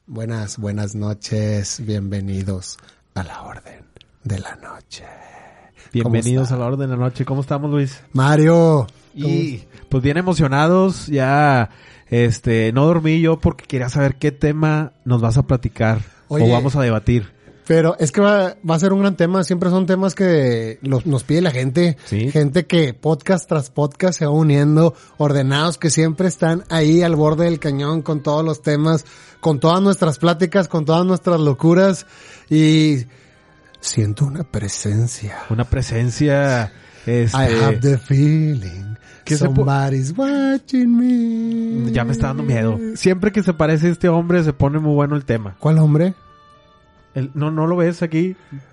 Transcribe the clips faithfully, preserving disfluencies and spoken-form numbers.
Buenas, buenas noches. Bienvenidos a la Orden de la Noche. Bienvenidos a la Orden de la Noche. ¿Cómo estamos, Luis? Mario. Y pues bien emocionados. Ya este no dormí yo porque quería saber qué tema nos vas a platicar. Oye, o vamos a debatir. Pero es que va, va a ser un gran tema. Siempre son temas que los, nos pide la gente. ¿Sí? Gente que podcast tras podcast se va uniendo. Ordenados que siempre están ahí al borde del cañón con todos los temas, con todas nuestras pláticas, con todas nuestras locuras. Y siento una presencia. Una presencia. Este... I have the feeling. Somebody's po- watching me. Ya me está dando miedo. Siempre que se parece a este hombre se pone muy bueno el tema. ¿Cuál hombre? El, no, ¿no lo ves aquí?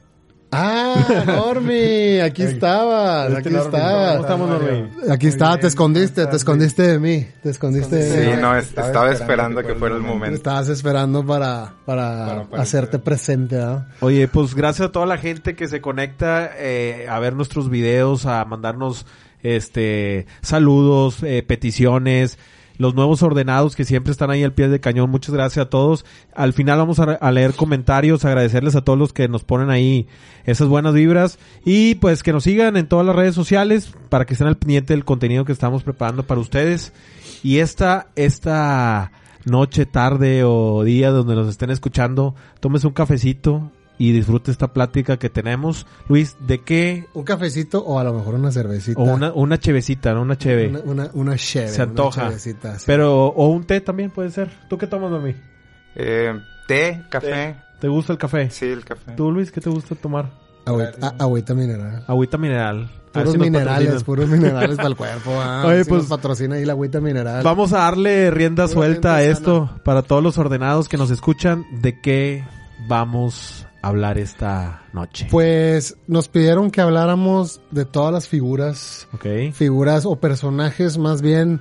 Ah, Normi, aquí estabas, aquí estabas. ¿Cómo estamos, Normi? Aquí estaba, te escondiste, te escondiste de mí, te escondiste de mí. Sí, no, estaba, estaba esperando que fuera el momento. Estabas esperando para, para, para, para hacerte presente, ¿no? Oye, pues gracias a toda la gente que se conecta eh, a ver nuestros videos, a mandarnos este saludos, eh, peticiones, los nuevos ordenados que siempre están ahí al pie del cañón. Muchas gracias a todos. Al final vamos a, a leer comentarios, agradecerles a todos los que nos ponen ahí esas buenas vibras y pues que nos sigan en todas las redes sociales para que estén al pendiente del contenido que estamos preparando para ustedes. Y esta esta noche, tarde o día donde nos estén escuchando, tómese un cafecito y disfrute esta plática que tenemos. Luis, ¿de qué? Un cafecito o a lo mejor una cervecita. O una, una chevecita, ¿no? Una cheve. Una, una, una cheve. Se antoja. Una sí. Pero, o un té también puede ser. ¿Tú qué tomas, mami? Eh, té, café. Té. ¿Te gusta el café? Sí, el café. ¿Tú, Luis, qué te gusta tomar? Agüita, a, agüita mineral. Agüita mineral. Puros si minerales, puros minerales para el cuerpo. Ah, Oye, si pues nos patrocina ahí la agüita mineral. Vamos a darle rienda Pura suelta a esto sana. Para todos los ordenados que nos escuchan. ¿De qué vamos hablar esta noche? Pues nos pidieron que habláramos de todas las figuras, okay. figuras o personajes más bien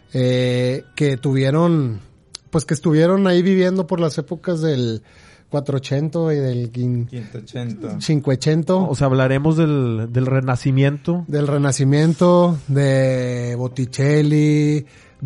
eh, que tuvieron, pues que estuvieron ahí viviendo por las épocas del cuatrocientos y del quinientos. O sea, hablaremos del, del Renacimiento. Del Renacimiento, de Botticelli,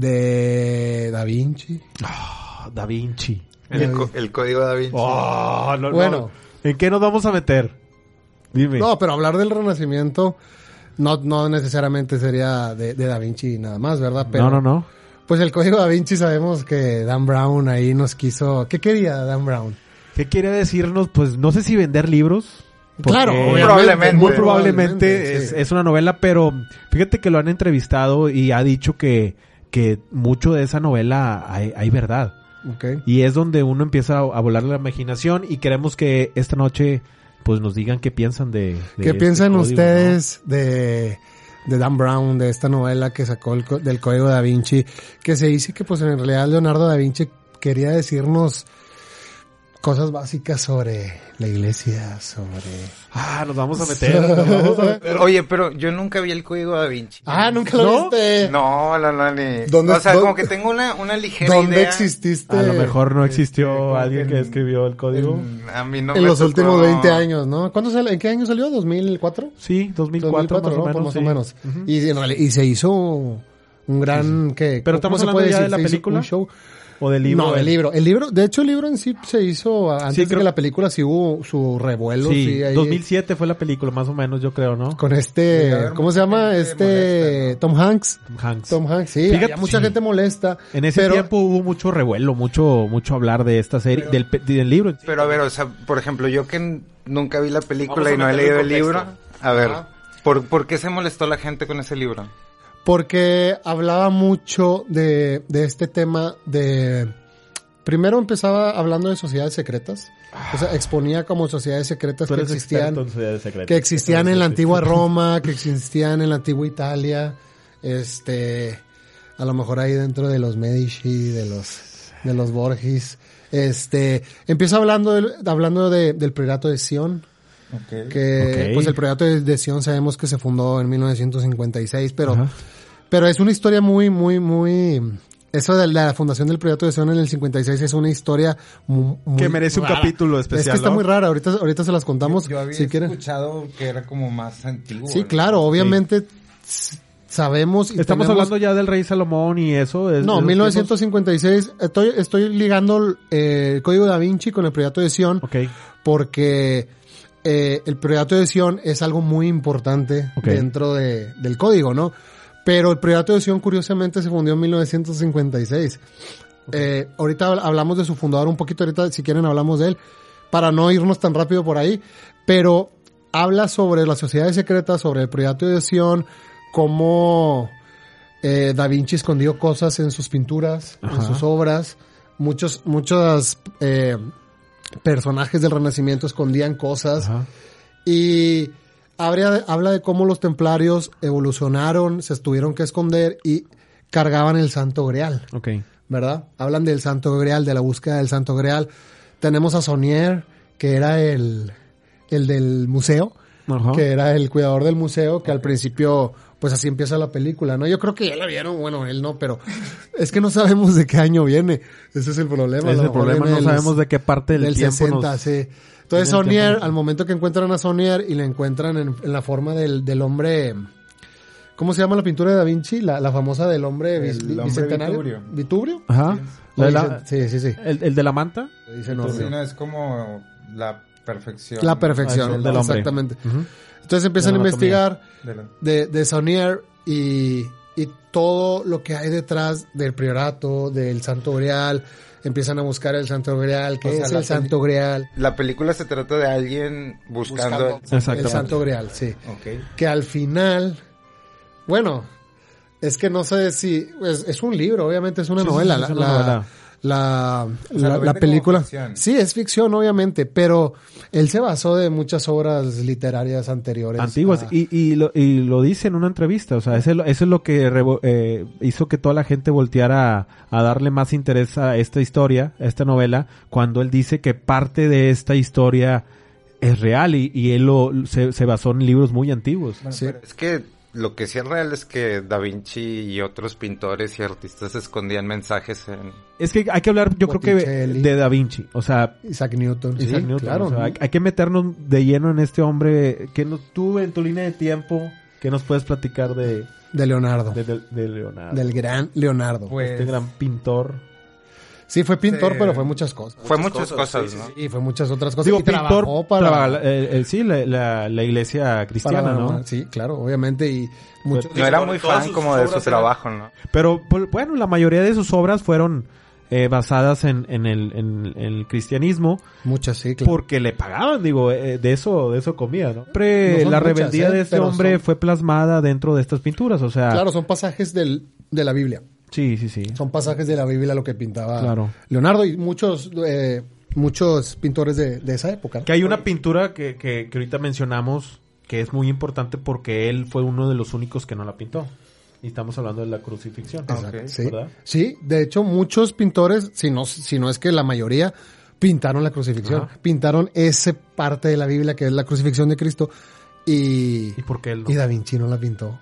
de Da Vinci. Oh, Da Vinci. El, co- el código Da Vinci. Oh, no, bueno. No. ¿En qué nos vamos a meter? Dime. No, pero hablar del Renacimiento no, no necesariamente sería de, de Da Vinci nada más, ¿verdad? Pero, no, no, no. Pues el código Da Vinci sabemos que Dan Brown ahí nos quiso... ¿Qué quería Dan Brown? ¿Qué quiere decirnos? Pues no sé si vender libros. Claro, muy probablemente. Muy probablemente, probablemente es, sí. es una novela, pero fíjate que lo han entrevistado y ha dicho que, que mucho de esa novela hay, hay verdad. Okay. Y es donde uno empieza a, a volar la imaginación y queremos que esta noche pues nos digan qué piensan de, de ¿Qué este piensan código, ustedes ¿no? de, de Dan Brown, de esta novela que sacó el, del Código Da Vinci? Que se dice que pues en realidad Leonardo Da Vinci quería decirnos cosas básicas sobre la iglesia, sobre... Ah, nos vamos a meter. Nos vamos a meter. Oye, pero yo nunca vi el código Da Vinci. Ah, ¿nunca lo ¿No? viste? No, no, no, ni... ¿Dónde, o sea, dónde, como que tengo una, una ligera ¿Dónde idea. exististe? A lo mejor no existió Este, alguien que en- escribió el código. En, a mí no En me los tocó- últimos veinte años, ¿no? ¿Cuándo sal, ¿En qué año salió? ¿dos mil cuatro? Sí, dos mil cuatro, dos mil cuatro, más ¿no? o menos. Pues sí. más o menos. Uh-huh. Y, en realidad- y se hizo un gran... Sí. ¿qué? Pero estamos ¿cómo se hablando puede ya decir? de la Se hizo película. un show. O del libro. No, del libro. El libro, de hecho el libro en sí se hizo antes Sí, de creo- que la película sí hubo su revuelo. Sí, Sí, ahí, dos mil siete fue la película, más o menos, yo creo, ¿no? con este, Sí, a ver, ¿cómo se llama? mucha gente Este, molesta, ¿no? Tom Hanks. Tom Hanks. Tom Hanks, sí, Fíjate, había mucha sí. gente molesta. En ese pero, tiempo hubo mucho revuelo, mucho mucho hablar de esta serie, del, pe- del libro. Pero a ver, o sea, por ejemplo, yo que n- nunca vi la película Vamos a y no he meterlo leído en el libro. contexto. A ver, Ajá. ¿por, ¿por qué se molestó la gente con ese libro? Porque hablaba mucho de, de este tema de... Primero empezaba hablando de sociedades secretas. O sea, exponía como sociedades secretas Tú que eres existían, experto en sociedades secretas. que existían en la Sí. antigua Roma, que existían en la antigua Italia, este, a lo mejor ahí dentro de los Medici, de los, de los Borgis. Este, empieza hablando del, hablando de, del Priorato de Sion. Okay. Que, Ok. pues el Priorato de, de Sion sabemos que se fundó en mil novecientos cincuenta y seis, pero, Ajá. pero es una historia muy, muy, muy, eso de la fundación del Priorato de Sion en el cincuenta y seis es una historia muy, muy Que merece un rara. capítulo especial, Es que está ¿no? muy rara, ahorita, ahorita se las contamos. Yo, yo había si quieren. escuchado que era como más antiguo. Sí, ¿no? claro, obviamente s- sabemos y Estamos tenemos... hablando ya del rey Salomón y eso. Es, No, es mil novecientos cincuenta y seis. Estoy, estoy ligando eh, el Código Da Vinci con el Priorato de Sion. Okay. Porque eh, el Priorato de Sion es algo muy importante okay. dentro de, del código, ¿no? Pero el Priorato de Sion, curiosamente, se fundió en mil novecientos cincuenta y seis. Okay. Eh, ahorita hablamos de su fundador un poquito, ahorita si quieren hablamos de él, para no irnos tan rápido por ahí. Pero habla sobre las sociedades secretas, sobre el Priorato de Sion, cómo eh, Da Vinci escondió cosas en sus pinturas, Ajá. en sus obras. Muchos, muchos eh, personajes del Renacimiento escondían cosas. Ajá. Y habría, habla de cómo los templarios evolucionaron, se tuvieron que esconder y cargaban el Santo Grial. Okay. ¿Verdad? Hablan del Santo Grial, de la búsqueda del Santo Grial. Tenemos a Saunier, que era el, el del museo. Ajá. Que era el cuidador del museo, que okay. al principio, pues así empieza la película, ¿no? Yo creo que ya la vieron, bueno, él no, pero es que no sabemos de qué año viene. Ese es el problema. Ese es el problema, no sabemos de qué parte del, del tiempo sesenta, nos... sí. Entonces Saunier, al momento que encuentran a Saunier y le encuentran en, en la forma del, del hombre... ¿Cómo se llama la pintura de Da Vinci? La, la famosa del hombre, el bis, hombre bicentenario. Vitubrio. ¿Vitubrio? Ajá. La, la, sí, sí, sí. ¿El, el de la manta? Dice no, sí, no, es como la perfección. La perfección, ah, del hombre. Exactamente. Uh-huh. Entonces empiezan a investigar de, la... de, de Saunier y, y todo lo que hay detrás del priorato, del Santo Grial. Empiezan a buscar el Santo Grial. ¿Qué o es sea, el Santo Grial? La película se trata de alguien buscando, buscando el Santo Grial, sí. Okay. Que al final, bueno, es que no sé si, es, es un libro, obviamente es una sí, novela. Sí, es una la, novela. La, o sea, la, la película. Sí, es ficción, obviamente, pero él se basó de muchas obras literarias anteriores. Antiguas, a... y, y, lo, y lo dice en una entrevista, o sea, eso, eso es lo que revo, eh, hizo que toda la gente volteara a, a darle más interés a esta historia, a esta novela, cuando él dice que parte de esta historia es real y, y él lo, se, se basó en libros muy antiguos. Bueno, sí. Es que lo que sí es real es que Da Vinci y otros pintores y artistas escondían mensajes en... Es que hay que hablar, yo Botticelli. creo que de Da Vinci, o sea... Isaac Newton. Isaac sí, Newton, claro. O sea, hay, hay que meternos de lleno en este hombre que no, tú en tu línea de tiempo, ¿qué nos puedes platicar de... De Leonardo. De, de, de Leonardo. Del gran Leonardo. Pues, este gran pintor... Sí, fue pintor, sí. pero fue muchas cosas. Fue muchas cosas, sí, ¿no? Sí, fue muchas otras cosas. Digo, y pintor trabajó para... Traba, eh, eh, sí, la, la, la iglesia cristiana, para, ¿no? Sí, claro, obviamente. Y muchos... No era muy fan como de su trabajo, ¿no? Pero, bueno, la mayoría de sus obras fueron eh, basadas en, en, el, en, en el cristianismo. Muchas, sí, claro. Porque le pagaban, digo, eh, de eso de eso comía, ¿no? Siempre no la muchas, rebeldía eh, de este hombre son... fue plasmada dentro de estas pinturas, o sea... Claro, son pasajes del, de la Biblia. Sí, sí, sí. Son pasajes de la Biblia lo que pintaba claro. Leonardo y muchos eh, muchos pintores de, de esa época. Que hay una pintura que, que, que ahorita mencionamos que es muy importante porque él fue uno de los únicos que no la pintó. Y estamos hablando de la crucifixión. Exacto, okay. sí. ¿Verdad? Sí, de hecho muchos pintores, si no, si no es que la mayoría, pintaron la crucifixión. Ajá. Pintaron esa parte de la Biblia que es la crucifixión de Cristo. Y, ¿Y por qué él no? Y Da Vinci no la pintó.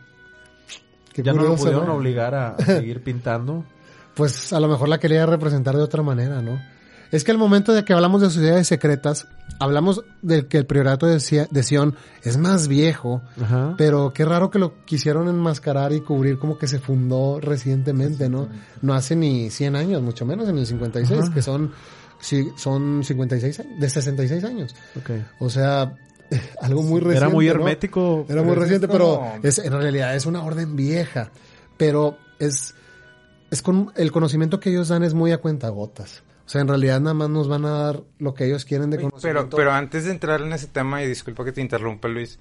Qué ya curioso, no lo pudieron ¿no? obligar a seguir pintando. Pues a lo mejor la quería representar de otra manera, ¿no? Es que al momento de que hablamos de sociedades secretas, hablamos de que el priorato de, de Sion es más viejo, Ajá. pero qué raro que lo quisieron enmascarar y cubrir como que se fundó recientemente, ¿no? No hace ni cien años, mucho menos en el cincuenta y seis, Ajá. que son, sí, son cincuenta y seis, de sesenta y seis años. Okay. O sea... algo muy reciente. Era muy hermético. ¿no? Era muy reciente, pero es, en realidad es una orden vieja. Pero es, es con, el conocimiento que ellos dan es muy a cuentagotas. O sea, en realidad nada más nos van a dar lo que ellos quieren de conocimiento. Pero, pero antes de entrar en ese tema, y disculpa que te interrumpa, Luis.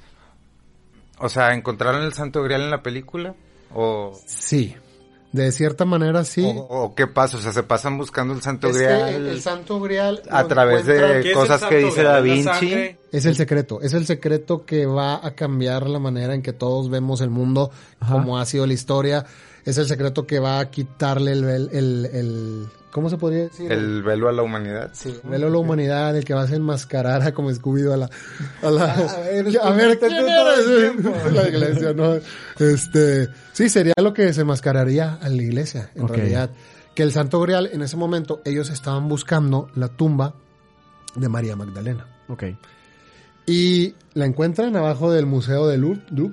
O sea, ¿encontraron el Santo Grial en la película? O... Sí. De cierta manera sí. O, o qué pasa, o sea, se pasan buscando el Santo es Grial. Que el, el Santo Grial a través de cosas que dice Da Vinci. Es el secreto, es el secreto que va a cambiar la manera en que todos vemos el mundo, Ajá. como ha sido la historia. Es el secreto que va a quitarle el, el, el, el ¿cómo se podría decir? El velo a la humanidad. Sí, el velo a la humanidad, el que va a enmascarar a como Scooby-Doo a la, a la, a ver, a ver ¿quién eres? La iglesia, ¿no? Este, sí, sería lo que se enmascararía a la iglesia, en okay. realidad. Que el Santo Grial, en ese momento, ellos estaban buscando la tumba de María Magdalena. Ok. Y la encuentran abajo del Museo de Louvre,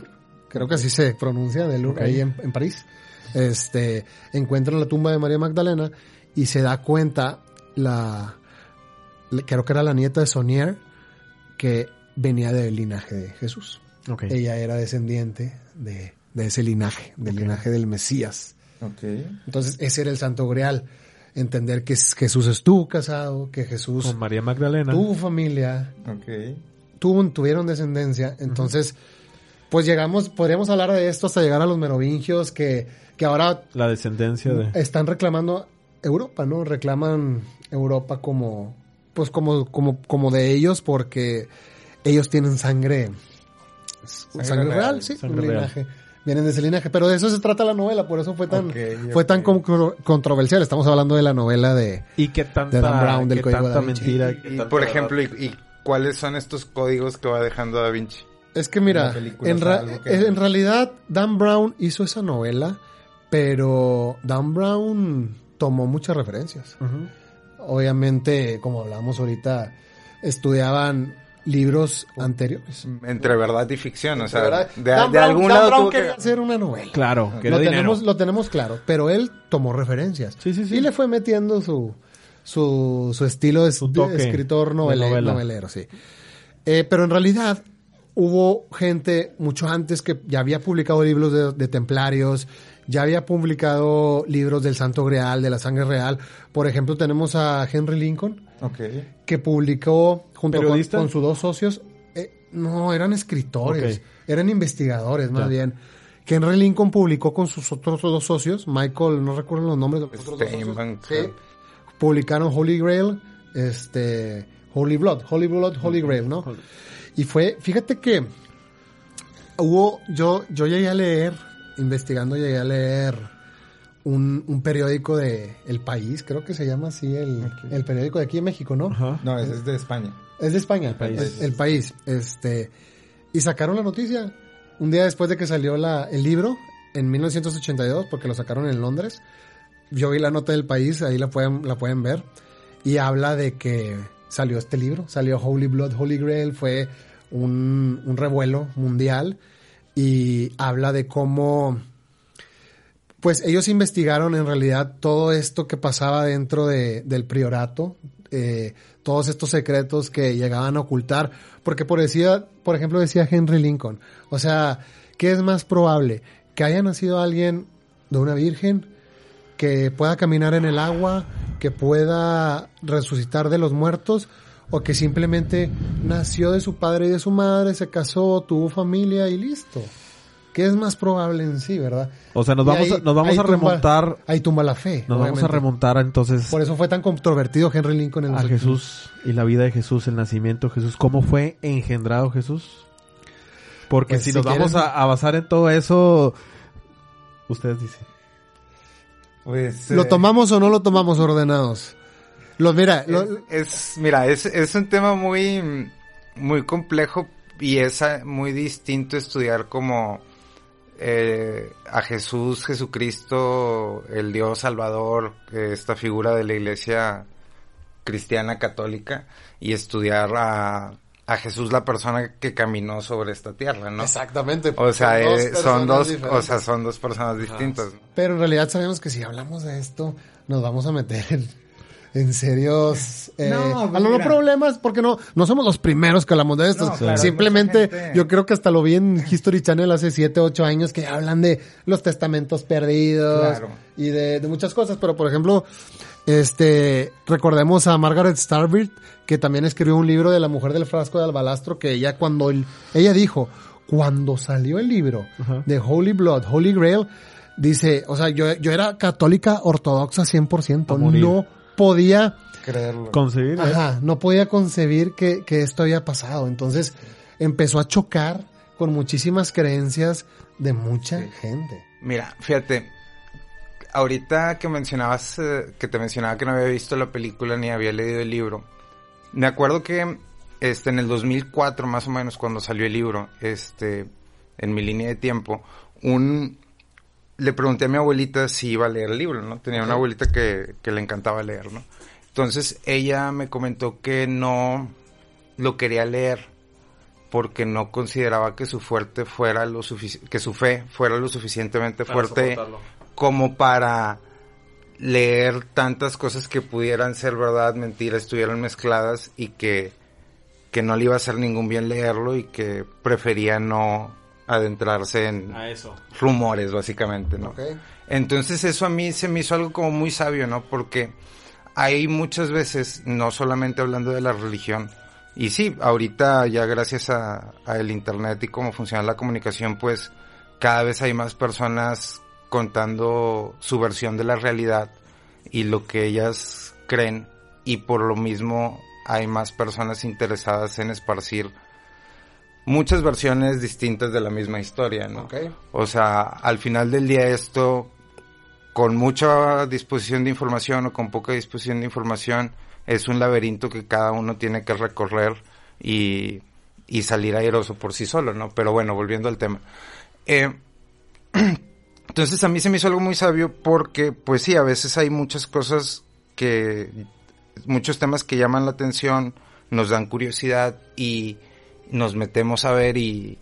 creo que así se pronuncia, de Lourdes, okay. ahí en, en París. Este, encuentra la tumba de María Magdalena y se da cuenta la, creo que era la nieta de Saunier, que venía del linaje de Jesús. Okay. Ella era descendiente de, de ese linaje, del okay. linaje del Mesías. Okay. Entonces ese era el Santo Grial, entender que Jesús estuvo casado, que Jesús con María Magdalena tuvo familia, okay. tuvo, tuvieron descendencia, entonces uh-huh. pues llegamos, podríamos hablar de esto hasta llegar a los merovingios que, que ahora la descendencia de están reclamando Europa, ¿no? Reclaman Europa como pues como como como de ellos porque ellos tienen sangre sangre, sangre real, real, sí, sangre un linaje. Real. Vienen de ese linaje, pero de eso se trata la novela, por eso fue tan okay, fue okay. tan con, controversial. Estamos hablando de la novela de y qué tanta de Dan Brown, del Código tanta Da Vinci. mentira, y, y, por ejemplo, y, y cuáles son estos códigos que va dejando Da Vinci? Es que mira, en, ra- que... en realidad Dan Brown hizo esa novela, pero Dan Brown tomó muchas referencias. Uh-huh. Obviamente, como hablábamos ahorita, estudiaban libros anteriores. Entre verdad y ficción, o sea, verdad, de, de, de algún lado tuvo que hacer una novela. Claro, que lo tenemos, lo tenemos claro, pero él tomó referencias. Sí, sí, sí. Y le fue metiendo su su, su estilo de, su de escritor novele, de novelero, sí. Eh, pero en realidad hubo gente mucho antes que ya había publicado libros de, de templarios, ya había publicado libros del Santo Grial, de la sangre real. Por ejemplo, tenemos a Henry Lincoln, okay. que publicó junto con, con sus dos socios. Eh, no, eran escritores, okay. eran investigadores más ya. bien. Henry Lincoln publicó con sus otros dos socios, Michael, no recuerdo los nombres de los otros dos socios. Sí, publicaron Holy Grail, este, Holy Blood, Holy Blood, Holy Grail, ¿no? Y fue, fíjate que hubo, yo, yo llegué a leer, investigando llegué a leer un, un periódico de El País, creo que se llama así el, okay. el periódico de aquí en México, ¿no? Uh-huh. No, es, es de España. Es de España, El País. El, el País, este, y sacaron la noticia un día después de que salió la, el libro, en mil novecientos ochenta y dos, porque lo sacaron en Londres. Yo vi la nota del País, ahí la pueden, la pueden ver, y habla de que salió este libro, salió Holy Blood, Holy Grail, fue un, un revuelo mundial, y habla de cómo, pues ellos investigaron en realidad todo esto que pasaba dentro de, del priorato, eh, todos estos secretos que llegaban a ocultar, porque por decía, por ejemplo decía Henry Lincoln, o sea, ¿qué es más probable? Que haya nacido alguien de una virgen, que pueda caminar en el agua, que pueda resucitar de los muertos, o que simplemente nació de su padre y de su madre, se casó, tuvo familia y listo. ¿Qué es más probable en sí, verdad? O sea, nos vamos, ahí, a, nos vamos a remontar... Tumba, ahí tumba la fe. Nos obviamente. vamos a remontar entonces... Por eso fue tan controvertido Henry Lincoln en a los Jesús y la vida de Jesús, el nacimiento de Jesús. ¿Cómo fue engendrado Jesús? Porque pues si, si nos quieren... vamos a, a basar en todo eso... Ustedes dicen. Pues, eh... ¿Lo tomamos o no lo tomamos ordenados? Lo, mira, es, lo... es, mira, es, es un tema muy, muy complejo y es muy distinto estudiar como eh, a Jesús, Jesucristo, el Dios Salvador, esta figura de la Iglesia cristiana católica, y estudiar a, a Jesús, la persona que caminó sobre esta tierra, ¿no? Exactamente. O sea, son dos, eh, son dos o sea, son dos personas distintas. Pero en realidad sabemos que si hablamos de esto, nos vamos a meter en... en serios eh, no, pues a los problemas, porque no no somos los primeros que hablamos de esto. No, claro, simplemente yo creo que hasta lo vi en History Channel hace siete, ocho años que hablan de los testamentos perdidos, claro, y de, de muchas cosas, pero por ejemplo, este recordemos a Margaret Starbird, que también escribió un libro de la mujer del frasco de albalastro, que ella cuando el, ella dijo, cuando salió el libro uh-huh. de Holy Blood, Holy Grail, dice, o sea, yo yo era católica ortodoxa cien por ciento, no podía creerlo, concebir, ajá, no podía concebir que, que esto había pasado. Entonces empezó a chocar con muchísimas creencias de mucha sí. gente. Mira, fíjate, ahorita que mencionabas, eh, que te mencionaba que no había visto la película ni había leído el libro, me acuerdo que este en el dos mil cuatro más o menos, cuando salió el libro, este en mi línea de tiempo, un le pregunté a mi abuelita si iba a leer el libro, ¿no? Tenía una abuelita que, que le encantaba leer, ¿no? Entonces ella me comentó que no lo quería leer porque no consideraba que su fuerte fuera lo sufici- que su fe fuera lo suficientemente para fuerte soportarlo. Como para leer tantas cosas que pudieran ser verdad, mentira, estuvieran mezcladas y que, que no le iba a hacer ningún bien leerlo y que prefería no adentrarse en A eso. rumores, básicamente, ¿no? Okay. Entonces eso a mí se me hizo algo como muy sabio, ¿no? Porque hay muchas veces, no solamente hablando de la religión, y sí, ahorita ya gracias a, a el internet y cómo funciona la comunicación, pues cada vez hay más personas contando su versión de la realidad y lo que ellas creen, y por lo mismo hay más personas interesadas en esparcir muchas versiones distintas de la misma historia, ¿no? Okay. O sea, al final del día esto, con mucha disposición de información o con poca disposición de información, es un laberinto que cada uno tiene que recorrer y, y salir airoso por sí solo, ¿no? Pero bueno, volviendo al tema. Eh, entonces a mí se me hizo algo muy sabio porque, pues sí, a veces hay muchas cosas que, muchos temas que llaman la atención, nos dan curiosidad y nos metemos a ver y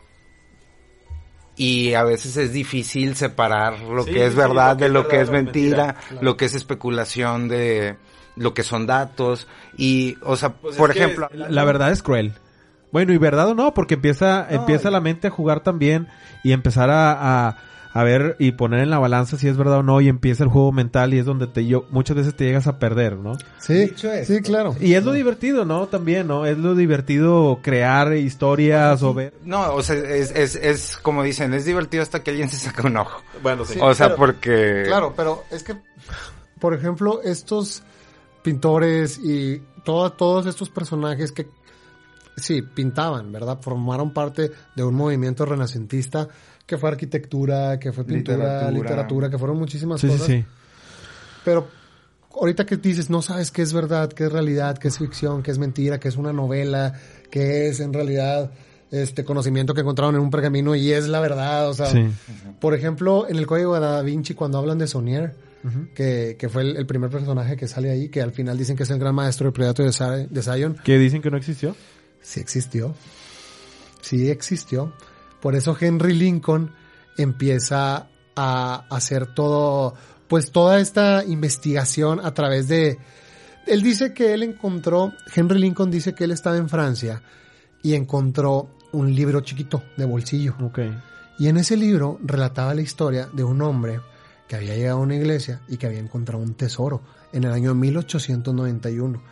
y a veces es difícil separar lo Sí, que es sí, verdad lo que de es lo verdad, que es lo que es mentira, mentira, claro. lo que es especulación de lo que son datos y, o sea, Pues por es que ejemplo, la, la verdad es cruel. Bueno, y verdad o no, porque empieza, No, empieza y- la mente a jugar también y empezar a, a, a ver y poner en la balanza si es verdad o no, y empieza el juego mental y es donde te yo muchas veces te llegas a perder, ¿no? Sí, Dicho esto, sí, claro. Y es lo divertido, ¿no? También, ¿no? Es lo divertido crear historias o ver. no, o sea, es, es, es como dicen, es divertido hasta que alguien se saca un ojo. Bueno, sí. Sí. O sea, pero- porque... Claro, pero es que, por ejemplo, estos pintores y todo, todos estos personajes que sí pintaban, ¿verdad? Formaron parte de un movimiento renacentista que fue arquitectura, que fue pintura, literatura, Literatura. que fueron muchísimas Sí, sí, cosas. sí. Pero ahorita que dices, no sabes qué es verdad, qué es realidad, qué es ficción, qué es mentira, qué es una novela, qué es en realidad este conocimiento que encontraron en un pergamino y es la verdad, o sea, Sí. por ejemplo, en el Código de Da Vinci cuando hablan de Saunier, uh-huh. que, que fue el, el primer personaje que sale ahí, que al final dicen que es el gran maestro del Predator de, Sa- de Zion, ¿Qué dicen que no existió? sí existió, sí existió. Por eso Henry Lincoln empieza a hacer todo, pues toda esta investigación a través de, él dice que él encontró, Henry Lincoln dice que él estaba en Francia y encontró un libro chiquito de bolsillo. Okay. Y en ese libro relataba la historia de un hombre que había llegado a una iglesia y que había encontrado un tesoro en el año mil ochocientos noventa y uno.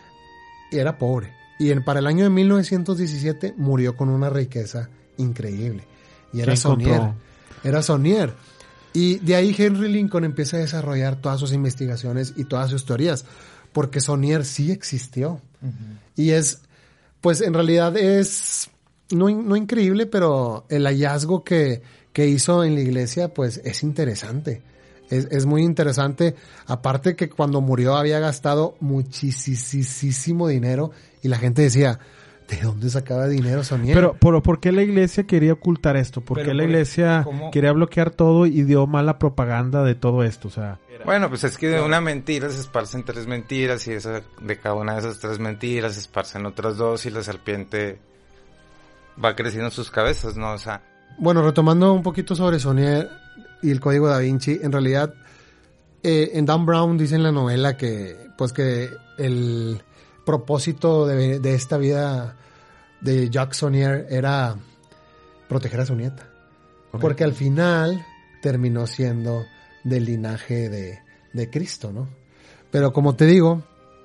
Y era pobre. Y en, para el año de mil novecientos diecisiete murió con una riqueza increíble. Y era ¿Qué Saunier. encontró? Era Saunier. Y de ahí Henry Lincoln empieza a desarrollar todas sus investigaciones y todas sus teorías. Porque Saunier sí existió. Uh-huh. Y es, pues en realidad es, no, no increíble, pero el hallazgo que, que hizo en la iglesia, pues es interesante. Es, es muy interesante. Aparte que cuando murió había gastado muchísimo dinero y la gente decía, ¿de dónde sacaba dinero Saunier? Pero, pero ¿por qué la iglesia quería ocultar esto? ¿Por qué la iglesia ¿cómo? quería bloquear todo y dio mala propaganda de todo esto? O sea, bueno, pues es que de una mentira se esparcen tres mentiras y esa, de cada una de esas tres mentiras se esparcen otras dos y la serpiente va creciendo en sus cabezas, ¿no? O sea... Bueno, retomando un poquito sobre Saunier y el Código Da Vinci, en realidad eh, en Dan Brown dice en la novela que pues que el propósito de, de esta vida de Jacques Saunier era proteger a su nieta. Okay. Porque al final terminó siendo del linaje de, de Cristo, ¿no? Pero como te digo,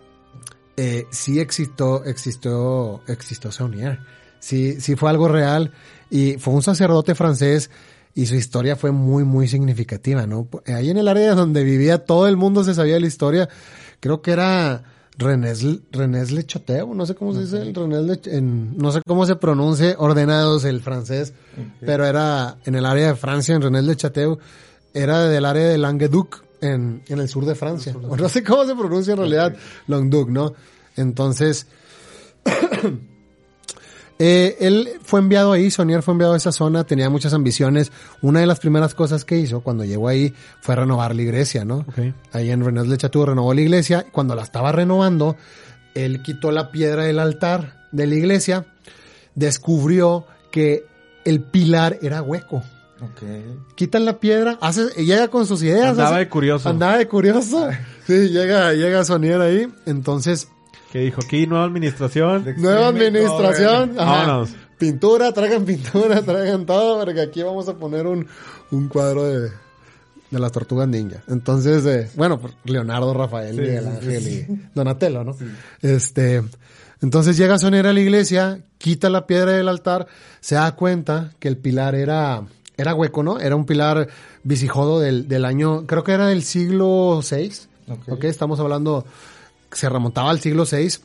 eh, sí existió, existió, existió Saunier. Sí, sí fue algo real y fue un sacerdote francés y su historia fue muy, muy significativa, ¿no? Ahí en el área donde vivía todo el mundo se sabía la historia. Creo que era Renés, Renés Le Chateau, no sé cómo se dice el Renés Le, en, no sé cómo se pronuncia ordenados el francés, okay. Pero era en el área de Francia, en Renés Le Chateau, era del área de Languedoc, en, en el sur de Francia. El sur de... No sé cómo se pronuncia en realidad, okay. Languedoc, ¿no? Entonces, eh, él fue enviado ahí, Saunier fue enviado a esa zona, tenía muchas ambiciones. Una de las primeras cosas que hizo cuando llegó ahí fue renovar la iglesia, ¿no? Okay. Ahí en Renés Le Chateau renovó la iglesia. Cuando la estaba renovando, él quitó la piedra del altar de la iglesia, descubrió que el pilar era hueco. Okay. Quitan la piedra, hace, llega con sus ideas. Andaba hace, de curioso. Andaba de curioso. Sí, llega, llega Sonier ahí. Entonces. Que dijo, aquí nueva administración. Nueva administración. Ajá. Vámonos. Pintura, traigan pintura, traigan todo, porque aquí vamos a poner un, un cuadro de, de las tortugas ninja. Entonces, eh, bueno, Leonardo, Rafael, sí, Miguel Ángel sí. y Donatello, ¿no? Sí. Este, entonces llega Sonier a la iglesia, quita la piedra del altar, se da cuenta que el pilar era, era hueco, ¿no? Era un pilar visigodo del, del año, creo que era del siglo seis. Okay. ok, estamos hablando, se remontaba al siglo seis.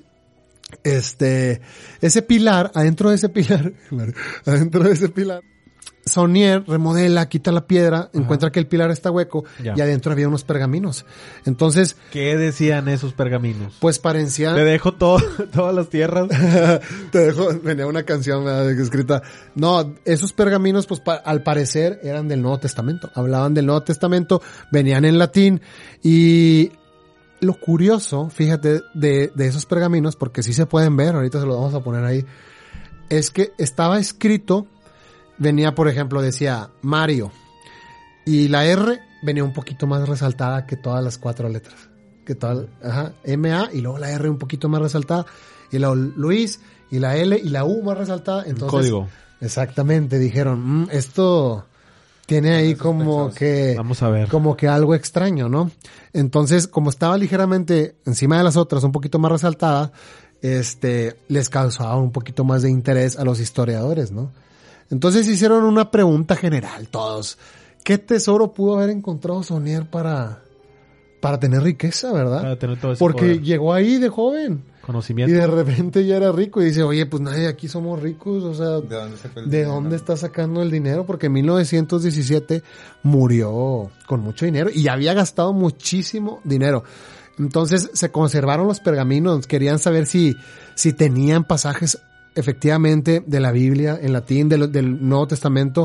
Este, ese pilar, adentro de ese pilar, adentro de ese pilar, Sonier remodela, quita la piedra, ajá, encuentra que el pilar está hueco ya. Y adentro había unos pergaminos. Entonces, ¿qué decían esos pergaminos? Pues parecían... Te dejo todo, todas las tierras. Te dejo, venía una canción ¿verdad? escrita. No, esos pergaminos, pues pa, al parecer eran del Nuevo Testamento. Hablaban del Nuevo Testamento, venían en latín y lo curioso, fíjate, de, de esos pergaminos, porque sí se pueden ver, ahorita se los vamos a poner ahí, es que estaba escrito. Venía, por ejemplo, decía Mario. Y la R venía un poquito más resaltada que todas las cuatro letras. Que toda, ajá, M A y luego la R un poquito más resaltada. Y luego Luis y la L y la U más resaltada. Entonces, código. Exactamente, dijeron, mmm, esto tiene ahí como que... Vamos a ver. Como que algo extraño, ¿no? Entonces, como estaba ligeramente encima de las otras, un poquito más resaltada, este, les causaba un poquito más de interés a los historiadores, ¿no? Entonces hicieron una pregunta general todos. ¿Qué tesoro pudo haber encontrado Sonier para, para tener riqueza, verdad? Para tener todo ese Porque poder. Llegó ahí de joven. Conocimiento. Y de repente ya era rico y dice, oye, pues nadie aquí somos ricos. O sea, ¿de dónde, sacó el ¿de dinero? dónde está sacando el dinero? Porque en mil novecientos diecisiete murió con mucho dinero y había gastado muchísimo dinero. Entonces se conservaron los pergaminos. Querían saber si, si tenían pasajes efectivamente de la Biblia en latín, de lo, del Nuevo Testamento,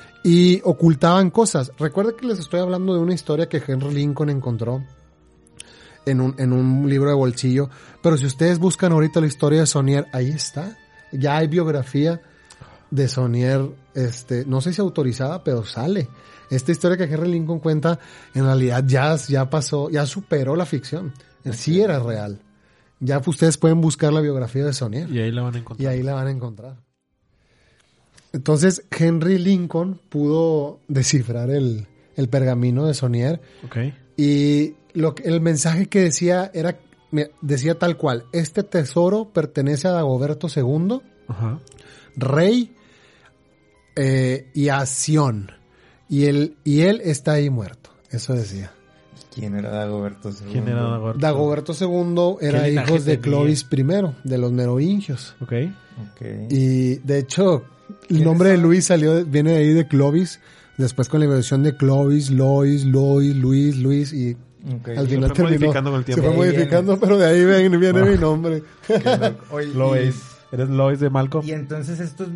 y ocultaban cosas. Recuerda que les estoy hablando de una historia que Henry Lincoln encontró en un, en un libro de bolsillo, pero si ustedes buscan ahorita la historia de Sonier, ahí está. Ya hay biografía de Sonier, este, no sé si autorizada, pero sale. Esta historia que Henry Lincoln cuenta, en realidad ya, ya pasó, ya superó la ficción. Sí era real. Ya ustedes pueden buscar la biografía de Sonier. Y ahí la van a encontrar. Y ahí la van a encontrar. Entonces, Henry Lincoln pudo descifrar el, el pergamino de Sonier. Okay. Y lo que, el mensaje que decía era, decía tal cual: este tesoro pertenece a Dagoberto segundo, ajá, rey, eh, y a Sion. Y él, y él está ahí muerto. Eso decía. ¿Quién era Dagoberto segundo? ¿Quién era Dagoberto? Dagoberto segundo era hijo de Clovis primero, de los merovingios. Okay. Okay. Y de hecho, el nombre de Luis salió, viene de ahí de Clovis, después con la evolución de Clovis, Lois, Lois, Luis, Luis, y okay. Al final se fue terminó, modificando con el tiempo. Se fue modificando, viene. Pero de ahí viene, viene mi nombre. Oye, Lois. ¿Eres Lois de Malcolm? Y entonces estos...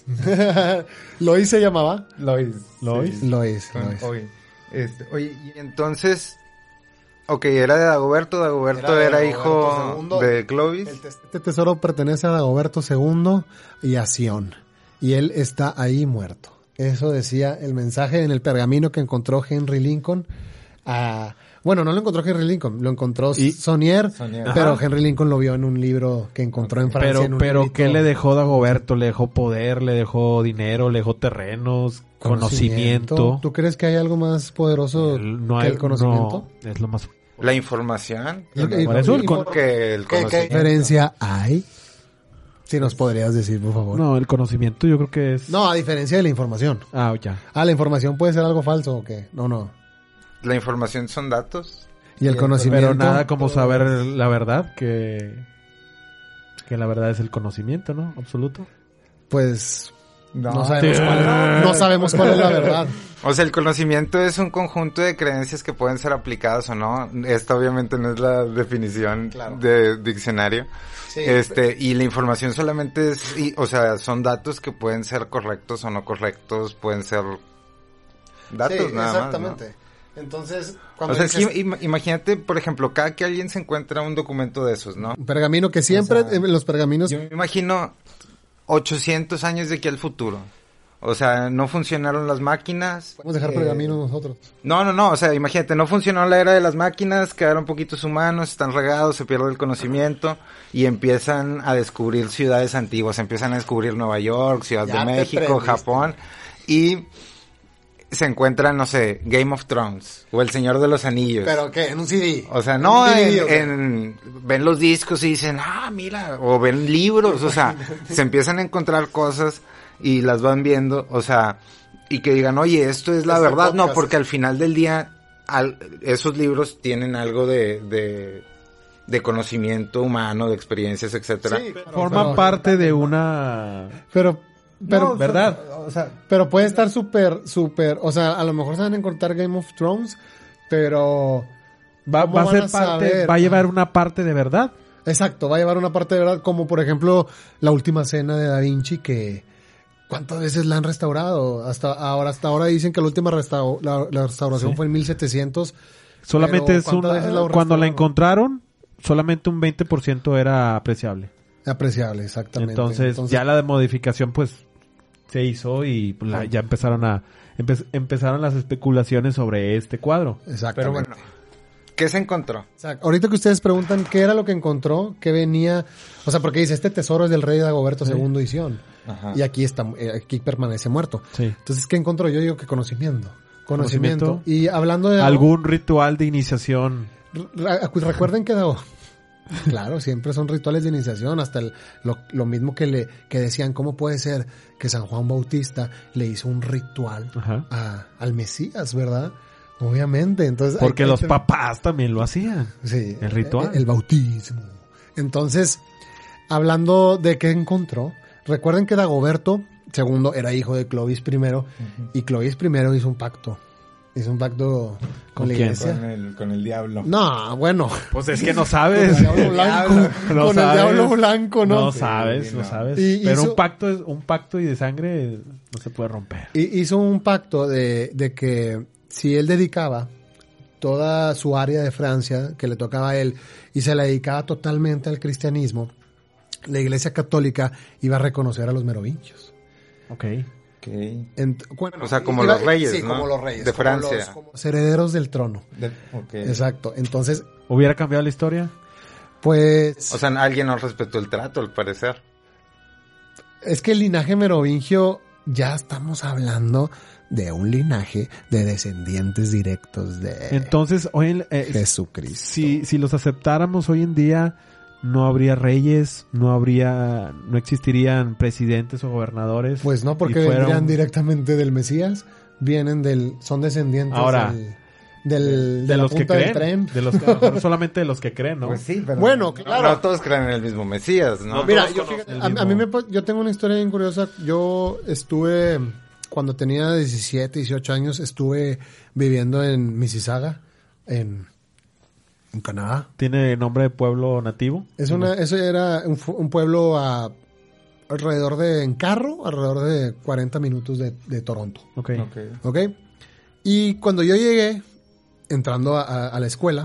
¿Lois se llamaba? Lois. ¿Lois? Sí. Lois. Lois. Oye, este, oye, y entonces... Ok, era de Dagoberto, Dagoberto era, era hijo segundo, de Clovis. Este tesoro pertenece a Dagoberto segundo y a Sion. Y él está ahí muerto. Eso decía el mensaje en el pergamino que encontró Henry Lincoln. A, bueno, no lo encontró Henry Lincoln, lo encontró ¿Y? Sonier, Sonier, pero ajá, Henry Lincoln lo vio en un libro que encontró en Francia. Pero, en un pero librito. ¿qué le dejó Dagoberto? Le dejó poder, le dejó dinero, le dejó terrenos, conocimiento. conocimiento. ¿Tú crees que hay algo más poderoso el, no hay, que el conocimiento? No, es lo más... La información. ¿Qué, por eso el con... que el ¿Qué, ¿Qué diferencia hay? Si nos podrías decir, por favor. No, el conocimiento yo creo que es... No, a diferencia de la información. Ah, ya. Ah, la información puede ser algo falso o qué. No, no. La información son datos. Y el, y el conocimiento. Pero nada como saber la verdad, que... Que la verdad es el conocimiento, ¿no? Absoluto. Pues... No, no, sabemos cuál es, no sabemos cuál es la verdad. O sea, el conocimiento es un conjunto de creencias que pueden ser aplicadas o no. Esta obviamente no es la definición claro. de diccionario. Sí, este, y la información solamente es, y, o sea, son datos que pueden ser correctos o no correctos, pueden ser datos sí, nada exactamente. más, ¿no? Entonces, cuando o sea, dices... sí, imagínate, por ejemplo, cada que alguien se encuentra un documento de esos, ¿no? Un pergamino que siempre, o sea, en los pergaminos... Yo me imagino... ochocientos años de aquí al futuro. O sea, no funcionaron las máquinas. Podemos dejar eh, pergaminos nosotros. No, no, no. O sea, imagínate, no funcionó la era de las máquinas, quedaron poquitos humanos, están regados, se pierde el conocimiento y empiezan a descubrir ciudades antiguas. Empiezan a descubrir Nueva York, Ciudad Ya de te México, prendiste. Japón. Y se encuentran, no sé, Game of Thrones o El Señor de los Anillos. ¿Pero qué? ¿En un C D? O sea, no, ¿En un D V D en, o qué? en- ven los discos y dicen, ah, mira, o ven libros, o sea, se empiezan a encontrar cosas y las van viendo, o sea, y que digan, oye, esto es la Este verdad, no, podcast. porque al final del día, al- esos libros tienen algo de, de, de conocimiento humano, de experiencias, etcétera. Sí, pero- Forma pero- parte de una... Pero, pero, No, ¿verdad? O sea, pero puede estar súper, súper, o sea, a lo mejor se van a encontrar Game of Thrones, pero... Va, ¿cómo va a van ser a parte, saber? va a llevar una parte de verdad. Exacto, va a llevar una parte de verdad, como por ejemplo la última cena de Da Vinci, que ¿cuántas veces la han restaurado? Hasta ahora, hasta ahora dicen que la última restau- la, la restauración Sí. fue en mil setecientos. Solamente Pero es ¿cuántas una... veces la Cuando la restauraron? encontraron, solamente un veinte por ciento era apreciable. Apreciable, exactamente. Entonces, ya la de modificación, pues, se hizo y pues, la- ya empezaron a... empe- empezaron las especulaciones sobre este cuadro. pero Exactamente. bueno, ¿qué se encontró? Exacto. Ahorita que ustedes preguntan qué era lo que encontró, qué venía, o sea, porque dice, este tesoro es del rey Dagoberto Sí. segundo y Sion, Ajá. y aquí está, eh, aquí permanece muerto. Sí. Entonces, ¿qué encontró? Yo digo que conocimiento. Conocimiento. Conocimiento. Y hablando de... Algún ritual de iniciación. Re- Recuerden que Dago- claro, siempre son rituales de iniciación, hasta el- lo, lo mismo que le que decían, ¿cómo puede ser que San Juan Bautista le hizo un ritual Ajá. a- al Mesías, verdad? Obviamente, entonces... Porque hay- hay los que- papás también lo hacían. Sí, el ritual. El, el bautismo. Entonces, hablando de qué encontró, recuerden que Dagoberto segundo era hijo de Clovis primero, y Clovis primero hizo un pacto. Hizo un pacto con, ¿Con la quién? iglesia. Con el, con el diablo. No, bueno. Pues es que no Con sabes. el diablo blanco. No con sabes. el diablo blanco, ¿no? No Sí, sabes, no. no sabes. Y Pero hizo- un pacto es un pacto y de sangre no se puede romper. Y hizo un pacto de, de que si él dedicaba toda su área de Francia, que le tocaba a él, y se la dedicaba totalmente al cristianismo, la iglesia católica iba a reconocer a los merovingios. Ok. Okay. Ent- bueno, O sea, como iba- los reyes, sí, ¿no? como los reyes. De como Francia. los- como los herederos del trono. De- okay. Exacto. Entonces, ¿Hubiera cambiado la historia? pues... O sea, alguien no respetó el trato, al parecer. Es que el linaje merovingio, ya estamos hablando de un linaje de descendientes directos de Entonces, hoy en- eh, Jesucristo. si, si los aceptáramos hoy en día, no habría reyes, no habría, no existirían presidentes o gobernadores. Pues no, porque Y fuera vendrían un- directamente del Mesías, vienen del, son descendientes Ahora, del, del- de, de la los que punta del creen, tren. de los que, a lo mejor solamente de los que creen, ¿no? Pues sí, pero... Bueno, no- claro. No, todos creen en el mismo Mesías, ¿no? No, Mira, todos yo, conocen fíjate, el a, a mismo. mí me, pa- yo tengo una historia bien curiosa. Yo estuve, cuando tenía diecisiete, dieciocho años, estuve viviendo en Mississauga, en, en Canadá. ¿Tiene nombre de pueblo nativo? Es una, eso era un, fu- un pueblo a alrededor de, en carro, alrededor de cuarenta minutos de, de Toronto. Ok. Ok. ¿Ok? Y cuando yo llegué, entrando a, a- a la escuela,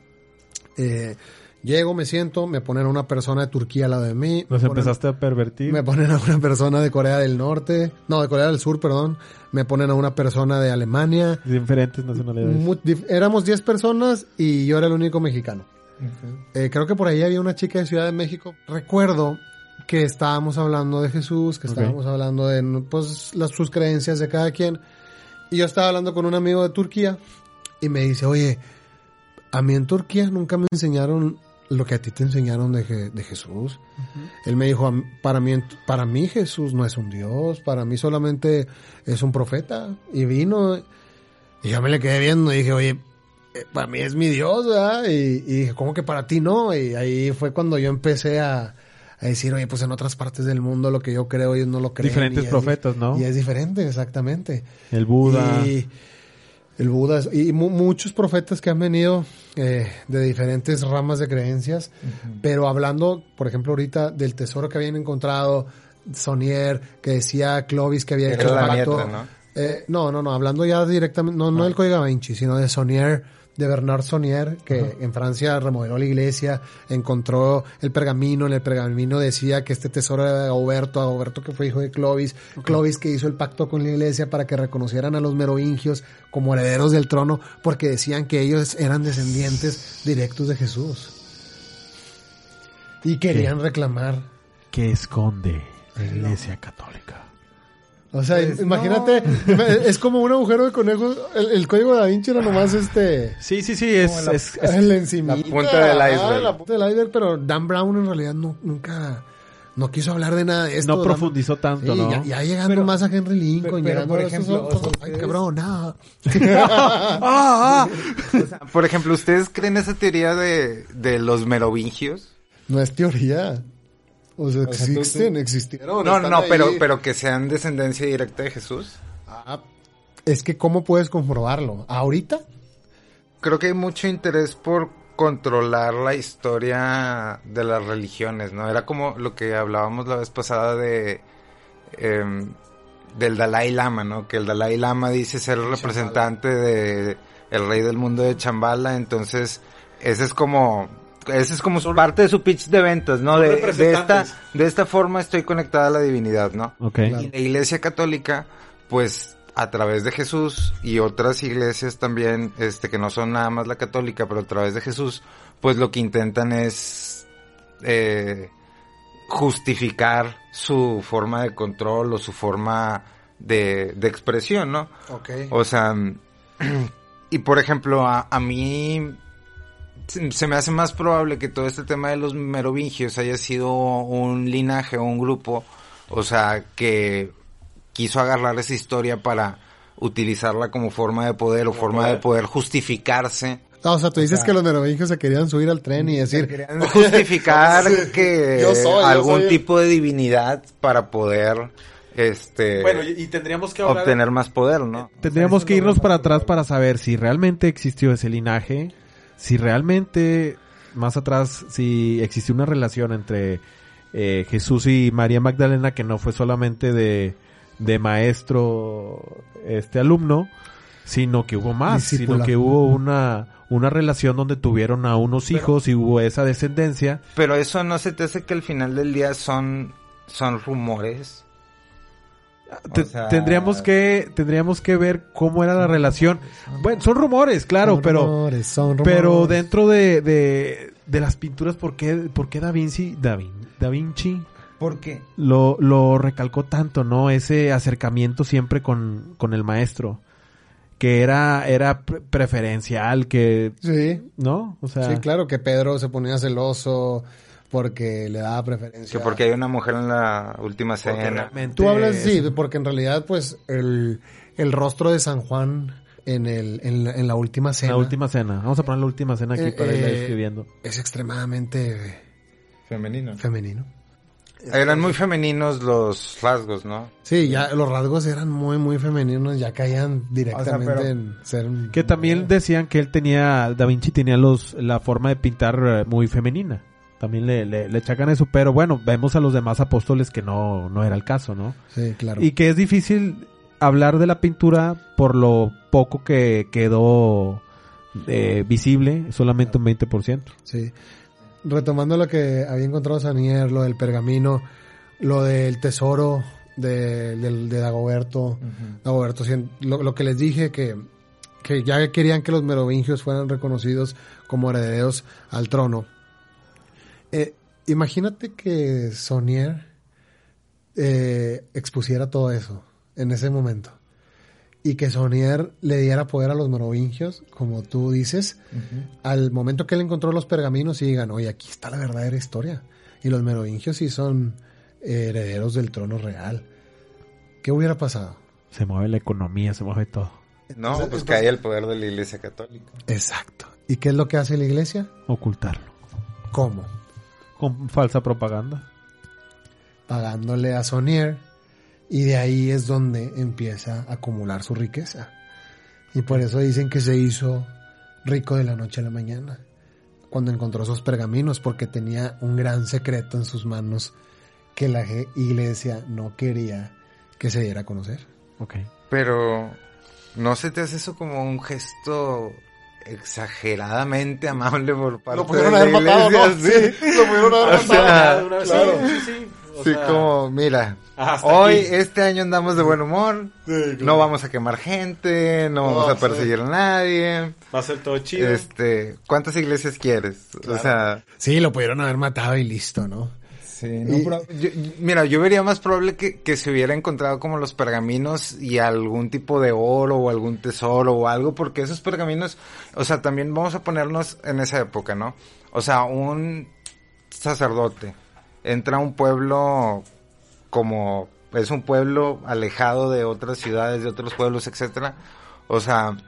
eh, llego, me siento, me ponen a una persona de Turquía al lado de mí. Los me ponen- empezaste a pervertir. Me ponen a una persona de Corea del Norte, no, de Corea del Sur, perdón. Me ponen a una persona de Alemania. Diferentes nacionalidades. Mu- dif- éramos diez personas y yo era el único mexicano. Eh, creo que por ahí había una chica de Ciudad de México. Recuerdo que estábamos hablando de Jesús, que Ok. estábamos hablando de pues, las, sus creencias de cada quien. Y yo estaba hablando con un amigo de Turquía y me dice, oye, a mí en Turquía nunca me enseñaron lo que a ti te enseñaron de, Je- de Jesús. Él me dijo, "Am- para mí, para mí Jesús no es un Dios, para mí solamente es un profeta. Y vino, y yo me le quedé viendo y dije, oye, eh, para mí es mi Dios, ¿verdad? Y, y dije, ¿cómo que para ti no? Y ahí fue cuando yo empecé a, a decir, oye, pues en otras partes del mundo lo que yo creo ellos no lo creen. Diferentes y es profetas, dif- ¿no? Y es diferente, exactamente. El Buda. Y el Buda es- y mu- muchos profetas que han venido eh, de diferentes ramas de creencias, pero hablando, por ejemplo, ahorita del tesoro que habían encontrado, Sonier, que decía Clovis que había Era hecho el la pacto. nieta, ¿no? Eh, no, no, no, hablando ya directamente, no, no del Código Da Vinci, sino de Sonier, de Bernard Saunier, que uh-huh. en Francia remodeló la iglesia, encontró el pergamino, en el pergamino decía que este tesoro era de Dagoberto, Dagoberto que fue hijo de Clovis, okay. Clovis que hizo el pacto con la iglesia para que reconocieran a los merovingios como herederos del trono, porque decían que ellos eran descendientes directos de Jesús. Y querían ¿Qué? reclamar. ¿Qué esconde la iglesia católica? O sea, pues imagínate, no. Es como un agujero de conejo. El, el código de Da Vinci era nomás este. Sí, sí, sí, es, la, es, es el encimita, la punta del iceberg. Ah, la punta del iceberg, pero Dan Brown en realidad no, nunca, no quiso hablar de nada de esto. No profundizó Dan, tanto, sí, ¿no? Ya, ya llegando pero, más a Henry Lincoln, pero, llegando por ejemplo, esos, ay, cabrón, nada. ah, ah. O sea, por ejemplo, ¿ustedes creen esa teoría de, de los merovingios? No es teoría. O sea, o sea existen, tú, tú... existieron. No, no, pero, pero que sean descendencia directa de Jesús. Ah, es que ¿cómo puedes comprobarlo? ¿Ahorita? Creo que hay mucho interés por controlar la historia de las religiones, ¿no? Era como lo que hablábamos la vez pasada de eh, del Dalai Lama, ¿no? Que el Dalai Lama dice ser el representante de el rey del mundo de Chambala, entonces ese es como ese es como son, parte de su pitch de ventas, ¿no? De, de esta de esta forma estoy conectada a la divinidad, ¿no? Okay. Y la Iglesia Católica, pues a través de Jesús y otras iglesias también, este, que no son nada más la católica, pero a través de Jesús, pues lo que intentan es eh, justificar su forma de control o su forma de, de expresión, ¿no? Okay. O sea, y por ejemplo, a, a mí se me hace más probable que todo este tema de los merovingios haya sido un linaje o un grupo, o sea, que quiso agarrar esa historia para utilizarla como forma de poder o como forma poder. de poder justificarse. No, o sea, tú dices o sea, que los merovingios se querían subir al tren y decir... Querían justificar que yo soy, algún yo tipo de divinidad para poder... este bueno, y, y tendríamos que hablar, obtener más poder, ¿no? Tendríamos o sea, que irnos para atrás para saber si realmente existió ese linaje, si realmente más atrás si existió una relación entre eh, Jesús y María Magdalena, que no fue solamente de de maestro este alumno, sino que hubo más, Discípula. sino que hubo una una relación donde tuvieron a unos hijos pero, y hubo esa descendencia. Pero eso no se te hace que al final del día son son rumores. T- sea, tendríamos que tendríamos que ver cómo era la relación. Bueno, son rumores, claro, son pero rumores, son rumores. pero dentro de, de de las pinturas, ¿por qué por qué Da Vinci Da, Vin, Da Vinci ¿Por qué? Lo lo recalcó tanto, ¿no? Ese acercamiento siempre con con el maestro, que era era pre- preferencial, que sí, ¿no? O sea, sí, claro, que Pedro se ponía celoso porque le daba preferencia. Que porque hay una mujer en la última cena. Tú hablas, sí, porque en realidad, pues, el, el rostro de San Juan en el en la, en la última cena. La última cena. Vamos a poner la última cena aquí eh, para ir escribiendo. Es extremadamente femenino. Femenino. Eran muy femeninos los rasgos, ¿no? Sí, ya los rasgos eran muy, muy femeninos, ya caían directamente o sea, pero, en ser un... Que también decían que él tenía, Da Vinci tenía los la forma de pintar muy femenina. También le, le, le chacan eso, pero bueno, vemos a los demás apóstoles que no, no era el caso, ¿no? Sí, claro. Y que es difícil hablar de la pintura por lo poco que quedó eh, visible, solamente un veinte por ciento. Sí. Retomando lo que había encontrado Saunier, lo del pergamino, lo del tesoro de, de, de Dagoberto, uh-huh. Dagoberto, lo, lo que les dije, que, que ya querían que los merovingios fueran reconocidos como herederos al trono. Eh, imagínate que Saunier eh, expusiera todo eso en ese momento y que Saunier le diera poder a los merovingios, como tú dices, uh-huh. al momento que él encontró los pergaminos y digan, oye, aquí está la verdadera historia y los merovingios sí son eh, herederos del trono real. ¿Qué hubiera pasado? Se mueve la economía, se mueve todo. No, entonces, pues cae el poder de la Iglesia Católica. Exacto. ¿Y qué es lo que hace la Iglesia? Ocultarlo. ¿Cómo? Con falsa propaganda. Pagándole a Saunier, y de ahí es donde empieza a acumular su riqueza. Y por eso dicen que se hizo rico de la noche a la mañana, cuando encontró esos pergaminos, porque tenía un gran secreto en sus manos que la Iglesia no quería que se diera a conocer. Okay. Pero ¿no se te hace eso como un gesto exageradamente amable por parte Lo pudieron de haber la matado, iglesia, ¿no? sí. Lo pudieron haber O sea, matado. Una vez- claro. Sí, sí, sí. O Sí, sea, como, mira, hasta hoy, aquí. este año andamos de buen humor, Sí, claro. no vamos a quemar gente, no vamos No, a perseguir a nadie, Va a ser todo chido. este, ¿cuántas iglesias quieres? Claro. O sea, Sí, lo pudieron haber matado y listo, ¿no? sí, no, Y- pero yo- mira, yo vería más probable que, que se hubiera encontrado como los pergaminos y algún tipo de oro o algún tesoro o algo, porque esos pergaminos, o sea, también vamos a ponernos en esa época, ¿no? O sea, un sacerdote entra a un pueblo como es un pueblo alejado de otras ciudades, de otros pueblos, etcétera. O sea,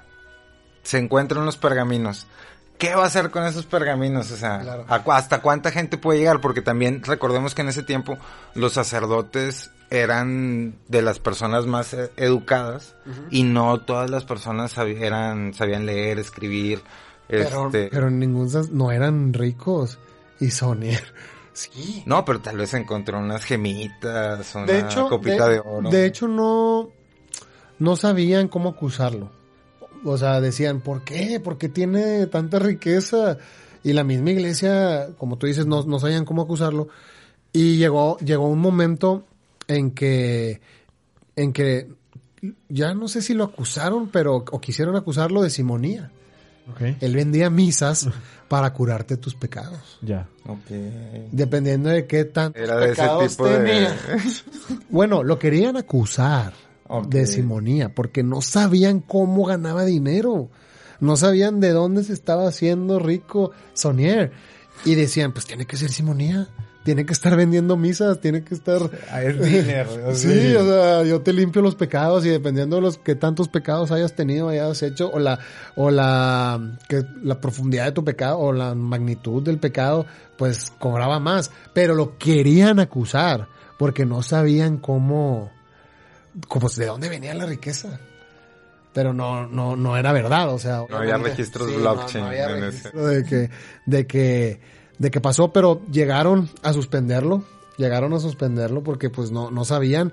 se encuentran los pergaminos. ¿Qué va a hacer con esos pergaminos? O sea, Claro. ¿a cu- ¿hasta cuánta gente puede llegar? Porque también recordemos que en ese tiempo los sacerdotes eran de las personas más eh, educadas y no todas las personas sabi- eran sabían leer, escribir. Pero, este, pero ningún sas- no eran ricos. Y Sonier, sí. No, pero tal vez encontró unas gemitas, una De hecho, copita de, de, oro. de hecho no, no sabían cómo acusarlo. O sea, decían, ¿por qué? ¿Por qué tiene tanta riqueza? Y la misma iglesia, como tú dices, no, no sabían cómo acusarlo. Y llegó, llegó un momento en que, en que, ya no sé si lo acusaron, pero, o quisieron acusarlo de simonía. Ok. Él vendía misas para curarte tus pecados. Ya. Okay. Dependiendo de qué tantos Era de ese pecados tipo de... tenía. Bueno, lo querían acusar Ok. de simonía porque no sabían cómo ganaba dinero. No sabían de dónde se estaba haciendo rico Sonier. Y decían, pues tiene que ser simonía. Tiene que estar vendiendo misas, tiene que estar... Ah, es dinero. o Sí, sea. o sea, yo te limpio los pecados y dependiendo de los que tantos pecados hayas tenido, hayas hecho, o la, o la, que la profundidad de tu pecado, o la magnitud del pecado, pues cobraba más. Pero lo querían acusar, porque no sabían cómo, como de dónde venía la riqueza. Pero no, no, no era verdad, o sea. No había obviamente, registros no, blockchain no había en registro de que, de que, de que pasó, pero llegaron a suspenderlo, llegaron a suspenderlo porque pues no, no sabían.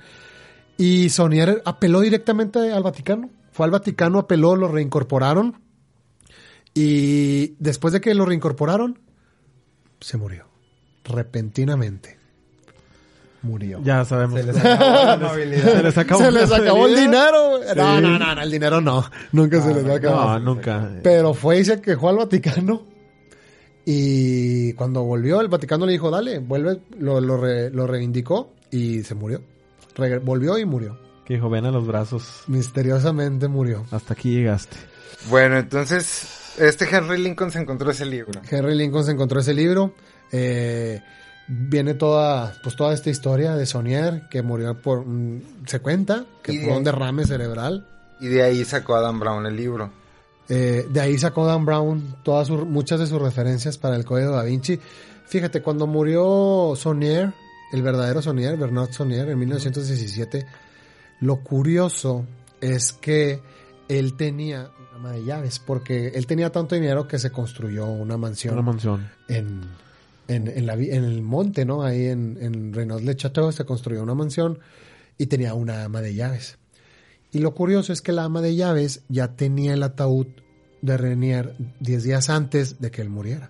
Y Sonier apeló directamente al Vaticano, fue al Vaticano, apeló, lo reincorporaron. Y después de que lo reincorporaron, se murió. Repentinamente. Murió. Ya sabemos. Se les acabó la amabilidad. Se les acabó, Se les la acabó el amabilidad. dinero. Sí. No, no, no, no, el dinero no. Nunca se les acabó. No, nunca. Pero fue y se quejó al Vaticano. Y cuando volvió, el Vaticano le dijo, dale, vuelve, lo, lo, re- lo reivindicó y se murió. Re- volvió y murió. Que dijo, ven a los brazos. Misteriosamente murió. Hasta aquí llegaste. Bueno, entonces, este Henry Lincoln se encontró ese libro. Henry Lincoln se encontró ese libro. Eh, viene toda, pues toda esta historia de Sonier, que murió por, un- se cuenta, que Y de fue un ahí- derrame cerebral. Y de ahí sacó Dan Brown el libro. Eh, de ahí sacó Dan Brown todas sus, muchas de sus referencias para el Código Da Vinci. Fíjate, cuando murió Sonier, el verdadero Sonier, Bernard Sonier, en mil novecientos diecisiete, lo curioso es que él tenía una ama de llaves, porque él tenía tanto dinero que se construyó una mansión Una mansión. en, en, en, la, vi- en el monte, ¿no? Ahí en, en Renaud-le-Château se construyó una mansión y tenía una ama de llaves. Y lo curioso es que la ama de llaves ya tenía el ataúd de Renier diez días antes de que él muriera.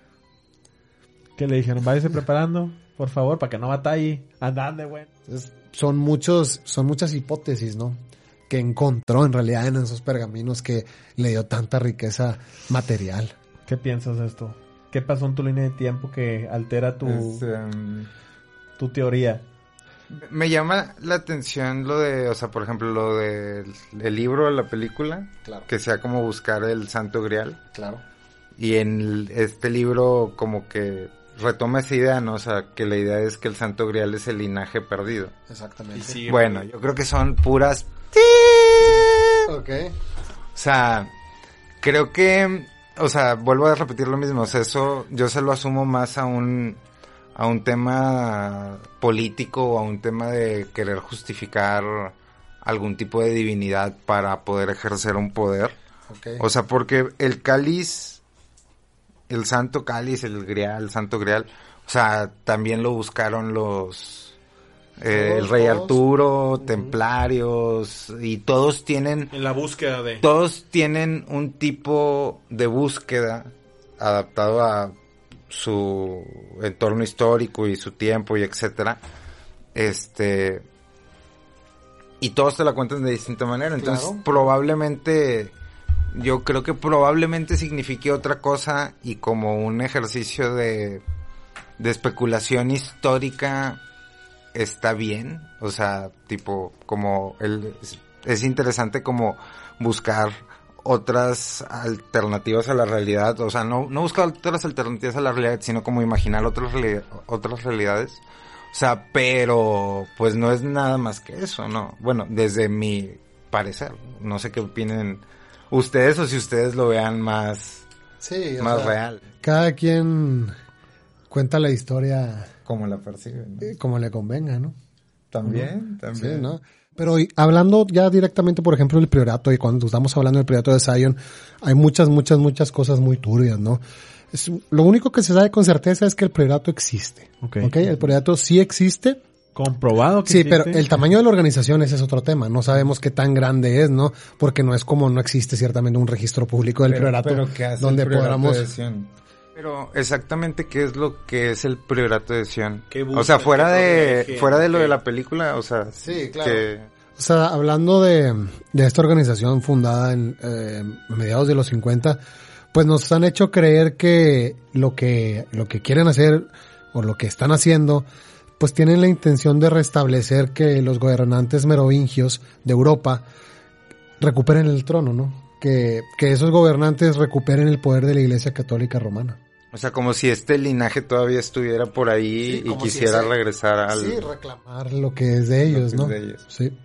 Que le dijeron, váyase preparando, por favor, para que no batalle. Andande, güey. Entonces, son muchos, son muchas hipótesis, ¿no? Que encontró en realidad en esos pergaminos que le dio tanta riqueza material. ¿Qué piensas de esto? ¿Qué pasó en tu línea de tiempo que altera tu, Es, em, tu teoría? me llama la atención lo de, o sea, por ejemplo, lo del el libro de la película, Claro. que sea como buscar el Santo Grial. Claro. Y en el- este libro como que retoma esa idea, ¿no? O sea, que la idea es que el Santo Grial es el linaje perdido. Exactamente. Bueno, yo creo que son puras... Ok. O sea, creo que, o sea, vuelvo a repetir lo mismo, o sea, eso yo se lo asumo más a un, a un tema político o a un tema de querer justificar algún tipo de divinidad para poder ejercer un poder. Okay. O sea, porque el cáliz, el santo cáliz, el grial, el santo grial, o sea, también lo buscaron los, Eh, el rey Arturo, uh-huh. templarios, y todos tienen... En la búsqueda de... Todos tienen un tipo de búsqueda adaptado a su entorno histórico y su tiempo y etcétera. Este... Y todos te la cuentan de distinta manera. Entonces, claro. probablemente... Yo creo que probablemente signifique otra cosa y como un ejercicio de, de especulación histórica está bien. O sea, tipo, como el, es interesante como buscar otras alternativas a la realidad. O sea, no, no buscar otras alternativas a la realidad, sino como imaginar otras, otras realidades. O sea, pero pues no es nada más que eso, ¿no? Bueno, desde mi parecer. No sé qué opinen ustedes o si ustedes lo vean más, sí, más sea, real. Cada quien cuenta la historia como la percibe, ¿no? Como le convenga, ¿no? También, ¿no? También. Sí, ¿no? Pero hablando ya directamente, por ejemplo, del priorato, y cuando estamos hablando del priorato de Sion, hay muchas, muchas, muchas cosas muy turbias, ¿no? Es, lo único que se sabe con certeza es que el priorato existe. Okay. ¿Okay? El priorato sí existe. Comprobado que sí, existe. Pero el tamaño de la organización ese es otro tema. No sabemos qué tan grande es, ¿no? Porque no es como no existe ciertamente un registro público del pero, priorato pero ¿qué hace donde el priorato podamos. De Sion? Pero exactamente qué es lo que es el priorato de Sion. Busca, o sea, fuera de protege, fuera de lo de la película, o sea, sí, claro. Que... O sea, hablando de, de esta organización fundada en eh, mediados de los cincuenta, pues nos han hecho creer que lo que lo que quieren hacer o lo que están haciendo, pues tienen la intención de restablecer que los gobernantes merovingios de Europa recuperen el trono, ¿no? Que, que esos gobernantes recuperen el poder de la Iglesia Católica Romana. O sea, como si este linaje todavía estuviera por ahí sí, y quisiera si ese, regresar al... Sí, reclamar lo que es de ellos, ¿no? Es de ellos. Sí.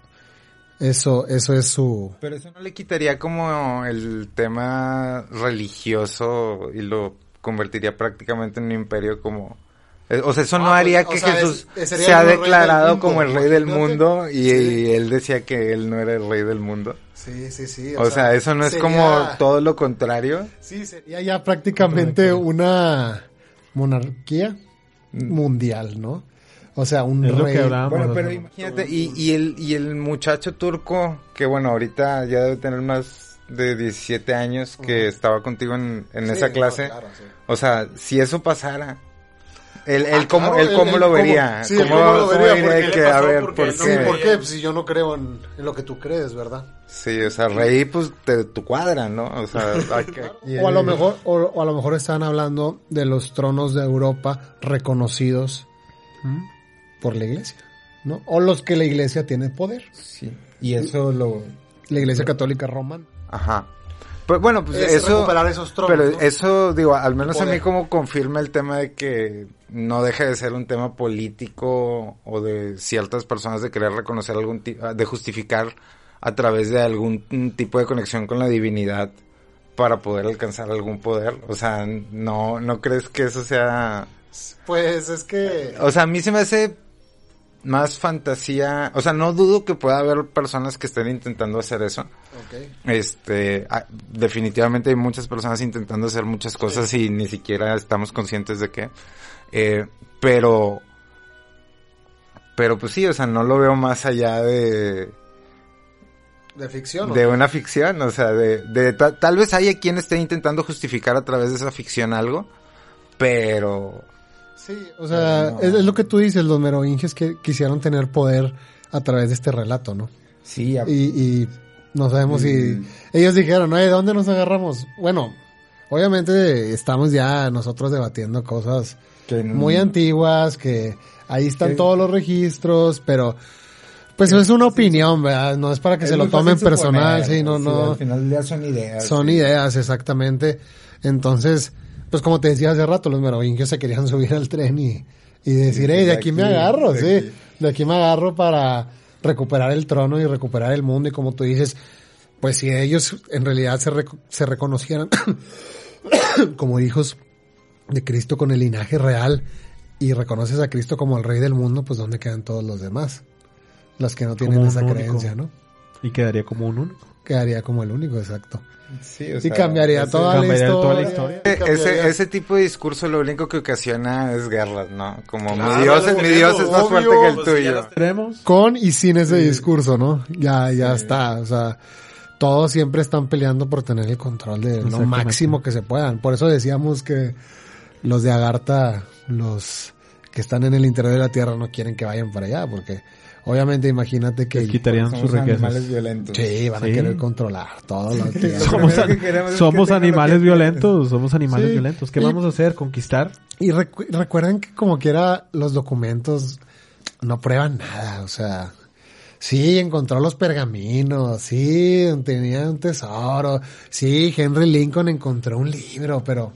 Eso, eso es su... Pero eso no le quitaría como el tema religioso y lo convertiría prácticamente en un imperio como... O sea, eso no ah, haría pues, que Jesús sea, es, sea declarado como el rey del mundo y, sí. y él decía que él no era el rey del mundo. Sí, sí, sí. O, o sea, sea, eso no sería... es como todo lo contrario. Sí, sería ya prácticamente una monarquía mundial, ¿no? O sea, un es rey. Lo que hablamos, bueno, pero imagínate, y, y el y el muchacho turco, que bueno, ahorita ya debe tener más de diecisiete años, que uh-huh. estaba contigo en, en sí, esa clase. No, claro, sí. O sea, si eso pasara, él, él ah, cómo, claro, él cómo él, lo vería. Sí, ¿Cómo, cómo lo vería? ¿Cómo diría que, a ver, ¿por qué? Sí, ¿por qué? Pues si yo no creo en, en lo que tú crees, ¿verdad? Sí, o sea, rey, pues, te, tu cuadra, ¿no? O sea, hay que... o a lo mejor, o, o a lo mejor están hablando de los tronos de Europa reconocidos ¿Mm? por la iglesia, ¿no? O los que la iglesia tiene poder. Sí. Y eso lo... La iglesia católica romana. Ajá. Pues bueno, pues es eso... recuperar esos tronos, pero ¿no? eso, digo, al menos a mí como confirma el tema de que no deja de ser un tema político o de ciertas personas de querer reconocer algún tipo, de justificar a través de algún tipo de conexión con la divinidad para poder alcanzar algún poder. O sea, no, ¿no crees que eso sea...? Pues es que... O sea, a mí se me hace más fantasía, o sea, no dudo que pueda haber personas que estén intentando hacer eso. Okay. Este, ah, definitivamente hay muchas personas intentando hacer muchas cosas sí. y ni siquiera estamos conscientes de qué. Eh, pero, pero pues sí, o sea, no lo veo más allá de... ¿De ficción? De una ficción, o sea, de, de ta, tal vez haya quien esté intentando justificar a través de esa ficción algo, pero... Sí, o sea, no. es, es lo que tú dices, los merovingios que quisieron tener poder a través de este relato, ¿no? Sí. A... Y, y no sabemos mm. si... Ellos dijeron, ¿no? ¿De dónde nos agarramos? Bueno, obviamente estamos ya nosotros debatiendo cosas que no... muy antiguas, que ahí están que... todos los registros, pero... Pues eso es una opinión, ¿verdad? No es para que es se lo tomen personal, suponer, sí, no, sí, no. Al final ya son ideas. Son sí. ideas, exactamente. Entonces... Pues como te decía hace rato, los merovingios se querían subir al tren y, y decir, hey, de aquí me agarro, sí, de aquí me agarro para recuperar el trono y recuperar el mundo. Y como tú dices, pues si ellos en realidad se, rec- se reconocieran como hijos de Cristo con el linaje real y reconoces a Cristo como el rey del mundo, pues ¿dónde quedan todos los demás? Los que no tienen esa creencia, ¿no? Y quedaría como un único. quedaría como el único, exacto. Sí, o y sea, cambiaría, ese, toda, cambiaría la toda la historia, historia. Ese, ese tipo de discurso lo único que ocasiona es guerras, ¿no? Como Claro, mi Dios, es, mi Dios es más obvio, fuerte que el pues, tuyo. si ya las tenemos. Con y sin ese sí. discurso, ¿no? Ya, ya Sí. está, o sea, todos siempre están peleando por tener el control de lo máximo que se puedan. Por eso decíamos que los de Agartha, los que están en el interior de la Tierra no quieren que vayan para allá, porque obviamente imagínate que... Les quitarían sus riquezas. Animales violentos. Sí, van Sí. a querer controlar todo lo que... Somos, Lo que queremos es somos que tengan animales lo que violentos, somos animales Sí. violentos. ¿Qué Y- vamos a hacer? ¿Conquistar? Y recu- recuerden que como quiera los documentos no prueban nada, o sea... Sí, encontró los pergaminos, sí, tenía un tesoro, sí, Henry Lincoln encontró un libro, pero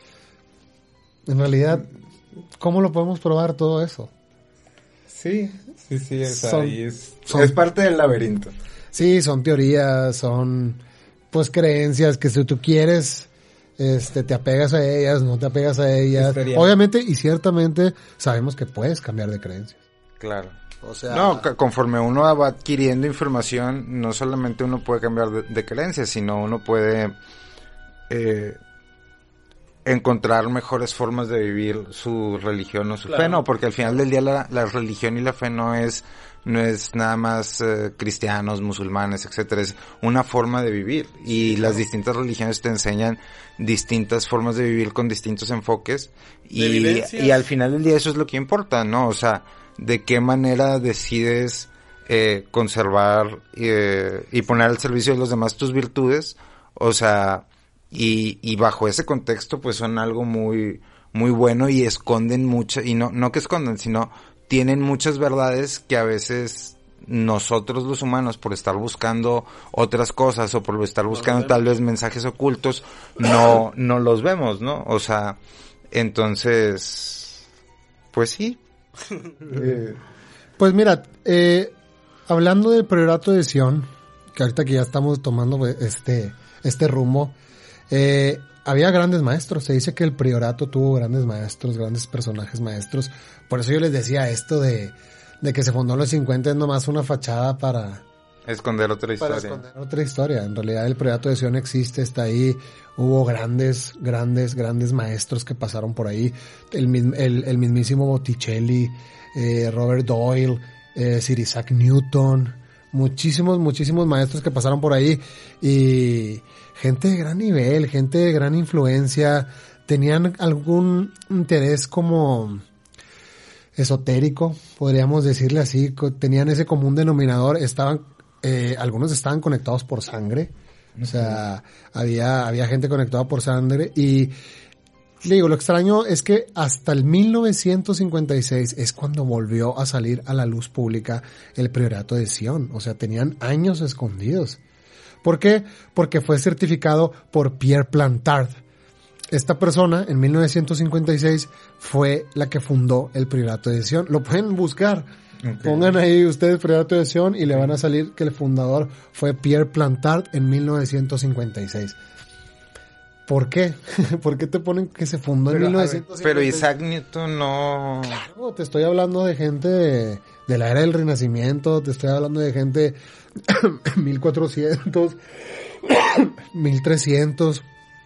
en realidad, ¿cómo lo podemos probar todo eso? Sí, sí, sí, o sea, Son- y es, son- es parte del laberinto. Sí, son teorías, son pues creencias que si tú quieres, este, te apegas a ellas, no te apegas a ellas. Historia. Obviamente y ciertamente sabemos que puedes cambiar de creencias. Claro. O sea, No, c- conforme uno va adquiriendo información, no solamente uno puede cambiar de, de creencias, sino uno puede eh, encontrar mejores formas de vivir su religión o su Claro. fe, no, porque al final del día la, la religión y la fe no es no es nada más eh, cristianos, musulmanes, etcétera, es una forma de vivir y las distintas religiones te enseñan distintas formas de vivir con distintos enfoques y, evidencias. y al final del día eso es lo que importa, ¿no? O sea, de qué manera decides eh, conservar eh, y poner al servicio de los demás tus virtudes, o sea, y, y bajo ese contexto pues son algo muy muy bueno y esconden muchas, y no no que escondan, sino tienen muchas verdades que a veces nosotros los humanos por estar buscando otras cosas o por estar buscando tal vez mensajes ocultos no no los vemos, ¿no? O sea, entonces pues sí. Eh, pues mira, eh, hablando del priorato de Sion, que ahorita que ya estamos tomando pues, este este rumbo, eh, había grandes maestros. Se dice que el priorato tuvo grandes maestros, grandes personajes maestros. Por eso yo les decía esto de, de que se fundó en los cincuenta es nomás una fachada para, esconder otra historia. para esconder otra historia. En realidad el priorato de Sion existe, está ahí. Hubo grandes, grandes, grandes maestros que pasaron por ahí. El, mism- el, el mismísimo Botticelli, eh, Robert Doyle, eh, Sir Isaac Newton. Muchísimos, muchísimos maestros que pasaron por ahí. Y gente de gran nivel, gente de gran influencia. Tenían algún interés como esotérico, podríamos decirle así. Co- Tenían ese común denominador. Estaban, eh, algunos estaban conectados por sangre. O sea, había, había gente conectada por sangre y digo, lo extraño es que hasta el mil novecientos cincuenta y seis es cuando volvió a salir a la luz pública el priorato de Sion. O sea, tenían años escondidos. ¿Por qué? Porque fue certificado por Pierre Plantard. Esta persona, en mil novecientos cincuenta y seis, fue la que fundó el priorato de Sion. Lo pueden buscar. Okay. Pongan ahí ustedes priorato de Sion y le van a salir que el fundador fue Pierre Plantard en mil novecientos cincuenta y seis. ¿Por qué? ¿Por qué te ponen que se fundó pero, en mil novecientos cincuenta y seis? Pero Isaac Newton no... Claro, te estoy hablando de gente de, de la era del Renacimiento, te estoy hablando de gente mil cuatrocientos, mil trescientos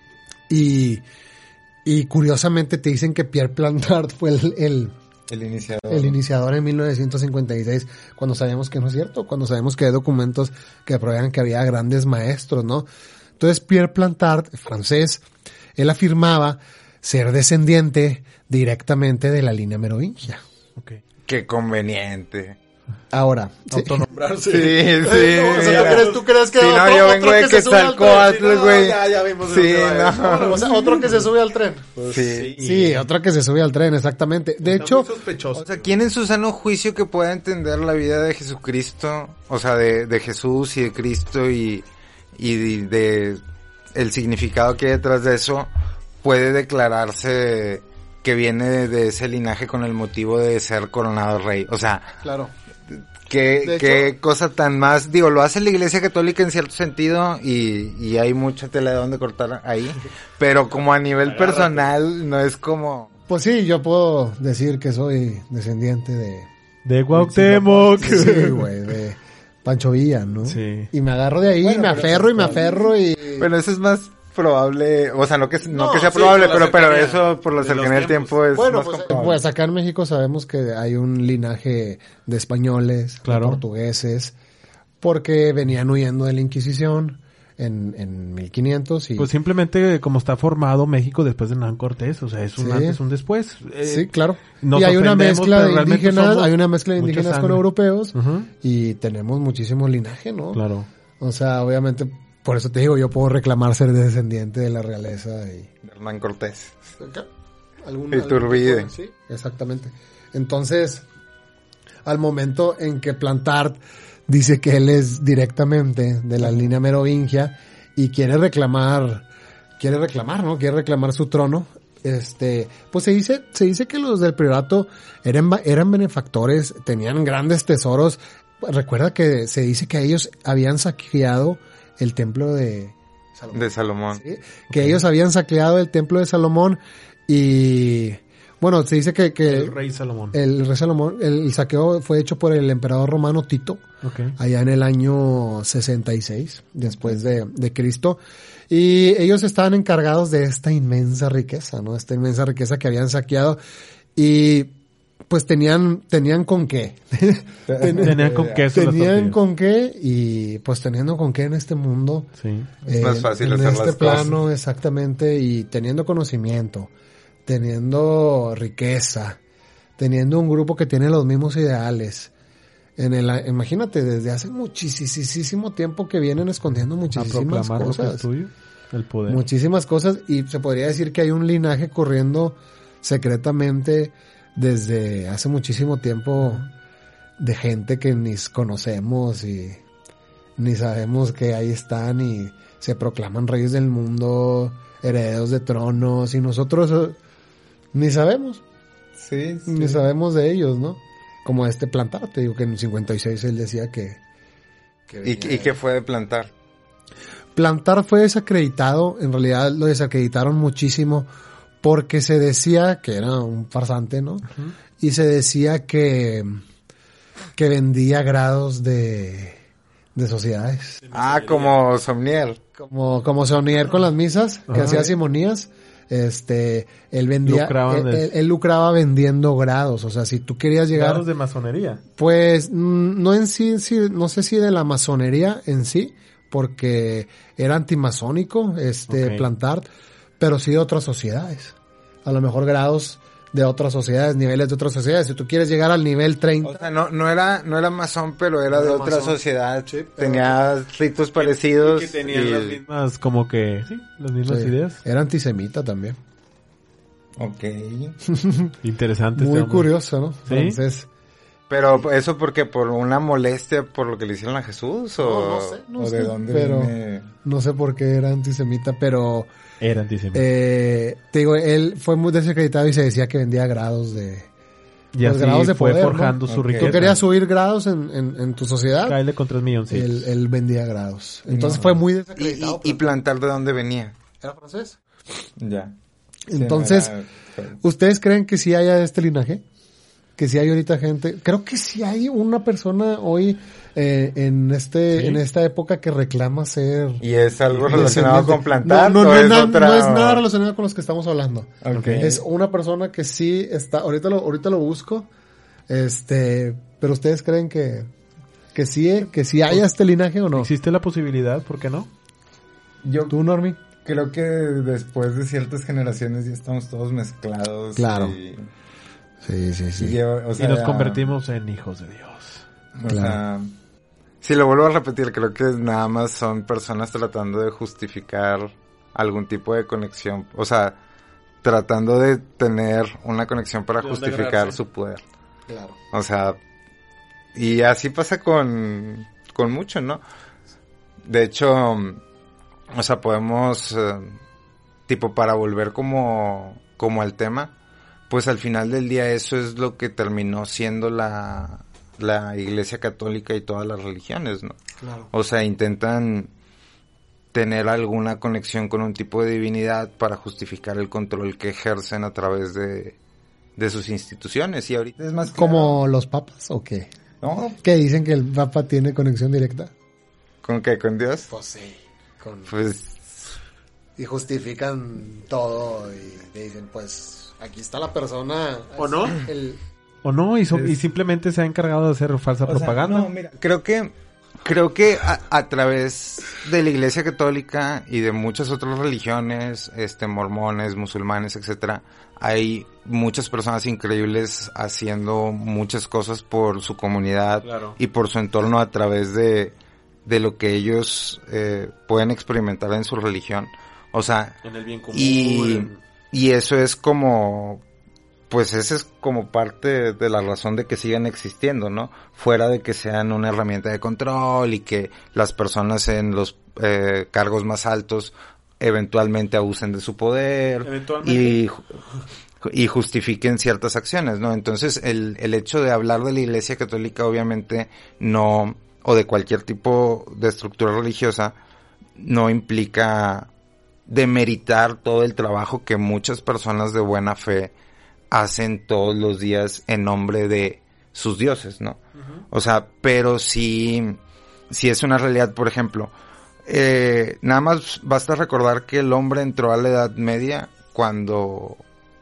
y, y curiosamente te dicen que Pierre Plantard fue el... el El iniciador. El iniciador en mil novecientos cincuenta y seis, cuando sabemos que no es cierto, cuando sabemos que hay documentos que prueban que había grandes maestros, ¿no? Entonces Pierre Plantard, francés, él afirmaba ser descendiente directamente de la línea merovingia. Okay. Qué conveniente. Ahora, autonombrarse. Sí, sí. No, o sea, ¿tú crees, tú crees que sí, otro, no, yo otro vengo de que se sube al tren? Quetzalcóatl, güey. Ya, ya vimos. Sí, no. O sea, otro que se sube al tren. Pues sí. Sí, otro que se sube al tren, exactamente. De Está hecho, muy sospechoso. O sea, ¿quién en su sano juicio que pueda entender la vida de Jesucristo, o sea, de, de Jesús y de Cristo y, y de, de el significado que hay detrás de eso, puede declararse que viene de, de ese linaje con el motivo de ser coronado rey? O sea, claro. Qué, qué cosa tan más, digo, lo hace la Iglesia Católica en cierto sentido y, y hay mucha tela de donde cortar ahí, pero como a nivel personal no es como... Pues sí, yo puedo decir que soy descendiente de... De Cuauhtémoc. Sí, güey, de, Pancho Villa, ¿no? Sí. Y me agarro de ahí, bueno, me aferro y me aferro y... Bueno, eso es más probable, o sea, no que, no no, que sea sí, probable, pero, pero cercanía, eso por la cercanía del tiempo es bueno, más pues, comprobable. pues acá en México sabemos que hay un linaje de españoles, claro. de portugueses, porque venían huyendo de la Inquisición en, en mil quinientos y... Pues simplemente como está formado México después de Hernán Cortés, o sea, es un sí. antes, un después. Eh, sí, claro. Y hay una mezcla de indígenas, hay una mezcla de indígenas sangre. con europeos uh-huh. y tenemos muchísimo linaje, ¿no? Claro. O sea, obviamente, por eso te digo, yo puedo reclamar ser descendiente de la realeza y... Hernán Cortés. ¿Algún, Iturbide. algún sí, exactamente. Entonces, al momento en que Plantard dice que él es directamente de la línea merovingia y quiere reclamar, quiere reclamar, ¿no? Quiere reclamar su trono. Este, pues se dice, se dice que los del priorato eran, eran benefactores, tenían grandes tesoros. Recuerda que se dice que ellos habían saqueado el templo de Salomón. De Salomón. ¿Sí? Que okay. ellos habían saqueado el templo de Salomón y... Bueno, se dice que, que el rey Salomón. El rey Salomón, el, el saqueo fue hecho por el emperador romano Tito, okay. allá en el año sesenta y seis, después de, de Cristo. Y ellos estaban encargados de esta inmensa riqueza, ¿no? Esta inmensa riqueza que habían saqueado. Y pues tenían, tenían con qué. Ten, tenían con qué. Tenían con qué y pues teniendo con qué en este mundo. Sí. Es eh, más fácil en hacer este las plano, cosas. Exactamente, y teniendo conocimiento, teniendo riqueza, teniendo un grupo que tiene los mismos ideales. En el, imagínate, desde hace muchísimo tiempo que vienen escondiendo muchísimas a cosas. Lo que es tuyo, el poder. Muchísimas cosas, y se podría decir que hay un linaje corriendo secretamente desde hace muchísimo tiempo de gente que ni conocemos y ni sabemos que ahí están y se proclaman reyes del mundo, herederos de tronos, y nosotros ni sabemos. Sí, sí. Ni sabemos de ellos, ¿no? Como este Plantard, te digo que en el cincuenta y seis él decía que... que ¿Y, ¿Y qué fue de Plantard? Plantard fue desacreditado, en realidad lo desacreditaron muchísimo porque se decía que era un farsante, ¿no? Uh-huh. Y se decía que, que vendía grados de, de sociedades. Ah, como Somnier. Como, como Somnier con las misas, que uh-huh. hacía simonías. Este, él vendía, él, él, él lucraba vendiendo grados, o sea, si tú querías llegar... ¿Grados de masonería? Pues, no en sí, sí, no sé si de la masonería en sí, porque era antimasónico, este, okay. Plantard, pero sí de otras sociedades. A lo mejor grados de otras sociedades, niveles de otras sociedades. Si tú quieres llegar al nivel treinta... O sea, no, no era, no era masón, pero era, era de otra masón. Sociedad. Sí, tenía ritos parecidos. Y que tenían y... las mismas, como que, sí, las mismas sí. ideas. Era antisemita también. Ok. Interesante. Muy este curioso, ¿no? ¿Sí? Entonces... Pero eso porque por una molestia por lo que le hicieron a Jesús o, no, no sé, no o sé, de dónde pero viene... no sé por qué era antisemita, pero era antisemita. Eh, te digo, él fue muy desacreditado y se decía que vendía grados de y así grados de fue poder, forjando ¿no? su Okay. riqueza. Tú querías subir grados en, en, en tu sociedad. Cáele con tres millones. Él, él vendía grados. Entonces no. fue muy desacreditado. ¿Y, y, y Plantard de dónde venía? Era francés. Ya. Entonces, sí, era... ¿ustedes creen que sí haya este linaje? Que sí hay ahorita gente, creo que sí hay una persona hoy eh, en este ¿Sí? en esta época que reclama ser... ¿Y es algo relacionado con Plantard? No, no, no, es, es na, otra... no es nada relacionado con los que estamos hablando. Okay. Es una persona que sí está, ahorita lo, ahorita lo busco, este, pero ustedes creen que, que sí, que sí haya este linaje o no? ¿Existe la posibilidad? ¿Por qué no? Yo, ¿Tú, Normi? Creo que después de ciertas generaciones ya estamos todos mezclados. Claro. Y... Sí, sí, sí. Y, yo, o sea, y nos convertimos en hijos de Dios. O claro. sea, si lo vuelvo a repetir, creo que nada más son personas tratando de justificar algún tipo de conexión. O sea, tratando de tener una conexión para justificar su poder. Claro. O sea, y así pasa con, con mucho, ¿no? De hecho, o sea, podemos, eh, tipo, para volver como, como al tema, pues al final del día eso es lo que terminó siendo la, la Iglesia Católica y todas las religiones, ¿no? Claro. O sea, intentan tener alguna conexión con un tipo de divinidad para justificar el control que ejercen a través de, de sus instituciones. Y ahorita es más claro. ¿Como los papas o qué? No. Que dicen que el Papa tiene conexión directa. ¿Con qué? ¿Con Dios? Pues sí. Con... Pues... Y justifican todo y dicen, pues, aquí está la persona. ¿O no? El... ¿O no? Y, so- es... y simplemente se ha encargado de hacer falsa o propaganda. Sea, no, mira, creo que... Creo que a, a través de la Iglesia Católica y de muchas otras religiones, este, mormones, musulmanes, etcétera, hay muchas personas increíbles haciendo muchas cosas por su comunidad, claro, y por su entorno a través de, de lo que ellos eh, pueden experimentar en su religión. O sea, en el bien común. Y, y eso es como... Pues esa es como parte de la razón de que sigan existiendo, ¿no? Fuera de que sean una herramienta de control y que las personas en los eh, cargos más altos eventualmente abusen de su poder y, y justifiquen ciertas acciones, ¿no? Entonces el, el hecho de hablar de la Iglesia Católica obviamente no, o de cualquier tipo de estructura religiosa, no implica demeritar todo el trabajo que muchas personas de buena fe hacen todos los días en nombre de sus dioses, ¿no? Uh-huh. O sea, pero sí, sí es una realidad, por ejemplo, eh, nada más basta recordar que el hombre entró a la Edad Media cuando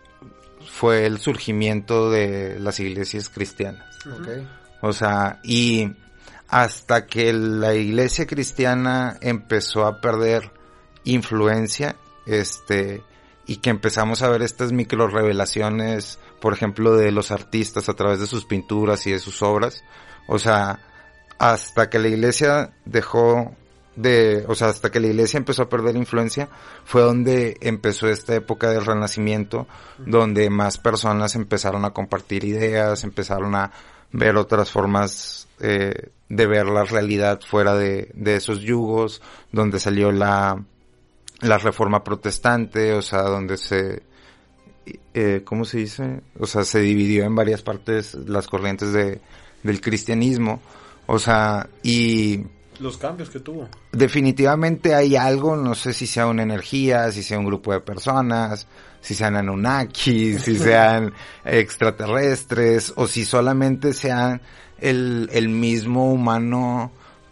fue el surgimiento de las iglesias cristianas. Okay. O sea, y hasta que la iglesia cristiana empezó a perder influencia, este... y que empezamos a ver estas micro revelaciones, por ejemplo, de los artistas a través de sus pinturas y de sus obras. O sea, hasta que la iglesia dejó de, o sea, hasta que la iglesia empezó a perder influencia, fue donde empezó esta época del Renacimiento, donde más personas empezaron a compartir ideas, empezaron a ver otras formas eh, de ver la realidad fuera de, de esos yugos, donde salió la... la reforma protestante, o sea, donde se, eh, ¿cómo se dice? O sea, se dividió en varias partes las corrientes de, del cristianismo, o sea, y... los cambios que tuvo. Definitivamente hay algo, no sé si sea una energía, si sea un grupo de personas, si sean Anunnaki, si sean extraterrestres, o si solamente sean el, el mismo humano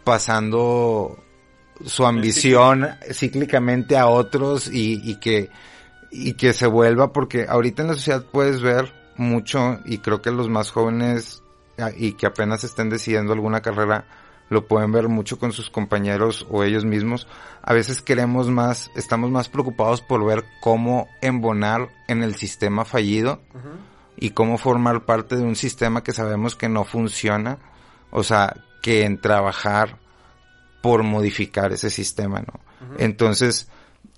pasando su ambición cíclicamente a otros y, y que y que se vuelva, porque ahorita en la sociedad puedes ver mucho, y creo que los más jóvenes y que apenas estén decidiendo alguna carrera lo pueden ver mucho con sus compañeros o ellos mismos. A veces queremos más, estamos más preocupados por ver cómo embonar en el sistema fallido, uh-huh, y cómo formar parte de un sistema que sabemos que no funciona, o sea, que en trabajar por modificar ese sistema, ¿no? Uh-huh. Entonces,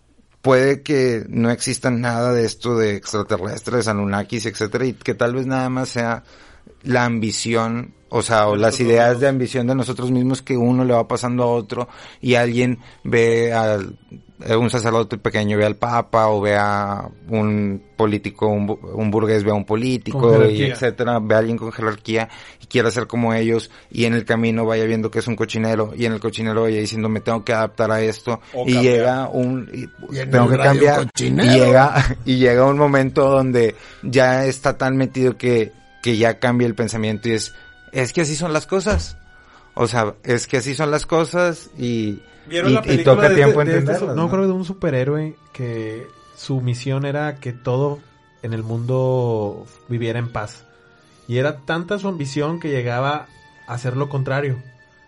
puede que no exista nada de esto de extraterrestres, Anunnakis, etcétera, y que tal vez nada más sea la ambición, o sea, o las ideas de ambición de nosotros mismos que uno le va pasando a otro, y alguien ve al un sacerdote pequeño ve al papa, o ve a un político, un, un burgués ve a un político, y etcétera, ve a alguien con jerarquía y quiere ser como ellos, y en el camino vaya viendo que es un cochinero, y en el cochinero vaya diciendo me tengo que adaptar a esto, o y cambiar. llega un y, ¿Y tengo que cambiar y llega y llega un momento donde ya está tan metido que que ya cambia el pensamiento y es es que así son las cosas, o sea, es que así son las cosas y ¿Vieron y, la película y toca de tiempo este, de entenderlas, este, ¿no? No, creo de un superhéroe que su misión era que todo en el mundo viviera en paz. Y era tanta su ambición que llegaba a hacer lo contrario.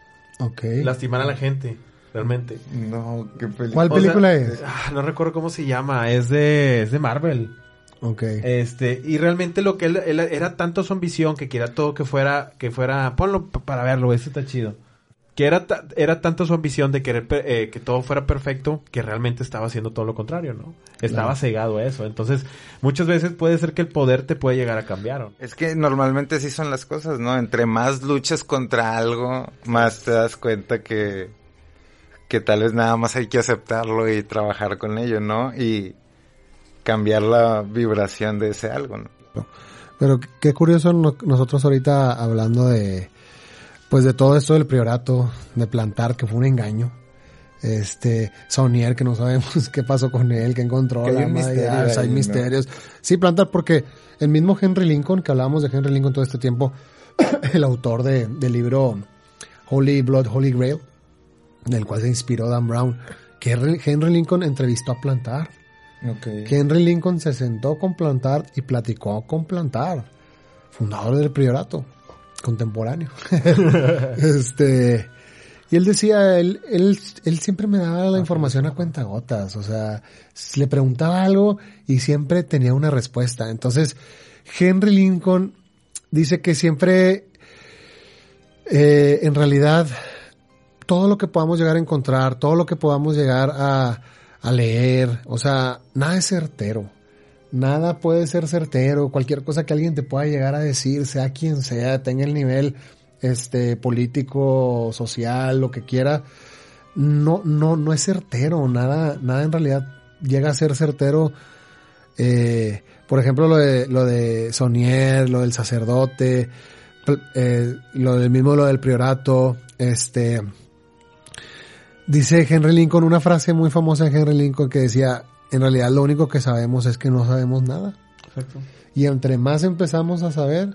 Okay. Lastimar a la gente, realmente. No, qué película. ¿Cuál película o sea, es? Ah, no recuerdo cómo se llama, es de es de Marvel. Okay. Este, y realmente lo que él, él era tanto su ambición que quería todo que fuera que fuera, ponlo p- para verlo, ese está chido. Que era ta- era tanto su ambición de querer eh, que todo fuera perfecto que realmente estaba haciendo todo lo contrario, ¿no? Estaba claro. cegado a eso. Entonces, muchas veces puede ser que el poder te puede llegar a cambiar, ¿no? Es que normalmente así son las cosas, ¿no? Entre más luchas contra algo, más te das cuenta que que tal vez nada más hay que aceptarlo y trabajar con ello, ¿no? Y cambiar la vibración de ese algo, ¿no? Pero qué curioso no, nosotros ahorita hablando de pues de todo esto del priorato, de plantar, que fue un engaño. Este, Saunier, que no sabemos qué pasó con él, que encontró que la hay madre, misterios, hay ahí, misterios. ¿no? Sí, Plantar, porque el mismo Henry Lincoln, que hablábamos de Henry Lincoln todo este tiempo, el autor de, del libro Holy Blood, Holy Grail, del cual se inspiró Dan Brown, que Henry Lincoln entrevistó a Plantar. Okay. Que Henry Lincoln se sentó con Plantar y platicó con Plantar, fundador del priorato contemporáneo. este, y él decía, él, él, él siempre me daba la información a cuentagotas, o sea, le preguntaba algo y siempre tenía una respuesta. Entonces, Henry Lincoln dice que siempre, eh, en realidad, todo lo que podamos llegar a encontrar, todo lo que podamos llegar a, a leer, o sea, nada es certero. Nada puede ser certero. Cualquier cosa que alguien te pueda llegar a decir, sea quien sea, tenga el nivel este político, social, lo que quiera, no, no, no es certero. Nada, nada en realidad llega a ser certero. Eh, por ejemplo, lo de, lo de Saunier, lo del sacerdote, eh, lo del mismo, lo del priorato, este, dice Henry Lincoln, una frase muy famosa de Henry Lincoln que decía, en realidad lo único que sabemos es que no sabemos nada. Perfecto. Y entre más empezamos a saber,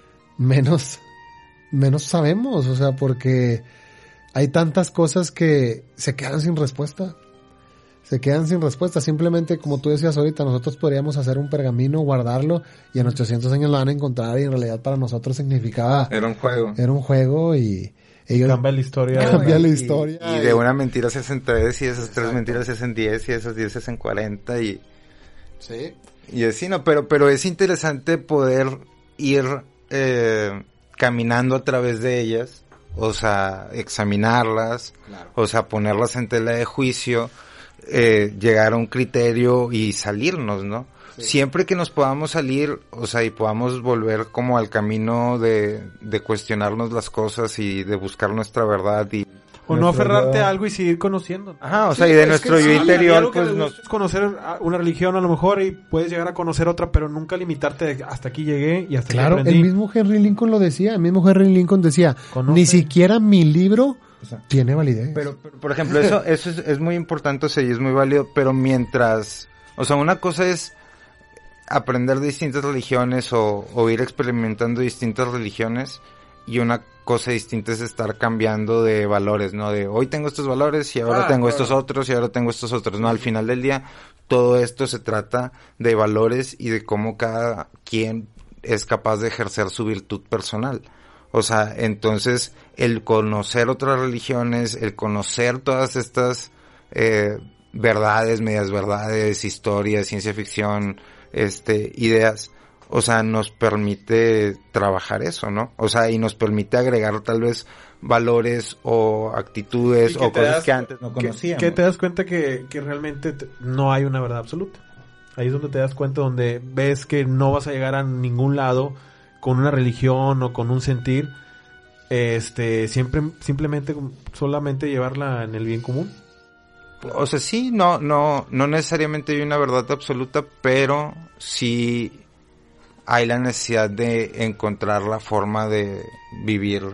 menos, menos sabemos, o sea, porque hay tantas cosas que se quedan sin respuesta. Se quedan sin respuesta. Simplemente, como tú decías ahorita, nosotros podríamos hacer un pergamino, guardarlo, y en ochocientos años lo van a encontrar, y en realidad para nosotros significaba... Era un juego. Era un juego y... Ellos, cambia la historia. Cambia la y, historia. Y, y de una mentira se hacen tres, y esas tres mentiras se hacen diez, y esas diez se hacen cuarenta, y... Sí. Y así, no, pero, pero es interesante poder ir eh, caminando a través de ellas, o sea, examinarlas, claro. O sea, ponerlas en tela de juicio, eh, llegar a un criterio y salirnos, ¿no? Sí. Siempre que nos podamos salir, o sea, y podamos volver como al camino de, de cuestionarnos las cosas y de buscar nuestra verdad y... O no aferrarte a algo y seguir conociendo. Ajá, o sea, sí, y de nuestro yo interior, pues nos... conocer una religión a lo mejor y puedes llegar a conocer otra, pero nunca limitarte de hasta aquí llegué y hasta claro, aquí aprendí. El mismo Henry Lincoln lo decía, el mismo Henry Lincoln decía, Conoce. Ni siquiera mi libro o sea, tiene validez. Pero, pero, por ejemplo, eso eso es, es muy importante, o sea, y es muy válido, pero mientras... O sea, una cosa es aprender de distintas religiones o, o ir experimentando distintas religiones, y una cosa distinta es estar cambiando de valores, ¿no? De hoy tengo estos valores y ahora ah, tengo claro. estos otros y ahora tengo estos otros, ¿no? Al final del día, todo esto se trata de valores y de cómo cada quien es capaz de ejercer su virtud personal. O sea, entonces, el conocer otras religiones, el conocer todas estas eh, verdades, medias verdades, historias, ciencia ficción, este, ideas, o sea, nos permite trabajar eso, ¿no? O sea, y nos permite agregar tal vez valores o actitudes o cosas das, que antes no conocíamos. Que, que te das cuenta que, que realmente te, no hay una verdad absoluta. Ahí es donde te das cuenta, donde ves que no vas a llegar a ningún lado con una religión o con un sentir, este, siempre, simplemente, solamente llevarla en el bien común. O sea, sí, no, no, no necesariamente hay una verdad absoluta, pero sí hay la necesidad de encontrar la forma de vivir.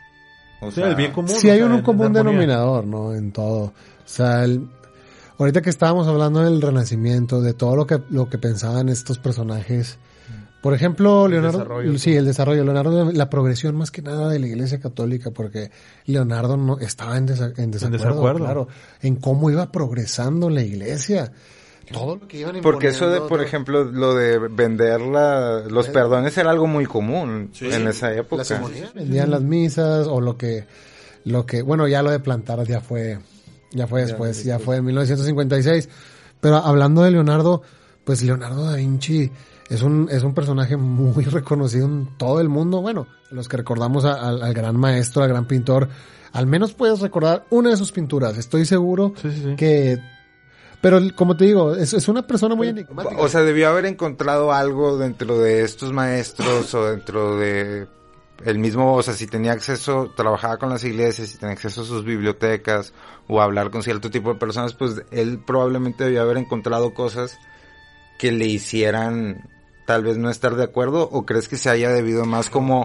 O sea, el bien común. Sí, hay o sea, un común denominador, ¿no? En todo. O sea, el, ahorita que estábamos hablando del Renacimiento, de todo lo que, lo que pensaban estos personajes. Por ejemplo, Leonardo, el sí, el desarrollo, Leonardo, la progresión más que nada de la Iglesia Católica, porque Leonardo no estaba en, desa, en, desacuerdo, en desacuerdo, claro, en cómo iba progresando la Iglesia. Todo lo que iban porque eso de, por ejemplo, lo de vender la, los perdones era algo muy común sí, en esa época. Vendían las misas o lo que, lo que, bueno, ya lo de plantar ya fue, ya fue después, ya, ya fue en mil novecientos cincuenta y seis. Pero hablando de Leonardo, pues Leonardo da Vinci es un, es un personaje muy reconocido en todo el mundo. Bueno, los que recordamos a, a, al gran maestro, al gran pintor, al menos puedes recordar una de sus pinturas. Estoy seguro sí, sí, sí. que... Pero, como te digo, es, es una persona muy enigmática. O sea, debió haber encontrado algo dentro de estos maestros o dentro de el mismo, o sea, si tenía acceso, trabajaba con las iglesias, si tenía acceso a sus bibliotecas o a hablar con cierto tipo de personas, pues él probablemente debió haber encontrado cosas que le hicieran tal vez no estar de acuerdo, o crees que se haya debido más como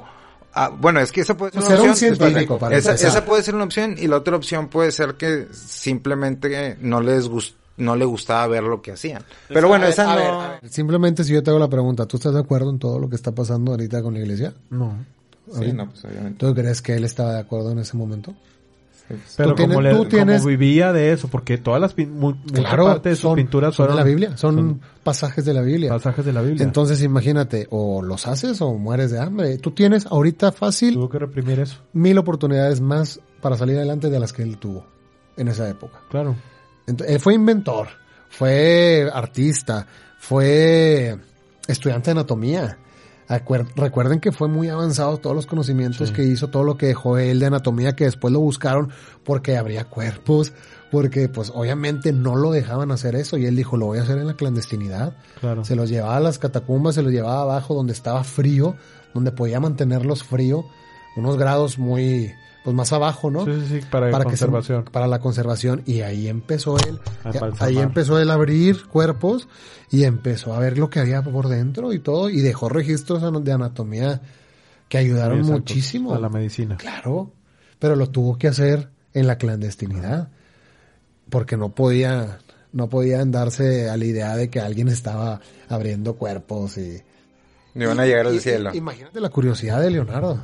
Ah, bueno, es que esa puede ser pues una era opción. un científico, para esa, empezar. esa puede ser una opción y la otra opción puede ser que simplemente no les gust, no le gustaba ver lo que hacían. Pero a bueno, ver, esa a no... ver, a ver. Simplemente si yo te hago la pregunta, ¿tú estás de acuerdo en todo lo que está pasando ahorita con la iglesia? No. Sí, no, pues obviamente. ¿Tú crees que él estaba de acuerdo en ese momento? Pero Tú como, tienes- le, tú tienes- como vivía de eso, porque todas las pin- mu- mucha Claro, parte de sus son, pinturas son de fueron la Biblia, son, son pasajes de la Biblia. pasajes de la Biblia. Entonces imagínate, o los haces o mueres de hambre. Tú tienes ahorita fácil tuvo que reprimir eso. mil oportunidades más para salir adelante de las que él tuvo en esa época. Claro. Entonces, él fue inventor, fue artista, fue estudiante de anatomía. Acuer- Recuerden que fue muy avanzado todos los conocimientos Sí. que hizo, todo lo que dejó él de anatomía, que después lo buscaron porque habría cuerpos, porque pues obviamente no lo dejaban hacer eso y él dijo, lo voy a hacer en la clandestinidad. Claro. Se los llevaba a las catacumbas, se los llevaba abajo donde estaba frío, donde podía mantenerlos frío, unos grados muy, pues más abajo, ¿no? Sí, sí, sí, para, para que se- conservación. para la conservación, y ahí empezó él A eh, embalsamar. ahí empezó él a abrir cuerpos y empezó a ver lo que había por dentro y todo, y dejó registros ano- de anatomía que ayudaron Muy exactos muchísimo. a la medicina. Claro, pero lo tuvo que hacer en la clandestinidad, porque no podía, no podía andarse a la idea de que alguien estaba abriendo cuerpos y... Ni van a llegar y- al y- cielo. Imagínate la curiosidad de Leonardo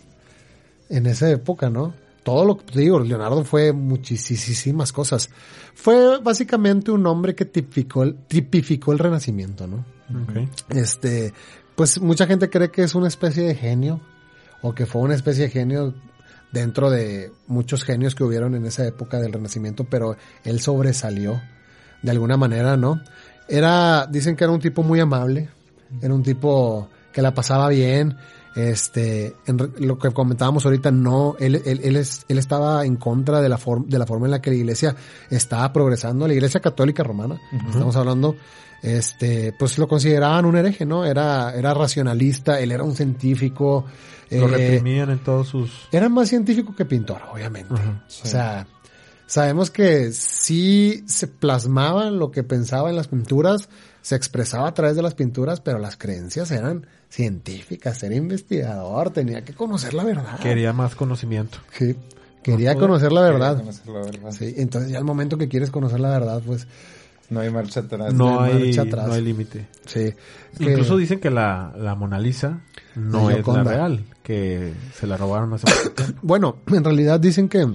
en esa época, ¿no? Todo lo que te digo, Leonardo fue muchísimas cosas. Fue básicamente un hombre que tipificó, el- tipificó el Renacimiento, ¿no? Okay. Este, pues mucha gente cree que es una especie de genio, o que fue una especie de genio dentro de muchos genios que hubieron en esa época del Renacimiento, pero él sobresalió de alguna manera, ¿no? Era, dicen que era un tipo muy amable, era un tipo que la pasaba bien, este, en re- lo que comentábamos ahorita, no, él, él, él, es, él estaba en contra de la forma, de la forma en la que la iglesia estaba progresando, la iglesia católica romana, estamos hablando, este, pues lo consideraban un hereje, ¿no? Era, era racionalista, él era un científico, Lo eh, reprimían en todos sus... era más científico que pintor, obviamente. Ajá, O sea, sabemos que sí se plasmaba lo que pensaba en las pinturas, se expresaba a través de las pinturas, pero las creencias eran científicas, era investigador, tenía que conocer la verdad. Quería más conocimiento. Sí, quería No, conocer la verdad. Quería conocer la verdad. Sí, entonces ya al momento que quieres conocer la verdad, pues No hay marcha atrás. No no hay hay, marcha atrás. no hay límite. sí. Que- Incluso dicen que la, la Mona Lisa no La es la Gioconda. real, que se la robaron hace mucho tiempo. Bueno, en realidad dicen que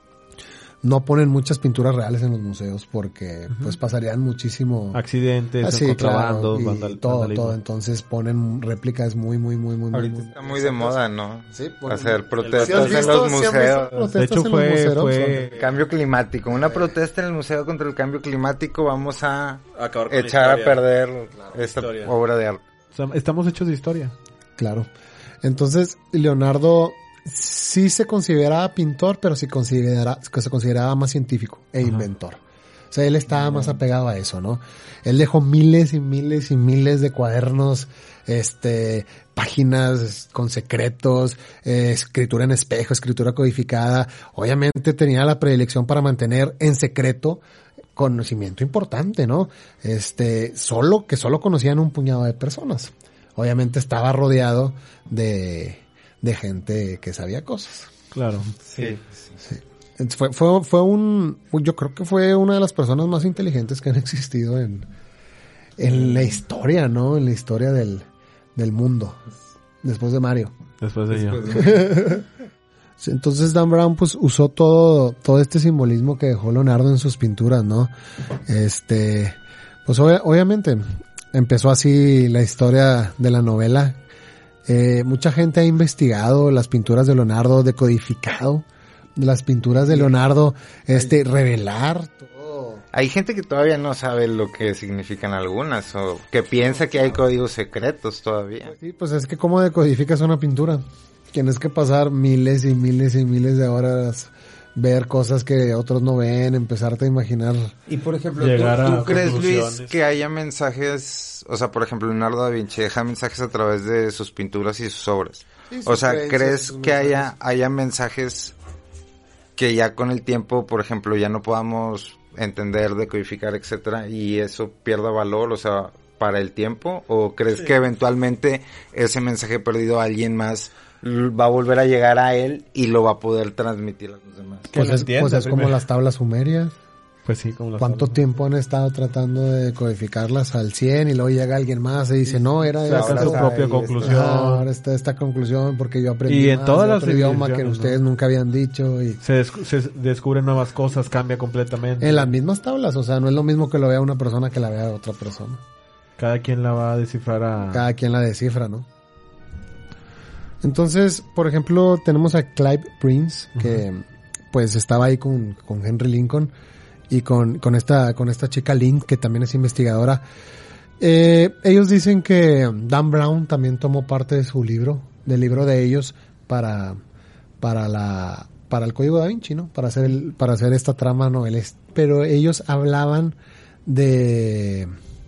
no ponen muchas pinturas reales en los museos porque pues pasarían muchísimo Accidentes, Ah, sí, contrabandos, claro, y vandal- todo, vandalismo. todo. Entonces ponen réplicas muy, muy, muy, muy, muy, Ahorita muy- está muy de moda, ¿no? Sí, ponen- Hacer ¿Sí protestas has en visto? los ¿Sí has visto museos. protestas De hecho, en los fue, museos? fue Cambio climático. Una protesta en el museo contra el cambio climático. Vamos a Acabar con la echar a historia. perder esta historia. obra de arte. O sea, estamos hechos de historia. Claro. Entonces, Leonardo sí se consideraba pintor, pero sí considera, que se consideraba más científico e Ajá. inventor. O sea, él estaba más apegado a eso, ¿no? Él dejó miles y miles y miles de cuadernos, este, páginas con secretos, eh, escritura en espejo, escritura codificada. Obviamente tenía la predilección para mantener en secreto conocimiento importante, ¿no? Este, solo, que solo conocían un puñado de personas. Obviamente estaba rodeado de, de gente que sabía cosas. Claro. Sí. Entonces fue, fue, fue un, yo creo que fue una de las personas más inteligentes que han existido en, en la historia, ¿no? En la historia del, del mundo. Después de Mario. Después de ello. Sí, entonces Dan Brown pues usó todo, todo este simbolismo que dejó Leonardo en sus pinturas, ¿no? Este, pues obvia- obviamente empezó así la historia de la novela. Eh, mucha gente ha investigado las pinturas de Leonardo, decodificado las pinturas de Leonardo, este, revelar todo. Hay gente que todavía no sabe lo que significan algunas o que piensa que hay códigos secretos todavía. Sí, pues es que cómo decodificas una pintura. Tienes que pasar miles y miles y miles de horas, ver cosas que otros no ven, empezarte a imaginar. Y por ejemplo, Llegar ¿tú, a tú crees, Luis, conclusiones. que haya mensajes, o sea, por ejemplo, Leonardo da Vinci deja mensajes a través de sus pinturas y sus obras? Sí, sus O sea, creencias, ¿crees sus que haya, mensajes. haya mensajes que ya con el tiempo, por ejemplo, ya no podamos entender, decodificar, etcétera, y eso pierda valor, o sea, para el tiempo? ¿O crees que eventualmente ese mensaje perdido alguien más va a volver a llegar a él y lo va a poder transmitir a los demás. Pues es, pues es como las tablas sumerias. Pues sí, como las ¿Cuánto tablas. tiempo han estado tratando de codificarlas al cien y luego llega alguien más y dice, no, era de Saca su propia conclusión. Ah, ahora está esta conclusión porque yo aprendí Y en más todas de las otro idioma que civilizaciones, ustedes ¿no? nunca habían dicho. Y Se, des- se descubren nuevas cosas, cambia completamente. en las mismas tablas, o sea, no es lo mismo que lo vea una persona que la vea otra persona. Cada quien la va a descifrar a... Cada quien la descifra, ¿no? Entonces, por ejemplo, tenemos a Clive Prince, que uh-huh. pues estaba ahí con, con Henry Lincoln y con, con esta, con esta chica Lind, que también es investigadora. Eh, ellos dicen que Dan Brown también tomó parte de su libro, del libro de ellos, para, para la, para el Código Da Vinci, ¿no? Para hacer el, para hacer esta trama novelesca. Pero ellos hablaban de,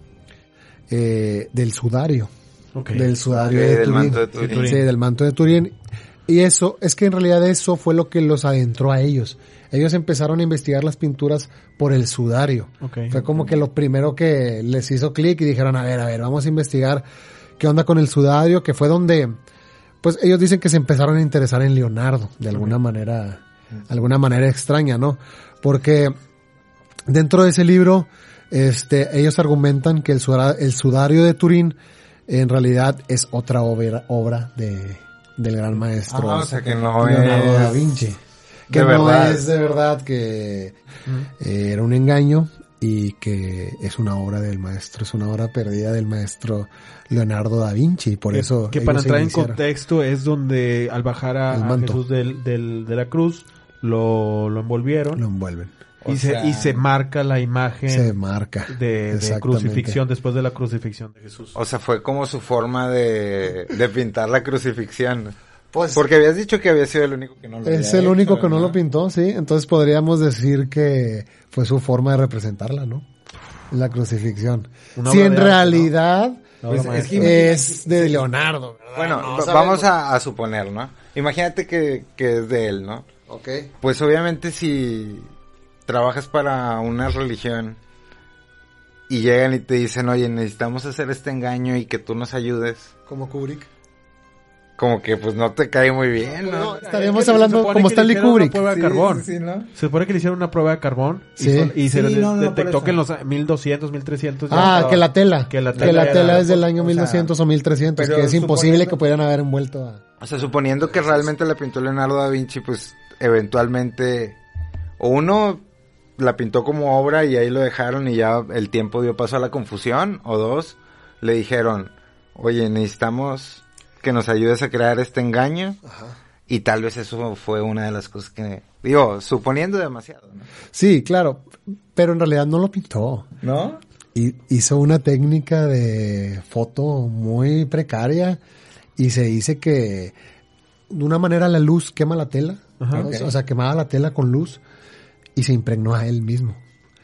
eh, del sudario. Okay. Del sudario okay, de, del Turín. manto de Turín. Sí, del manto de Turín. Y eso, es que en realidad eso fue lo que los adentró a ellos. Ellos empezaron a investigar las pinturas por el sudario. Okay. Fue como que lo primero que les hizo clic y dijeron, a ver, a ver, vamos a investigar qué onda con el sudario, que fue donde, pues ellos dicen que se empezaron a interesar en Leonardo, de alguna okay. manera, alguna manera extraña, ¿no? Porque dentro de ese libro, este, ellos argumentan que el sudario, el sudario de Turín en realidad es otra obra, obra de, del gran maestro ah, o sea que no Leonardo es da Vinci. Que de no verdad. es de verdad que mm. eh, era un engaño y que es una obra del maestro, es una obra perdida del maestro Leonardo da Vinci. Por que, eso que para entrar en contexto es donde al bajar a, a Jesús del, del, de la cruz lo, lo envolvieron. Lo envuelven. Y se, y se marca la imagen se marca de, de crucifixión después de la crucifixión de Jesús. O sea, fue como su forma de, de pintar la crucifixión. Pues, porque habías dicho que había sido el único que no lo Es el hecho, único que no, no lo pintó, sí. Entonces podríamos decir que fue su forma de representarla, ¿no? La crucifixión. Si en realidad ¿no? Pues es, que es de Leonardo. ¿verdad? Bueno, no, vamos a, a suponer, ¿no? Imagínate que, que es de él, ¿no? Ok. Pues obviamente si trabajas para una religión y llegan y te dicen, oye, necesitamos hacer este engaño y que tú nos ayudes. Como Kubrick. Como que pues no te cae muy bien, ¿no? no estaríamos es que hablando como Stanley Kubrick. Una prueba de carbón. Sí, sí, ¿no? Se supone que le hicieron una prueba de carbón sí. y, son, y se sí, les no, no, detectó que en los mil doscientos, mil trescientos... Ah, estaba, que la tela. Que la tela, que la tela era, es del año o mil doscientos sea, o mil trescientos, que es imposible que pudieran haber envuelto a... O sea, suponiendo que realmente la pintó Leonardo da Vinci, pues eventualmente... O uno la pintó como obra y ahí lo dejaron y ya el tiempo dio paso a la confusión. O dos, le dijeron, oye, necesitamos que nos ayudes a crear este engaño. Ajá. Y tal vez eso fue una de las cosas que... Digo, suponiendo demasiado, ¿no? Sí, claro, pero en realidad no lo pintó. ¿No? Y hizo una técnica de foto muy precaria y se dice que de una manera la luz quema la tela. Ajá, ¿no? Okay. O sea, quemaba la tela con luz y se impregnó a él mismo.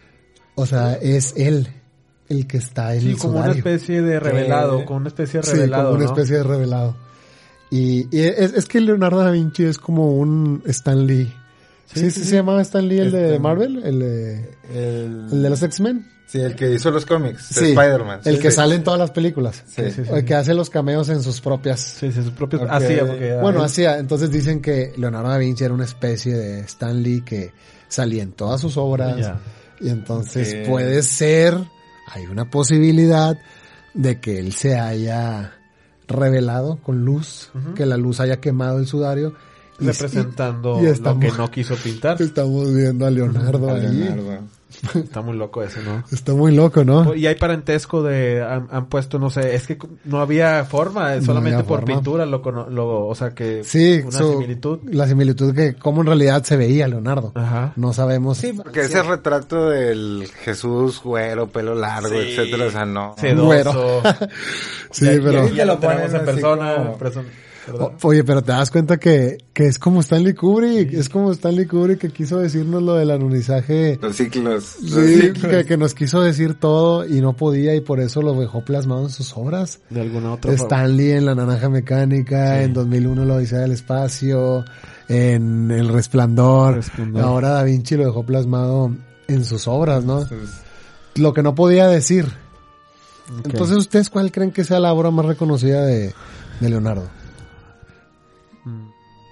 O sea, es él el que está en sí, el como sudario. Una especie de revelado, como una especie de revelado. Sí, como una ¿no? especie de revelado. Y, y es, es que Leonardo da Vinci es como un Stan Lee. ¿Sí, sí, sí, sí se llamaba Stan Lee el este, de Marvel? El de, el, el de los X-Men. Sí, el que hizo los cómics, sí, Spider-Man. El sí, que sí. sale en todas las películas. Sí, sí, sí, el que sí. hace los cameos en sus propias. Sí, sí, sus propias. Okay. Hacía, porque. Bueno, hacía. Entonces dicen que Leonardo da Vinci era una especie de Stan Lee que salía en todas sus obras. Yeah. Y entonces okay. puede ser, hay una posibilidad de que él se haya revelado con luz, uh-huh. que la luz haya quemado el sudario. Representando y, y estamos, lo que no quiso pintar. Estamos viendo a Leonardo a ahí. Leonardo. Está muy loco eso, ¿no? Está muy loco, ¿no? Y hay parentesco de... Han, han puesto, no sé, es que no había forma, no solamente había por forma. Pintura, lo, lo, o sea que... Sí, una su, similitud. La similitud que cómo en realidad se veía Leonardo. Ajá. No sabemos... Sí, porque ese retrato del Jesús güero, pelo largo, sí. etcétera, o sea, no... Sedoso. Güero. sí, ya, pero... Ya, ya lo ponemos en persona, como... persona. O, oye, pero te das cuenta que, que es como Stanley Kubrick, sí. es como Stanley Kubrick que quiso decirnos lo del anunizaje. Los ciclos. Sí, los ciclos. Que, que nos quiso decir todo y no podía y por eso lo dejó plasmado en sus obras. De alguna otra forma. Stanley en La Naranja Mecánica, sí. en dos mil uno La Odisea del Espacio, en El Resplandor. Resplandor. Ahora Da Vinci lo dejó plasmado en sus obras, ¿no? Sí. Lo que no podía decir. Okay. Entonces, ¿ustedes cuál creen que sea la obra más reconocida de, de Leonardo?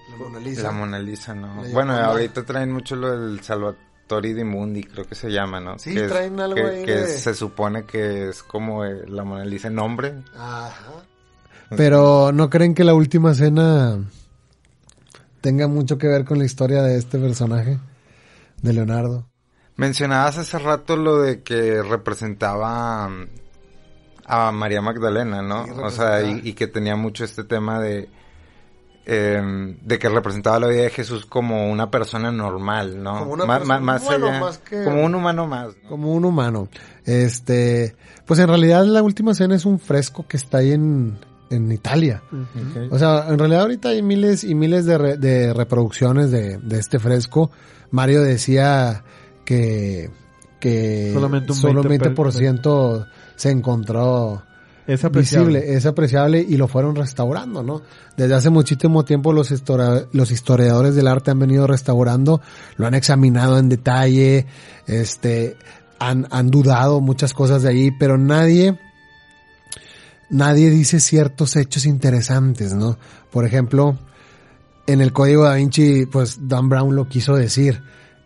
La Mona Lisa. La Mona Lisa, no. La Bueno, Yoconda. ahorita traen mucho lo del Salvatore di Mundi, creo que se llama, ¿no? Sí, que es- traen algo que, ahí que de- se supone que es como eh, la Mona Lisa en hombre. Ajá. Pero ¿no creen que la última cena tenga mucho que ver con la historia de este personaje? De Leonardo. Mencionabas hace rato lo de que representaba mm, a María Magdalena, ¿no? Sí, O sea, representaba. y, y que tenía mucho este tema de eh, de que representaba la vida de Jesús como una persona normal, ¿no? Como una Ma- persona- ma- más bueno, allá, más que- como un humano más, ¿no? Como un humano. Este, pues en realidad la última cena es un fresco que está ahí en, en Italia. O sea, en realidad ahorita hay miles y miles de, re- de reproducciones de, de este fresco. Mario decía que, que Solamente un solo veinte veinte por ciento se encontró Es apreciable. visible, es apreciable y lo fueron restaurando, ¿no? Desde hace muchísimo tiempo los, historia- los historiadores del arte han venido restaurando, lo han examinado en detalle, este, han, han dudado muchas cosas de ahí, pero nadie, nadie dice ciertos hechos interesantes, ¿no? Por ejemplo, en el Código Da Vinci, pues Dan Brown lo quiso decir,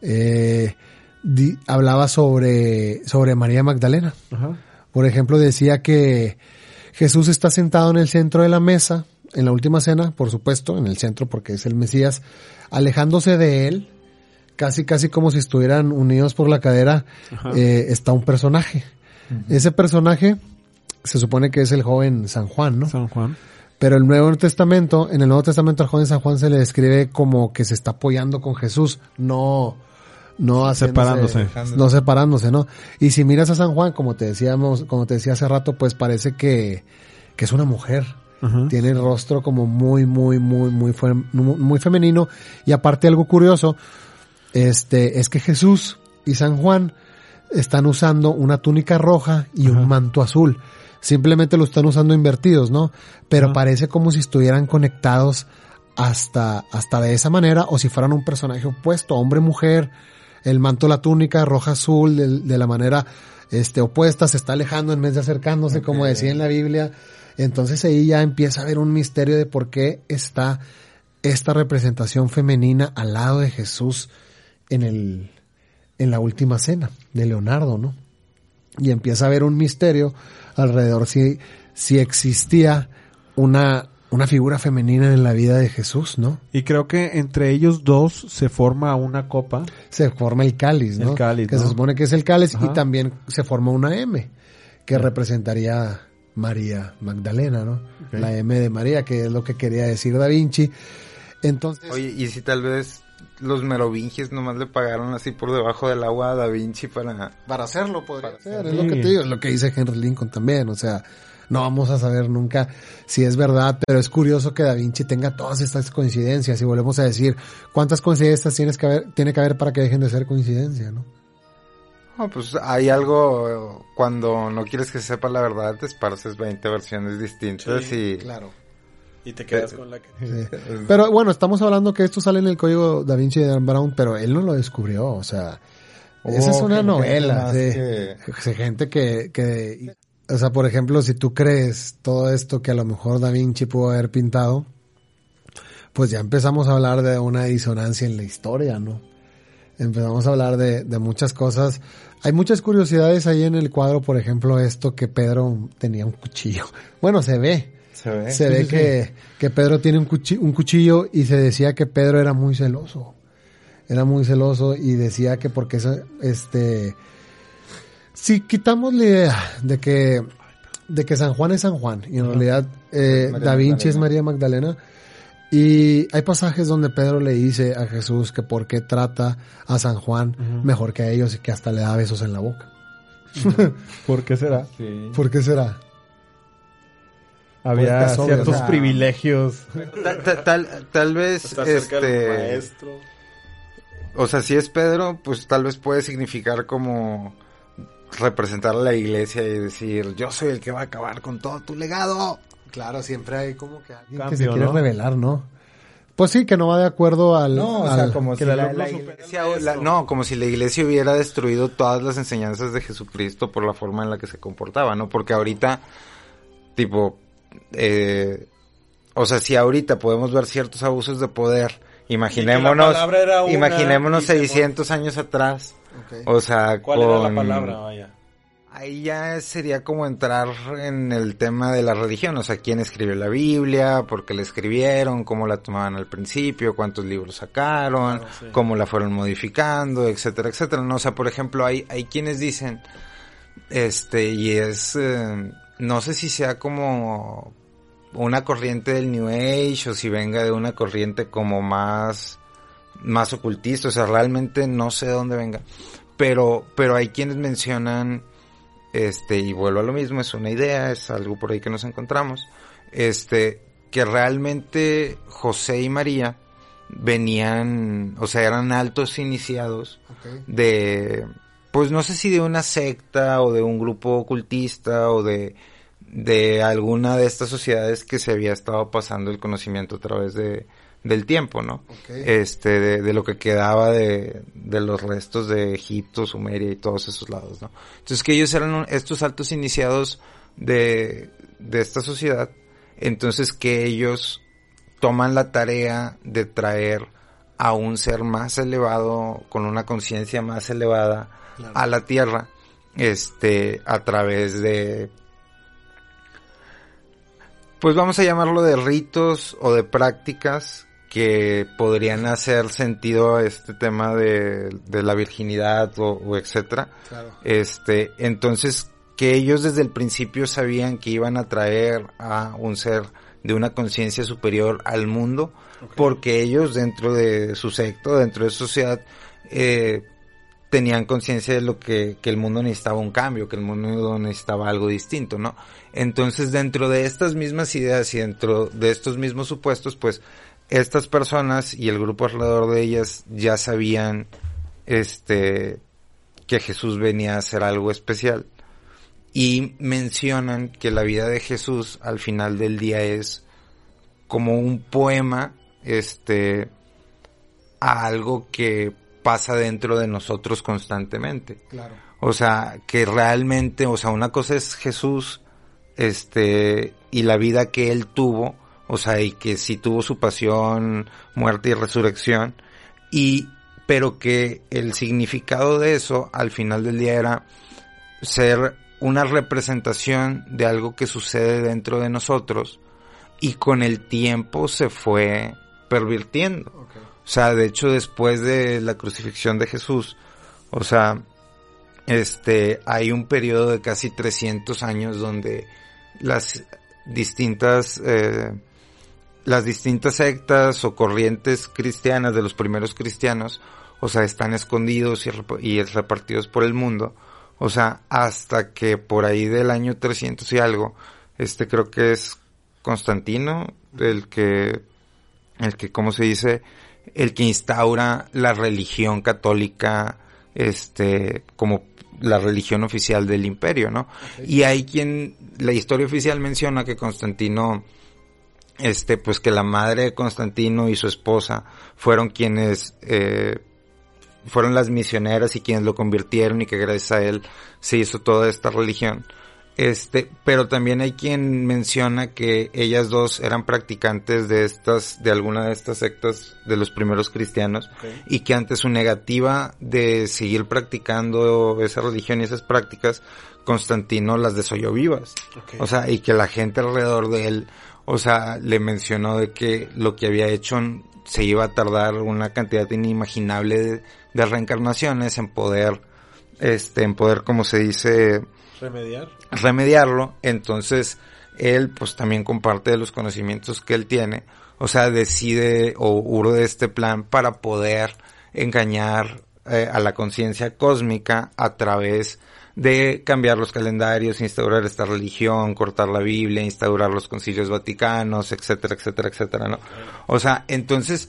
eh, di- hablaba sobre, sobre María Magdalena. Ajá. Por ejemplo, decía que Jesús está sentado en el centro de la mesa, en la última cena, por supuesto, en el centro porque es el Mesías, alejándose de él, casi casi como si estuvieran unidos por la cadera, eh, está un personaje. Ese personaje se supone que es el joven San Juan, ¿no? San Juan. Pero el Nuevo Testamento, en el Nuevo Testamento al joven San Juan se le describe como que se está apoyando con Jesús, no, no haciéndose- Separándose. no separándose, ¿no? Y si miras a San Juan, como te decíamos, como te decía hace rato, pues parece que, que es una mujer. Ajá. Tiene el rostro como muy, muy, muy, muy, fue- muy, muy femenino. Y aparte algo curioso, este, es que Jesús y San Juan están usando una túnica roja y Ajá. un manto azul. Simplemente lo están usando invertidos, ¿no? Pero Ajá. parece como si estuvieran conectados hasta, hasta de esa manera, o si fueran un personaje opuesto, hombre-mujer, el manto, la túnica, roja-azul, de, de la manera, este, opuesta, se está alejando en vez de acercándose, Ok. como decía en la Biblia. Entonces ahí ya empieza a haber un misterio de por qué está esta representación femenina al lado de Jesús en el, en la última cena de Leonardo, ¿no? Y empieza a haber un misterio alrededor si, si existía una, una figura femenina en la vida de Jesús, ¿no? Y creo que entre ellos dos se forma una copa. Se forma el cáliz, ¿no? El cáliz, que ¿no? se supone que es el cáliz, Ajá. y también se forma una M, que representaría María Magdalena, ¿no? Ok. La M de María, que es lo que quería decir Da Vinci. Entonces, Oye, y si tal vez los merovingios nomás le pagaron así por debajo del agua a Da Vinci para... para hacerlo podría Para ser, hacerlo. es lo que te digo, es lo que dice Henry Lincoln también, o sea, no vamos a saber nunca si es verdad, pero es curioso que Da Vinci tenga todas estas coincidencias, y volvemos a decir, ¿cuántas coincidencias tienes que haber, tiene que haber para que dejen de ser coincidencia, no? No, pues hay algo, cuando no quieres que se sepa la verdad, te esparces veinte versiones distintas y... Claro. Y te quedas con la que... Sí. Pero bueno, estamos hablando que esto sale en el código Da Vinci de Dan Brown, pero él no lo descubrió, o sea, esa es Oh, una gente novela, más sí. que- Sí, gente que, que, o sea, por ejemplo, si tú crees todo esto que a lo mejor Da Vinci pudo haber pintado, pues ya empezamos a hablar de una disonancia en la historia, ¿no? Empezamos a hablar de, de muchas cosas. Hay muchas curiosidades ahí en el cuadro, por ejemplo, esto que Pedro tenía un cuchillo. Bueno, se ve. Se ve. Se Sí, ve sí, que, que Pedro tiene un cuchillo, un cuchillo, y se decía que Pedro era muy celoso. Era muy celoso y decía que porque esa- este, si quitamos la idea de que, de que San Juan es San Juan y en realidad eh, María Da Vinci es Magdalena. María Magdalena, y hay pasajes donde Pedro le dice a Jesús que por qué trata a San Juan Ujú. mejor que a ellos y que hasta le da besos en la boca. ¿Por qué será? Sí. ¿Por qué será? Había Pues, obvio, ciertos o sea, privilegios. Ta- ta- Tal, tal vez, este... O sea, si es Pedro, pues tal vez puede significar como representar a la iglesia y decir, yo soy el que va a acabar con todo tu legado. Claro, siempre hay como que alguien que Cambio, se quiere ¿no? revelar, ¿no? Pues sí, que no va de acuerdo al... No, o al- sea, como que si el la, alumno la supera al iglesia, maestro. la- no, como si la iglesia hubiera destruido todas las enseñanzas de Jesucristo por la forma en la que se comportaba, ¿no? Porque ahorita, tipo, eh, o sea, si ahorita podemos ver ciertos abusos de poder, imaginémonos, una, imaginémonos seiscientos años atrás. Okay. O sea, ¿cuál con... era la palabra? Vaya. Ahí ya sería como entrar en el tema de la religión, o sea, quién escribió la Biblia, por qué la escribieron, cómo la tomaban al principio, cuántos libros sacaron, claro, sí. cómo la fueron modificando, etcétera, etcétera. No, o sea, por ejemplo, hay hay quienes dicen, este, y es, eh, no sé si sea como una corriente del New Age o si venga de una corriente como más más ocultista, o sea, realmente no sé de dónde venga, pero pero hay quienes mencionan, este, y vuelvo a lo mismo, es una idea, es algo por ahí que nos encontramos, este, que realmente José y María venían, o sea, eran altos iniciados okay. de, pues no sé si de una secta o de un grupo ocultista o de de alguna de estas sociedades que se había estado pasando el conocimiento a través de del tiempo, ¿no? Okay. Este, de, de lo que quedaba de, de los restos de Egipto, Sumeria y todos esos lados, ¿no? Entonces que ellos eran un, estos altos iniciados de, de esta sociedad, entonces que ellos toman la tarea de traer a un ser más elevado, con una conciencia más elevada, claro. a la tierra, este, a través de, pues vamos a llamarlo de ritos o de prácticas que podrían hacer sentido a este tema de, de la virginidad o, o etcétera. Claro. Este, entonces, que ellos desde el principio sabían que iban a traer a un ser de una conciencia superior al mundo, okay. porque ellos dentro de su secto, dentro de su sociedad, eh, tenían conciencia de lo que, que el mundo necesitaba un cambio, que el mundo necesitaba algo distinto, ¿no? Entonces, dentro de estas mismas ideas y dentro de estos mismos supuestos, pues, estas personas y el grupo alrededor de ellas ya sabían, este, que Jesús venía a hacer algo especial. Y mencionan que la vida de Jesús al final del día es como un poema, este, a algo que pasa dentro de nosotros constantemente. Claro. O sea, que realmente, o sea, una cosa es Jesús, este, y la vida que él tuvo, o sea, y que sí tuvo su pasión, muerte y resurrección, y, pero que el significado de eso, al final del día era ser una representación de algo que sucede dentro de nosotros, y con el tiempo se fue pervirtiendo. Okay. O sea, de hecho, después de la crucifixión de Jesús, o sea, este, hay un periodo de casi trescientos años donde las distintas, eh, las distintas sectas o corrientes cristianas de los primeros cristianos, o sea, están escondidos y, rep- y repartidos por el mundo, o sea, hasta que por ahí del año trescientos y algo, este, creo que es Constantino, el que, el que, ¿cómo se dice?, el que instaura la religión católica, este, como la religión oficial del imperio, ¿no? Okay. Y hay quien, la historia oficial menciona que Constantino, este, pues que la madre de Constantino y su esposa fueron quienes, eh, fueron las misioneras y quienes lo convirtieron y que gracias a él se hizo toda esta religión. Este, pero también hay quien menciona que ellas dos eran practicantes de estas, de alguna de estas sectas de los primeros cristianos, okay. y que ante su negativa de seguir practicando esa religión y esas prácticas, Constantino las desolló vivas. Okay. O sea, y que la gente alrededor de él, o sea, le mencionó de que lo que había hecho se iba a tardar una cantidad inimaginable de, de reencarnaciones en poder, este, en poder, como se dice, remediar. remediarlo. Entonces él pues también comparte de los conocimientos que él tiene, o sea, decide o urde este plan para poder engañar eh, a la conciencia cósmica a través de cambiar los calendarios, instaurar esta religión, cortar la Biblia, instaurar los concilios vaticanos, etcétera, etcétera, etcétera, ¿no? O sea, entonces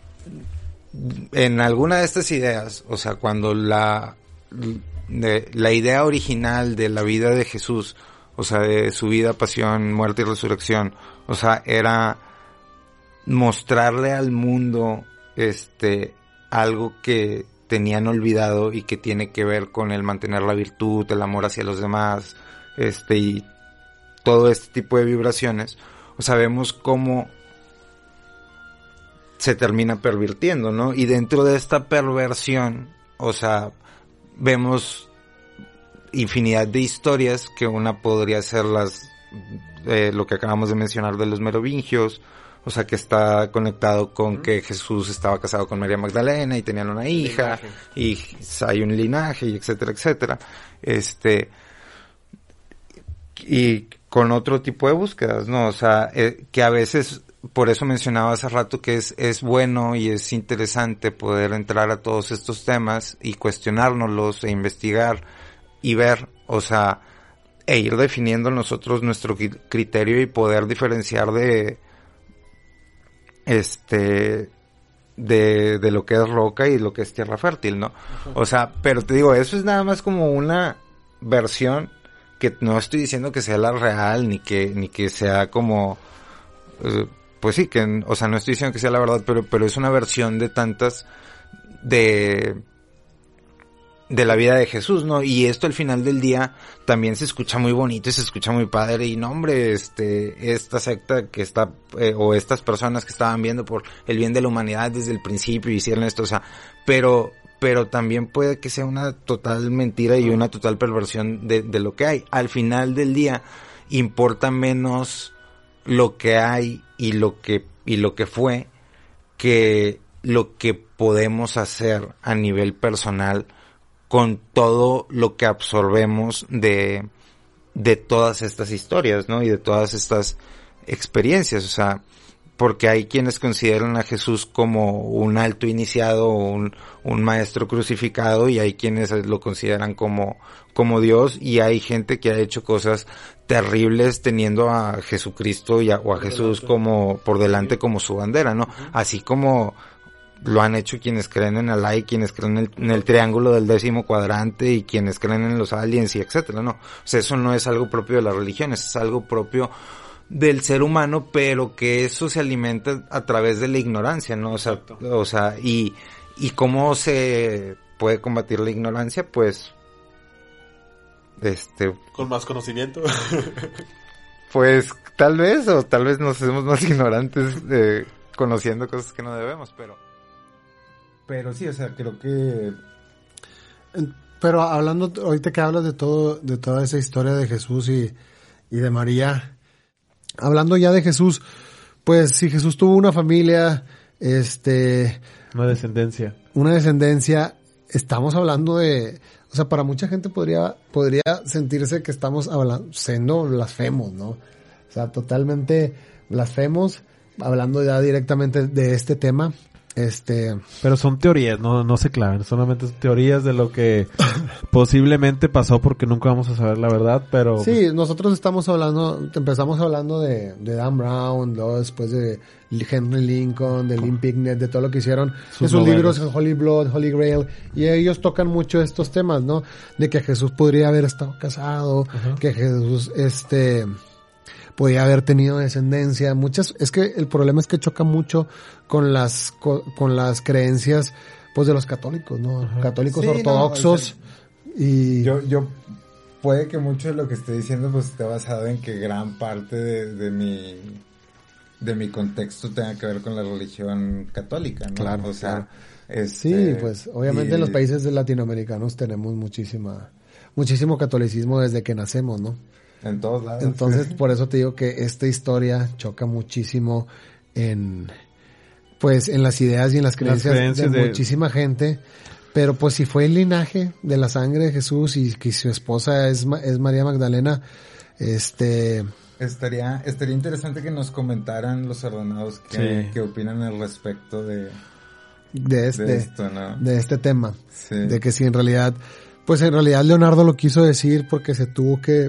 en alguna de estas ideas, o sea, cuando la de la idea original de la vida de Jesús, o sea, de su vida, pasión, muerte y resurrección, o sea, era mostrarle al mundo este algo que tenían olvidado y que tiene que ver con el mantener la virtud, el amor hacia los demás, este y todo este tipo de vibraciones. o sea, vemos cómo se termina pervirtiendo, ¿no? Y dentro de esta perversión, o sea, vemos infinidad de historias, que una podría ser las, eh, lo que acabamos de mencionar de los merovingios, o sea, que está conectado con uh-huh. que Jesús estaba casado con María Magdalena y tenían una hija, y hay un linaje, y etcétera, etcétera. Este, y con otro tipo de búsquedas, ¿no? O sea, eh, que a veces, por eso mencionaba hace rato que es, es bueno y es interesante poder entrar a todos estos temas y cuestionárnoslos e investigar y ver, o sea, e ir definiendo nosotros nuestro criterio y poder diferenciar de, este, de, de lo que es roca y lo que es tierra fértil, ¿no? O sea, pero te digo, eso es nada más como una versión que no estoy diciendo que sea la real, ni que, ni que sea como, eh, pues sí, que, o sea, no estoy diciendo que sea la verdad, pero, pero es una versión de tantas, de, de la vida de Jesús, ¿no? Y esto al final del día también se escucha muy bonito y se escucha muy padre, y no, hombre, este, esta secta que está, eh, o estas personas que estaban viendo por el bien de la humanidad desde el principio y hicieron esto, o sea, pero, pero también puede que sea una total mentira y una total perversión de, de lo que hay. Al final del día importa menos lo que hay y lo que, y lo que fue, que lo que podemos hacer a nivel personal con todo lo que absorbemos de, de todas estas historias, ¿no? Y de todas estas experiencias, o sea, porque hay quienes consideran a Jesús como un alto iniciado o un, un maestro crucificado, y hay quienes lo consideran como, como Dios, y hay gente que ha hecho cosas terribles teniendo a Jesucristo y a, o a Jesús como, por delante como su bandera, ¿no? Así como lo han hecho quienes creen en Alá y quienes creen en el, en el triángulo del décimo cuadrante y quienes creen en los aliens y etcétera, ¿no? O sea, eso no es algo propio de las religiones, es algo propio del ser humano, pero que eso se alimenta a través de la ignorancia, ¿no? O sea, o sea, y, y cómo se puede combatir la ignorancia, pues, este... con más conocimiento. Pues, tal vez, o tal vez nos hacemos más ignorantes, eh, conociendo cosas que no debemos, pero... Pero sí, o sea, creo que... Pero hablando, ahorita que hablas de todo, de toda esa historia de Jesús y, y de María, hablando ya de Jesús, pues si Jesús tuvo una familia, este... Una descendencia. Una descendencia, estamos hablando de... O sea, para mucha gente podría, podría sentirse que estamos hablando, siendo blasfemos, ¿no? O sea, totalmente blasfemos, hablando ya directamente de este tema. Este, pero son teorías, no, no se claven, solamente son teorías de lo que posiblemente pasó, porque nunca vamos a saber la verdad, pero... Sí, nosotros estamos hablando, empezamos hablando de, de Dan Brown, luego después de Henry Lincoln, de Lynn Picknett, de todo lo que hicieron, sus, sus libros, Holy Blood, Holy Grail, y ellos tocan mucho estos temas, ¿no? De que Jesús podría haber estado casado, uh-huh. que Jesús, este... podía haber tenido descendencia, muchas, es que el problema es que choca mucho con las, con, con las creencias, pues, de los católicos, ¿no? Ajá. Católicos sí, ortodoxos, no, o sea, y... Yo, yo, puede que mucho de lo que estoy diciendo, pues, esté basado en que gran parte de, de mi, de mi contexto tenga que ver con la religión católica, ¿no? Claro, o sea, claro. Este, sí, pues, obviamente y... en los países latinoamericanos tenemos muchísima, muchísimo catolicismo desde que nacemos, ¿no? En todos lados. Entonces, por eso te digo que esta historia choca muchísimo en, pues, en las ideas y en las creencias, las creencias de, de muchísima gente. Pero pues si fue el linaje de la sangre de Jesús y que su esposa es, es María Magdalena, este... Estaría, estaría interesante que nos comentaran los ordenados que, sí. que opinan al respecto de, de este, de esto, ¿no? De este tema. Sí. De que si en realidad, pues en realidad Leonardo lo quiso decir porque se tuvo que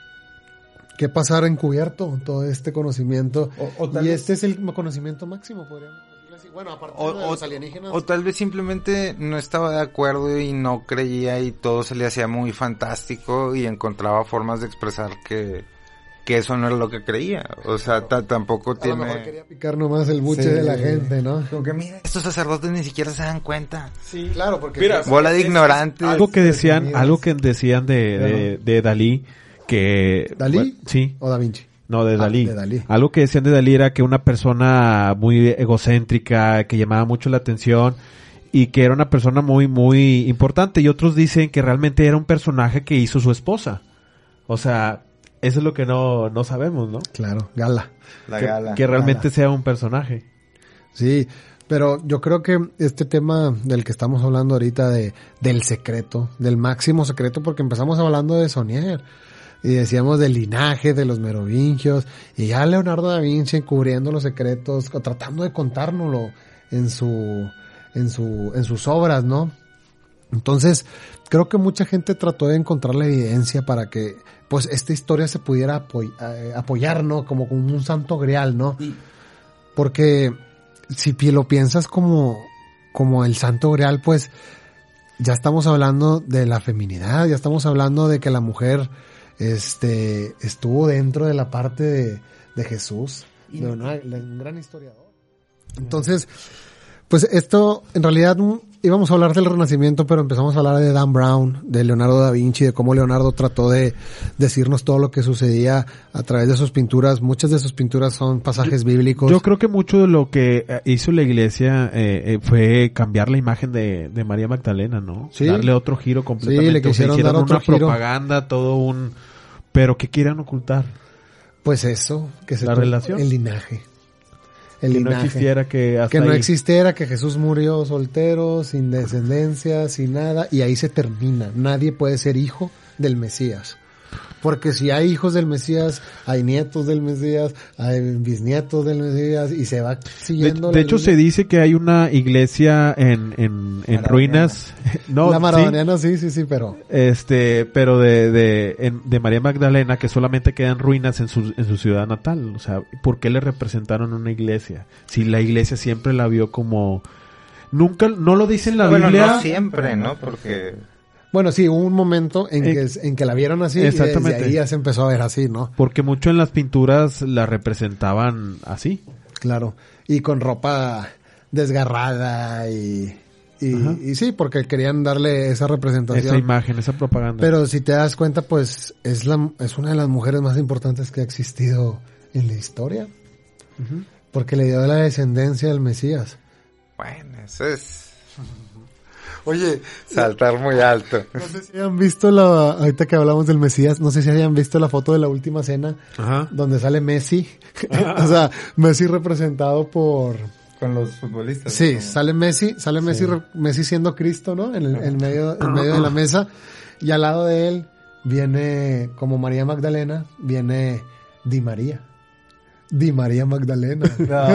que pasar encubierto todo este conocimiento, o, o y vez, este es el conocimiento máximo, podríamos decirlo así. Bueno, aparte o, de los alienígenas. O tal vez simplemente no estaba de acuerdo y no creía y todo se le hacía muy fantástico y encontraba formas de expresar que, que eso no era lo que creía. O sea, ta, tampoco a tiene... A lo mejor quería picar nomás el buche sí. de la gente, ¿no? Como que mira, estos sacerdotes ni siquiera se dan cuenta. Sí, claro, porque... Mira, bola de ignorantes. Algo que decían, algo que decían de, de, de Dalí, que... ¿Dalí? Bueno, sí. ¿O Da Vinci? No, de Dalí. Ah, de Dalí. Algo que decían de Dalí era que una persona muy egocéntrica, que llamaba mucho la atención y que era una persona muy, muy importante. Y otros dicen que realmente era un personaje que hizo su esposa. O sea, eso es lo que no, no sabemos, ¿no? Claro, Gala. La que, Gala. Que realmente Gala. sea un personaje. Sí, pero yo creo que este tema del que estamos hablando ahorita de del secreto, del máximo secreto, porque empezamos hablando de Sonier. Y decíamos del linaje de los merovingios, y ya Leonardo da Vinci encubriendo los secretos, o tratando de contárnoslo en su, en su, en sus obras, ¿no? Entonces, creo que mucha gente trató de encontrar la evidencia para que, pues, esta historia se pudiera apoy- eh, apoyar, ¿no? Como, como un santo grial, ¿no? Porque, si lo piensas como, como el santo grial, pues, ya estamos hablando de la feminidad, ya estamos hablando de que la mujer, este, estuvo dentro de la parte de, de Jesús, de una, de un gran historiador. Entonces, pues esto, en realidad, íbamos a hablar del Renacimiento, pero empezamos a hablar de Dan Brown, de Leonardo da Vinci, de cómo Leonardo trató de decirnos todo lo que sucedía a través de sus pinturas. Muchas de sus pinturas son pasajes yo, bíblicos. Yo creo que mucho de lo que hizo la iglesia eh, eh, fue cambiar la imagen de, de María Magdalena, ¿no? Sí. Darle otro giro completamente. Sí, le quisieron o sea, hicieron dar otro una giro. propaganda, todo un... Pero ¿qué quieran ocultar? Pues eso, que se ¿La tuvo- relación? el linaje. El Que linaje. no existiera que hasta Que no ahí. existiera, que Jesús murió soltero, sin descendencia, sin nada, y ahí se termina. Nadie puede ser hijo del Mesías. Porque si hay hijos del Mesías, hay nietos del Mesías, hay bisnietos del Mesías, y se va De, siguiendo. de la hecho, línea. se dice que hay una iglesia en, en, en Maradoniana. ruinas. No, La sí, maradoniana, sí, sí, sí, pero... este, pero de, de, en- de María Magdalena, que solamente quedan ruinas en su, en su ciudad natal. O sea, ¿por qué le representaron una iglesia? Si la iglesia siempre la vio como... Nunca, no lo dice en la Bueno, Biblia. no siempre, ¿no? Porque... Bueno, sí, hubo un momento en, Eh, que, en que la vieron así, y desde exactamente. ahí ya se empezó a ver así, ¿no? Porque mucho en las pinturas la representaban así. Claro, y con ropa desgarrada y, y, Ajá. y sí, porque querían darle esa representación. Esa imagen, esa propaganda. Pero si te das cuenta, pues es la es una de las mujeres más importantes que ha existido en la historia, Ujú. porque le dio la descendencia al Mesías. Bueno, eso es... Oye, saltar muy alto. No sé si hayan visto la, ahorita que hablamos del Mesías, no sé si hayan visto la foto de la última cena Ajá. donde sale Messi, o sea, Messi representado por... Con los futbolistas. Sí, ¿no? sale Messi, sale Messi, Sí. re- Messi siendo Cristo, ¿no? En, el, en medio, en medio de la mesa. Y al lado de él viene, como María Magdalena, viene Di María. Di María Magdalena.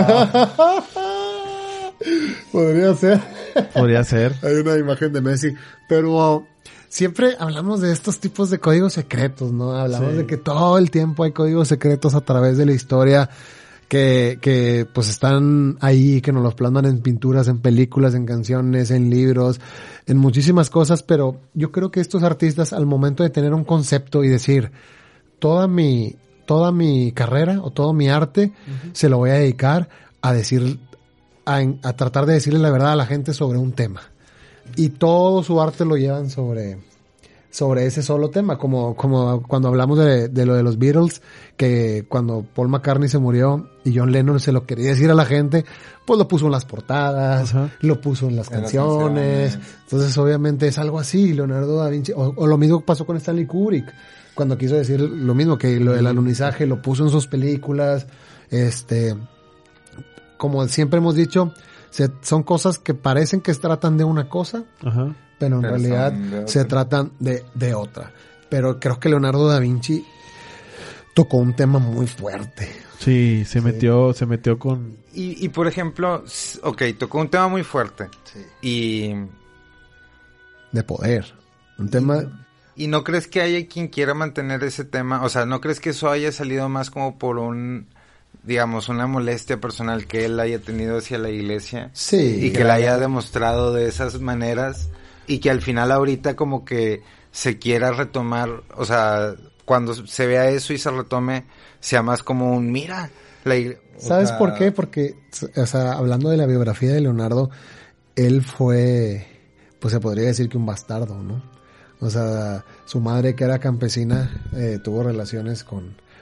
Podría ser. Podría ser. Hay una imagen de Messi. Pero siempre hablamos de estos tipos de códigos secretos, ¿no? Hablamos Sí. de que todo el tiempo hay códigos secretos a través de la historia que, que pues están ahí, que nos los plasman en pinturas, en películas, en canciones, en libros, en muchísimas cosas, pero yo creo que estos artistas al momento de tener un concepto y decir, toda mi, toda mi carrera o todo mi arte uh-huh. se lo voy a dedicar a decir, a, a tratar de decirle la verdad a la gente sobre un tema. Y todo su arte lo llevan sobre, sobre ese solo tema, como, como cuando hablamos de, de lo de los Beatles, que cuando Paul McCartney se murió y John Lennon se lo quería decir a la gente, pues lo puso en las portadas, uh-huh. lo puso en las en canciones, canciones, entonces obviamente es algo así, Leonardo da Vinci, o, o lo mismo pasó con Stanley Kubrick, cuando quiso decir lo mismo, que lo del alunizaje lo puso en sus películas, este, como siempre hemos dicho, se, son cosas que parecen que se tratan de una cosa, uh-huh. pero en pero realidad se tratan de, de otra. Pero creo que Leonardo da Vinci tocó un tema muy fuerte. Sí, se sí. metió, se metió con... Y, y por ejemplo, ok, tocó un tema muy fuerte. Sí. Y... De poder. Un tema... ¿Y no crees que haya quien quiera mantener ese tema? O sea, ¿no crees que eso haya salido más como por un... digamos, una molestia personal que él haya tenido hacia la iglesia? Sí. Y que la haya demostrado de esas maneras y que al final ahorita como que se quiera retomar, o sea, cuando se vea eso y se retome, sea más como un, mira, la iglesia. ¿Sabes sea... por qué? Porque, o sea, hablando de la biografía de Leonardo, él fue, pues se podría decir que un bastardo, ¿no? O sea, su madre, que era campesina, eh, tuvo relaciones con...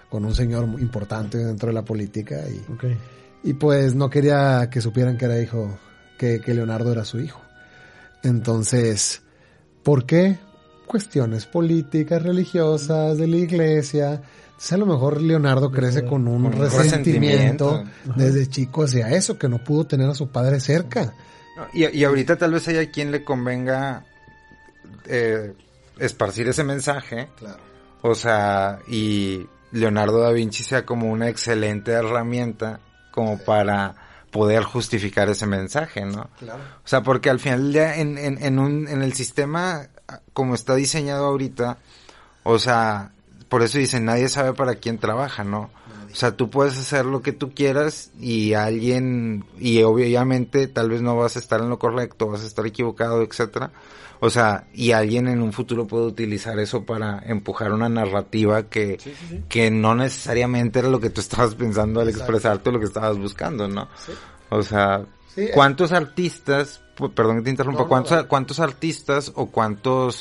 con un señor muy importante dentro de la política y, Okay. y pues no quería que supieran que era hijo, que, que Leonardo era su hijo. Entonces, ¿por qué? Cuestiones políticas, religiosas, de la iglesia. Entonces, a lo mejor Leonardo crece con un, Con un resentimiento, resentimiento. desde chico hacia eso, que no pudo tener a su padre cerca. Y, y ahorita tal vez haya quien le convenga eh, esparcir ese mensaje. Claro. O sea, y Leonardo da Vinci sea como una excelente herramienta como sí. para poder justificar ese mensaje, ¿no? Claro. O sea, porque al final ya en, en, en un, en el sistema como está diseñado ahorita, o sea, por eso dicen, nadie sabe para quién trabaja, ¿no? Nadie. O sea, tú puedes hacer lo que tú quieras y alguien, y obviamente tal vez no vas a estar en lo correcto, vas a estar equivocado, etcétera. O sea, y alguien en un futuro puede utilizar eso para empujar una narrativa que, sí, sí, sí. que no necesariamente era lo que tú estabas pensando al Exacto. expresarte lo que estabas buscando, ¿no? Sí. O sea, sí, ¿cuántos eh. artistas, perdón que te interrumpa, no, no, cuántos, vale. cuántos artistas o cuántos,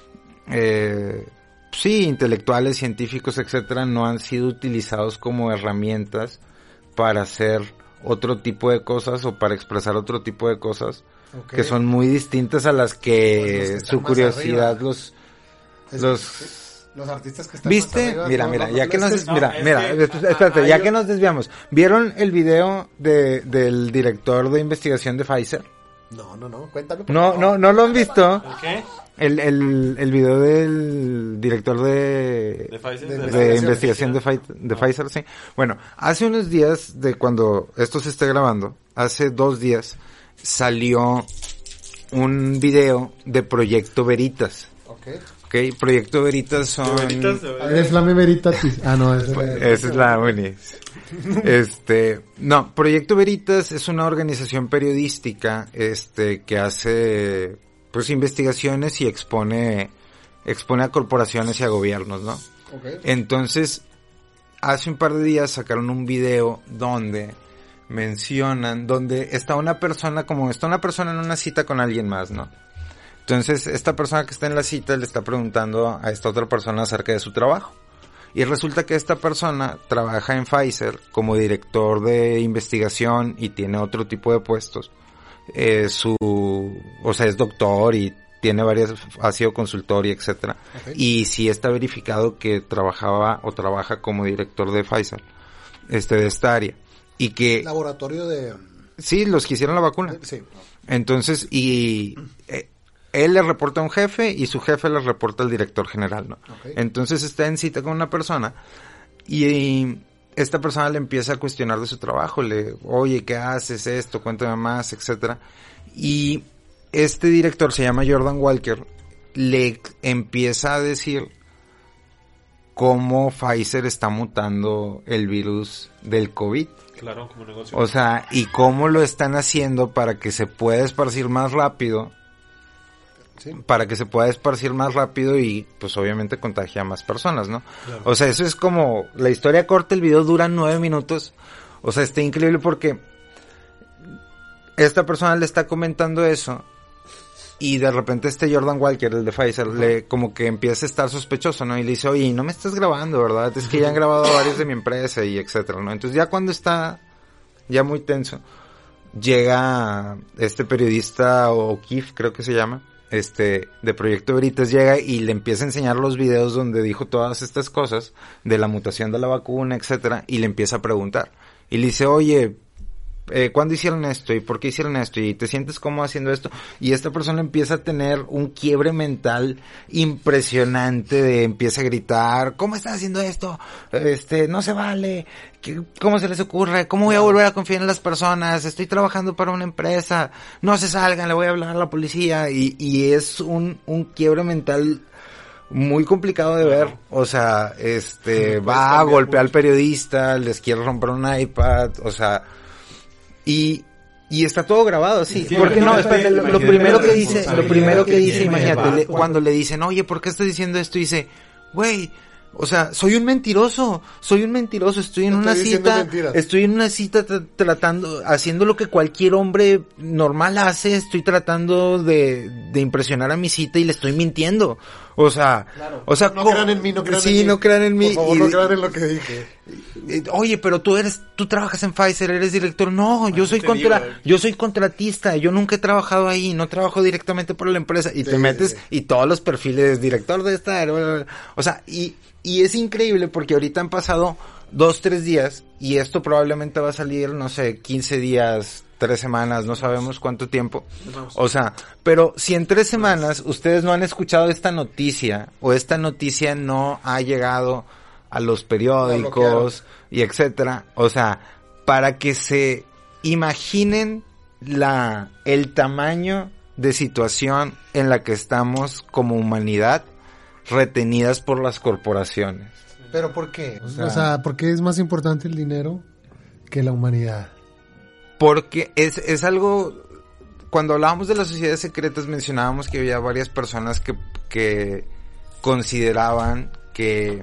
eh, sí, intelectuales, científicos, etcétera, no han sido utilizados como herramientas para hacer otro tipo de cosas o para expresar otro tipo de cosas? Okay. Que son muy distintas a las que, pues que su curiosidad los es, los los artistas que están ¿viste? Arriba, mira, mira, ya que nos des, no, mira, mira, que, espérate, ah, ya yo... que nos desviamos. ¿Vieron el video de del director de investigación de Pfizer? No, no, no, cuéntame. No, favor. no, no lo han visto. ¿El qué? El el el video del director de de, Pfizer, de, de, de, de investigación de, Pfizer, de no. Pfizer, sí. Bueno, hace unos días de cuando esto se esté grabando, hace dos días salió un video de Proyecto Veritas. Okay. Okay, Proyecto Veritas son... Veritas, es la Veritatis. Ah, no, esa es, esa es la... Bueno, este, no, Proyecto Veritas es una organización periodística, este, que hace, pues, investigaciones y expone, expone a corporaciones y a gobiernos, ¿no? Okay. Entonces, hace un par de días sacaron un video donde mencionan, donde está una persona, como está una persona en una cita con alguien más, ¿no? Entonces, esta persona que está en la cita le está preguntando a esta otra persona acerca de su trabajo. Y resulta que esta persona trabaja en Pfizer como director de investigación y tiene otro tipo de puestos. Eh, su, o sea, es doctor y tiene varias, ha sido consultor y etcétera. Okay. Y sí está verificado que trabajaba o trabaja como director de Pfizer, este, de esta área. Y que laboratorio de sí, los que hicieron la vacuna. Sí. Entonces, y eh, él le reporta a un jefe y su jefe le reporta al director general, ¿no? Okay. Entonces está en cita con una persona y, y esta persona le empieza a cuestionar de su trabajo, le, oye, ¿qué haces esto? Cuéntame más, etcétera. Y este director se llama Jordan Walker, le empieza a decir cómo Pfizer está mutando el virus del COVID. Claro, como negocio. O sea, y cómo lo están haciendo para que se pueda esparcir más rápido. Sí. Para que se pueda esparcir más rápido y pues obviamente contagia a más personas, ¿no? Claro. O sea, eso es como la historia corta, el video dura nueve minutos. O sea, está increíble porque esta persona le está comentando eso y de repente este Jordan Walker, el de Pfizer, uh-huh. le como que empieza a estar sospechoso, ¿no? Y le dice, oye, no me estás grabando, ¿verdad? Es que ya han grabado varios de mi empresa y etcétera, ¿no? Entonces ya cuando está ya muy tenso, llega este periodista O'Keefe, creo que se llama, este, de Proyecto Veritas, llega y le empieza a enseñar los videos donde dijo todas estas cosas de la mutación de la vacuna, etcétera, y le empieza a preguntar. Y le dice, oye, Eh, ¿cuándo hicieron esto? ¿Y por qué hicieron esto? ¿Y te sientes cómodo haciendo esto? Y esta persona empieza a tener un quiebre mental impresionante, de empieza a gritar, ¿cómo estás haciendo esto? Este, no se vale. ¿Cómo se les ocurre? ¿Cómo voy a volver a confiar en las personas? Estoy trabajando para una empresa. No se salgan, le voy a hablar a la policía. Y, y es un, un quiebre mental muy complicado de ver. O sea, este, sí, va a golpear mucho al periodista, les quiere romper un iPad, o sea, Y, y está todo grabado, sí. sí porque no, espérate, lo, lo primero que dice, lo primero que dice, imagínate, le, cuando le dicen, oye, ¿por qué estás diciendo esto? Y dice, güey, O sea, soy un mentiroso, soy un mentiroso, estoy en Te una estoy diciendo cita, mentiras. estoy en una cita tra- tratando, haciendo lo que cualquier hombre normal hace, estoy tratando de, de impresionar a mi cita y le estoy mintiendo. O sea, Claro. o sea, no co- crean en mí, no crean sí, en mí. no crean en mí. Por favor, Y- no crean en lo que dije. eh, Oye, pero tú eres, tú trabajas en Pfizer, eres director. No, yo soy te contra, digo, eh. yo soy contratista, yo nunca he trabajado ahí, no trabajo directamente para la empresa. Y Sí, te metes sí. y todos los perfiles, director de esta, bla, bla, bla. O sea, y, y es increíble porque ahorita han pasado dos, tres días y esto probablemente va a salir, no sé, quince días, tres semanas, no sabemos cuánto tiempo. O sea, pero si en tres semanas ustedes no han escuchado esta noticia o esta noticia no ha llegado a los periódicos y etcétera, o sea, para que se imaginen la, el tamaño de situación en la que estamos como humanidad retenidas por las corporaciones. ¿Pero por qué? O sea, O sea, ¿por qué es más importante el dinero que la humanidad? Porque es, es algo, cuando hablábamos de las sociedades secretas mencionábamos que había varias personas que, que consideraban que,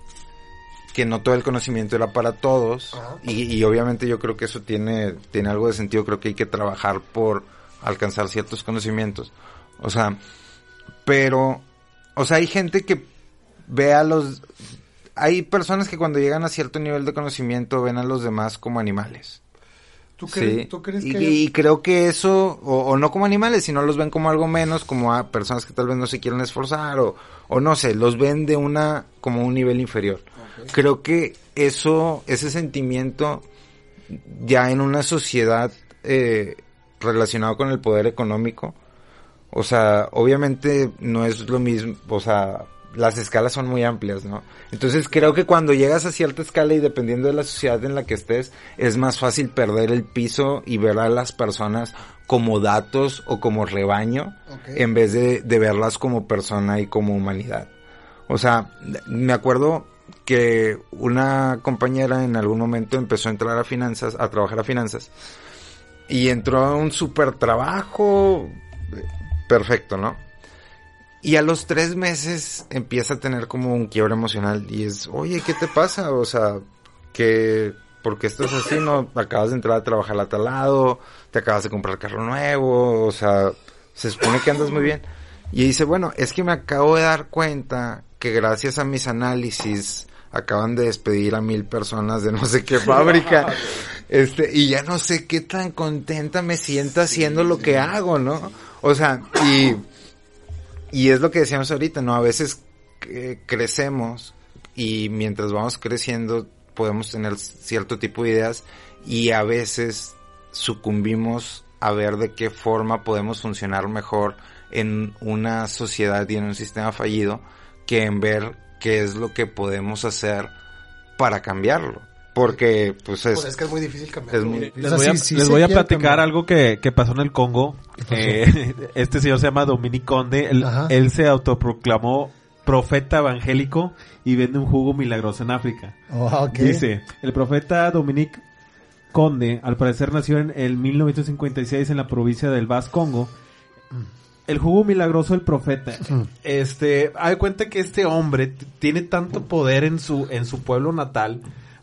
que no todo el conocimiento era para todos. Ajá. y, y obviamente yo creo que eso tiene, tiene algo de sentido, creo que hay que trabajar por alcanzar ciertos conocimientos. O sea, pero, o sea, hay gente que ve a los, hay personas que cuando llegan a cierto nivel de conocimiento ven a los demás como animales. ¿Tú crees, Sí, ¿tú crees y, que... y creo que eso, o, o no como animales, sino los ven como algo menos, como a personas que tal vez no se quieren esforzar, o, o no sé, los ven de una, como un nivel inferior. Okay. Creo que eso, ese sentimiento, ya en una sociedad eh, relacionado con el poder económico, o sea, obviamente no es lo mismo, o sea, las escalas son muy amplias, ¿no? Entonces creo que cuando llegas a cierta escala y dependiendo de la sociedad en la que estés, es más fácil perder el piso y ver a las personas como datos o como rebaño, Okay. en vez de, de verlas como persona y como humanidad. O sea, me acuerdo que una compañera en algún momento empezó a entrar a finanzas, a trabajar a finanzas, y entró a un super trabajo perfecto, ¿no? Y a los tres meses empieza a tener como un quiebre emocional y es, oye, ¿qué te pasa? O sea, que, ¿por qué estás así? No, acabas de entrar a trabajar a tal lado, te acabas de comprar carro nuevo, o sea, se supone que andas muy bien. Y dice, bueno, es que me acabo de dar cuenta que gracias a mis análisis acaban de despedir a mil personas de no sé qué fábrica, este, y ya no sé qué tan contenta me siento haciendo lo que hago, ¿no? O sea, y... Y es lo que decíamos ahorita, ¿no? A veces eh, crecemos y mientras vamos creciendo podemos tener cierto tipo de ideas y a veces sucumbimos a ver de qué forma podemos funcionar mejor en una sociedad y en un sistema fallido que en ver qué es lo que podemos hacer para cambiarlo. Porque, pues es... Pues es que es muy difícil cambiar. Es muy- Les O sea, voy a, sí- sí les se voy a quiere platicar cambiar. algo que, que pasó en el Congo. Eh, este señor se llama Dominique Conde. Él, Ajá. él se autoproclamó profeta evangélico y vende un jugo milagroso en África. Oh, ok. Dice, el profeta Dominique Conde, al parecer nació en el mil novecientos cincuenta y seis en la provincia del Bas Congo. El jugo milagroso del profeta. Este, hay cuenta que este hombre t- tiene tanto poder en su en su pueblo natal,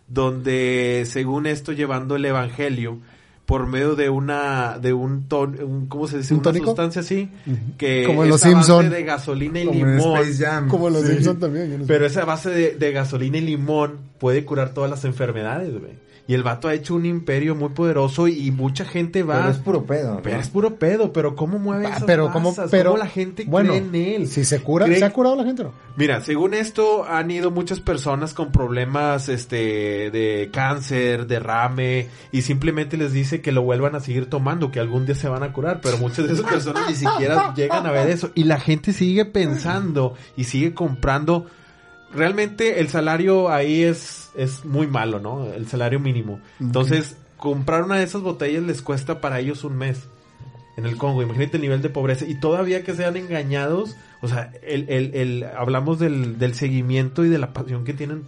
donde según esto llevando el evangelio por medio de una de un ton, un, ¿cómo se dice? ¿Un Una tónico? sustancia así que Como en es los a base Simpson. de gasolina y como en limón. Space Jam. Como los Sí. Simpson también. yo no sé. Pero esa base de, de gasolina y limón puede curar todas las enfermedades, güey. Y el vato ha hecho un imperio muy poderoso y, y mucha gente va... Pero es puro pedo, ¿no? Pero es puro pedo, pero ¿cómo mueve Ah, esas pero cómo, masas? pero ¿Cómo la gente bueno, cree en él? Si se cura, Cree- ¿se ha curado la gente o no? Mira, según esto han ido muchas personas con problemas este de cáncer, derrame y simplemente les dice que lo vuelvan a seguir tomando, que algún día se van a curar, pero muchas de esas personas ni siquiera llegan a ver eso y la gente sigue pensando y sigue comprando. Realmente el salario ahí es es muy malo, ¿no? El salario mínimo. Entonces, comprar una de esas botellas les cuesta para ellos un mes en el Congo. Imagínate el nivel de pobreza y todavía que sean engañados. O sea, el, el, el, hablamos del, del seguimiento y de la pasión que tienen.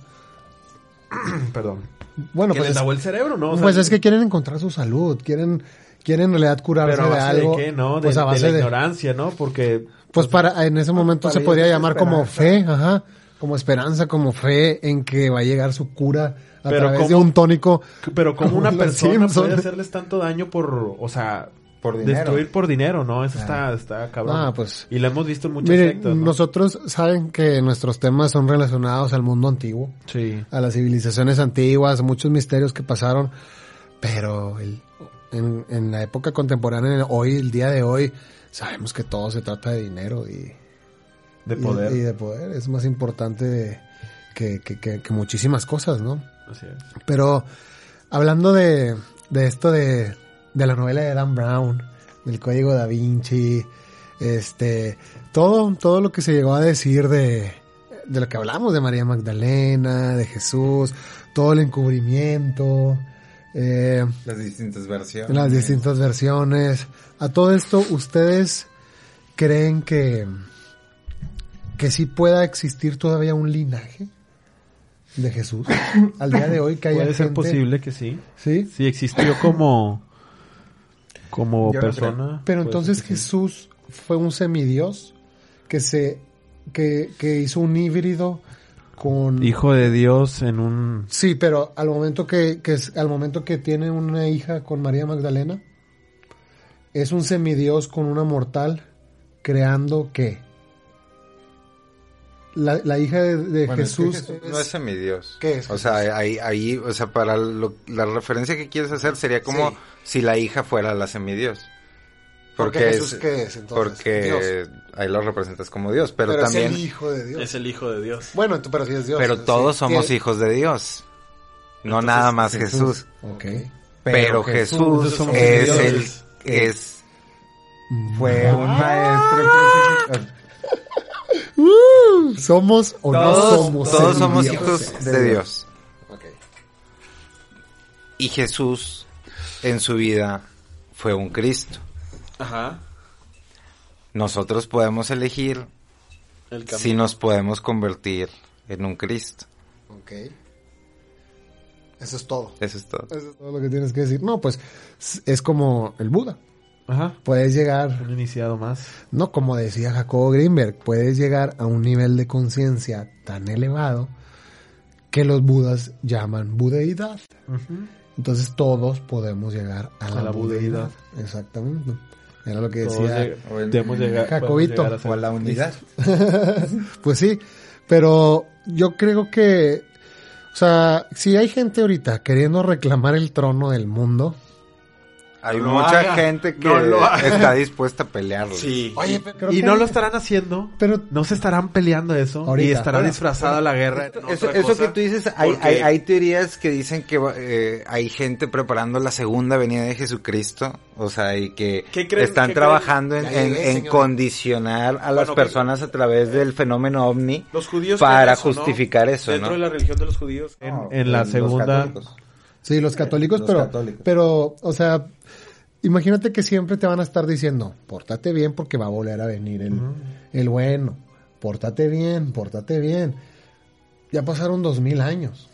Perdón. Bueno, que pues, les es, lavó el cerebro, ¿no? O sea, pues es que quieren encontrar su salud, quieren, quieren en realidad curarse pero a de base algo. de qué, ¿no? De, pues a de base la de, ignorancia, ¿no? Porque... pues para, en ese momento para se ellos podría es llamar como fe, esperanza. ajá. como esperanza, como fe en que va a llegar su cura a Pero través ¿cómo? de un tónico. Pero como una los persona Simpson. puede hacerles tanto daño por, o sea, Por dinero. destruir por dinero, ¿no? Eso Ah. está, está cabrón. Ah, pues. Y lo hemos visto en muchas Miren, sectas, ¿no? nosotros saben que nuestros temas son relacionados al mundo antiguo, Sí. a las civilizaciones antiguas, a muchos misterios que pasaron, pero el- en, en la época contemporánea, hoy, el día de hoy, sabemos que todo se trata de dinero y De y- poder. y, de poder. Es más importante de- que, que, que, que muchísimas cosas, ¿no? Así es. Pero hablando de, de esto de, de la novela de Dan Brown, del Código Da Vinci, este, todo, todo lo que se llegó a decir de, de lo que hablamos de María Magdalena, de Jesús, todo el encubrimiento, eh, Las distintas versiones. las distintas versiones. A todo esto, ¿ustedes creen que, que sí pueda existir todavía un linaje de Jesús al día de hoy? Que haya Puede ser gente- posible que sí. ¿Sí? Sí existió como, como Yo no persona. Pero puede entonces ser que sí. Jesús fue un semidios que se que, que hizo un híbrido con Hijo de Dios en un... sí, pero al momento que, que es- al momento que tiene una hija con María Magdalena es un semidios con una mortal creando ¿qué? La, la hija de, de Bueno, es que Jesús, Jesús es- no es semidios. ¿Qué es O sea, ahí, ahí, o sea, para lo- la referencia que quieres hacer sería como Sí. si la hija fuera la semidios. porque Porque Jesús es, ¿qué es entonces? porque Dios. ahí lo representas como Dios, pero, Pero también, es el hijo de Dios. el Hijo de Dios. Bueno, ent- pero sí es Dios. pero sí, todos somos sí. hijos de Dios, no Entonces, nada más Jesús. Jesús. Ok. Pero Jesús, Entonces somos es dioses. el, es, Fue fue un maestro. Uh, somos o no Todos, somos todos somos semidioses. hijos de Dios. Ok. Y Jesús en su vida fue un Cristo. Ajá. Nosotros podemos elegir El camino. si nos podemos convertir en un Cristo. Ok. Eso es todo. Eso es todo. Eso es todo lo que tienes que decir. No, pues s- es como el Buda. Ajá. Puedes llegar, Un iniciado más. no como decía Jacobo Greenberg, puedes llegar a un nivel de conciencia tan elevado que los budas llaman budeidad. Ujú. Entonces todos podemos llegar a la, A la budeidad. budeidad. Exactamente. Era lo que Todos decía. lleg- o el- debemos llegar- Jacobito. podemos llegar a ser O a la unidad. Pues sí, pero yo creo que, o sea, si hay gente ahorita queriendo reclamar el trono del mundo, Hay No lo mucha haga. gente que No lo haga. está dispuesta a pelearlo. Sí. Oye, pero creo y que- no lo estarán haciendo. pero No se estarán peleando eso. Ahorita. Y estará Bueno, disfrazada la guerra. en Eso, otra eso cosa, que tú dices, hay, porque- hay, hay teorías que dicen que eh, hay gente preparando la segunda venida de Jesucristo, o sea, y que ¿Qué creen- están qué trabajando en, creen? Ya en- llegué, en señor. condicionar a las Bueno, personas a través del fenómeno ovni Los judíos para creen eso, ¿no? justificar eso, Dentro ¿no? de la religión de los judíos. En, No, en la los segunda... católicos. sí, los católicos, Los pero, católicos. pero, o sea, imagínate que siempre te van a estar diciendo, pórtate bien porque va a volver a venir el, el bueno, pórtate bien, pórtate bien. Ya pasaron dos mil años.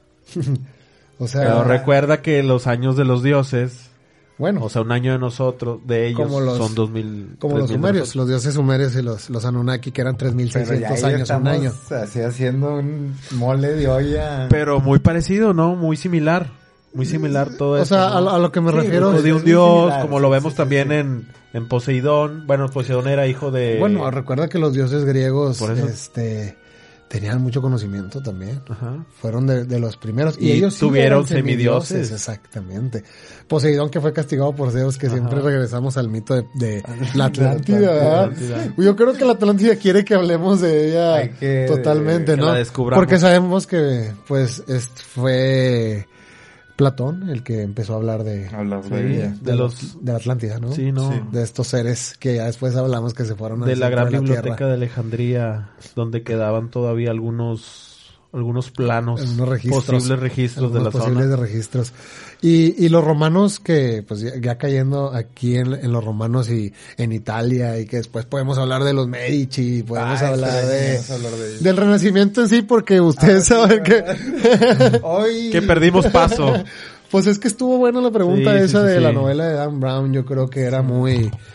O sea, Pero recuerda que los años de los dioses, bueno, o sea, un año de nosotros, de ellos, Como los- son dos mil. como tres los mil de sumerios, nosotros. los dioses sumerios y los, los Anunnaki, que eran tres mil Pero ya seiscientos ahí años, un año. estamos así haciendo un mole de olla. Pero muy parecido, ¿no? Muy similar. Muy similar todo O eso. sea, ¿no? a, lo- a lo que me Sí, refiero... Hijo de es un muy dios, similar, como sí, lo sí, vemos sí, también sí. en, en Poseidón. Bueno, Poseidón era hijo de... Bueno, recuerda que los dioses griegos, Por eso. este, tenían mucho conocimiento también. Ajá. Fueron de, de los primeros. Y, Y ellos sí tuvieron eran semidioses. semidioses. Exactamente. Poseidón, que fue castigado por Zeus, que Ajá. siempre regresamos al mito de, de la Atlántida, Atlántida, ¿verdad? Atlántida. Yo creo que la Atlántida quiere que hablemos de ella Hay que- totalmente, que ¿no? la descubramos. Porque sabemos que, pues, este fue Platón el que empezó a hablar de, Hablar Sí, de ella. de los... de la Atlántida, ¿no? Sí, no. Sí. De estos seres que ya después hablamos que se fueron De al la centro gran de biblioteca Tierra. de Alejandría, donde quedaban todavía algunos algunos planos, Algunos registros, posibles registros de la algunos posibles zona. de registros. Y, y los romanos que, pues ya, ya cayendo aquí en, en los romanos y en Italia, y que después podemos hablar de los Medici, podemos Ah, hablar sí, de, vamos a hablar de ellos. del Renacimiento en sí, porque ustedes Ah, sí, saben que, Hoy... Que perdimos paso. pues es que estuvo buena la pregunta Sí, sí, esa sí, de sí. la novela de Dan Brown. Yo creo que era muy,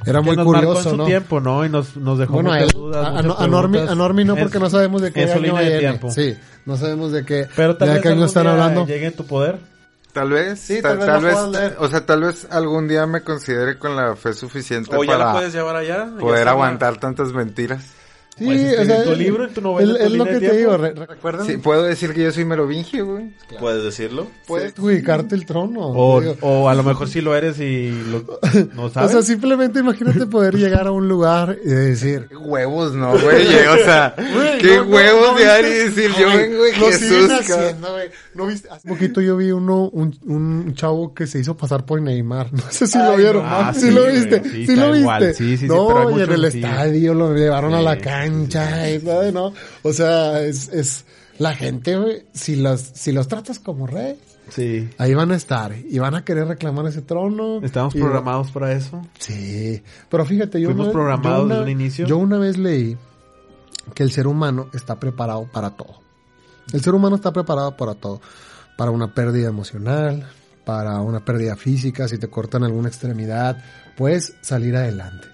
Era muy nos curioso, marcó en su ¿no? tiempo, ¿no? Y nos, nos dejó bueno, muchas él, dudas, a, muchas a, a, Normi, preguntas. a Normi no, porque Es- no sabemos de qué en su año línea de viene. tiempo. Sí, no sabemos de qué, Pero tal de vez qué año algún están día hablando. llegue en tu poder. Tal vez, Sí, ta- tal vez tal la vez, puedas leer. o sea, tal vez algún día me considere con la fe suficiente O ya la para puedes llevar allá. ya poder está. aguantar tantas mentiras. Sí, Puedes o escribir sea, tu libro, en tu novela, es, tu es lo línea que de te digo, tiempo. re- recuerden, Sí, puedo decir que yo soy merovingio, güey. ¿Puedes decirlo? puedes adjudicarte el trono. O, te digo. o a lo mejor sí lo eres y lo, no O sabes. sea, simplemente imagínate poder llegar a un lugar y decir, Qué huevos, no, güey. O sea, Güey, qué no, no, huevos no, llegar y viste. decir, No, yo güey, vengo de lo Jesús, siguen cabrón. haciendo, güey. ¿No viste? Hace poquito yo vi uno, un, un chavo que se hizo pasar por Neymar. No sé si lo Ay, vieron. no Ah, ¿Sí, sí, lo güey, viste? sí, ¿Sí, está lo viste? igual. Sí, sí, sí, no, pero hay y en muchos, el sí. estadio lo llevaron a Sí, la sí, cancha y todo, ¿no? O sea, es, es la gente, güey, si los, si los tratas como rey, Sí. ahí van a estar y van a querer reclamar ese trono. Estamos Y- programados para eso. Sí, pero fíjate, yo Fuimos una, programados yo una- desde un inicio. Yo una vez leí que el ser humano está preparado para todo. El ser humano está preparado para todo. Para una pérdida emocional, para una pérdida física, si te cortan alguna extremidad, puedes salir adelante.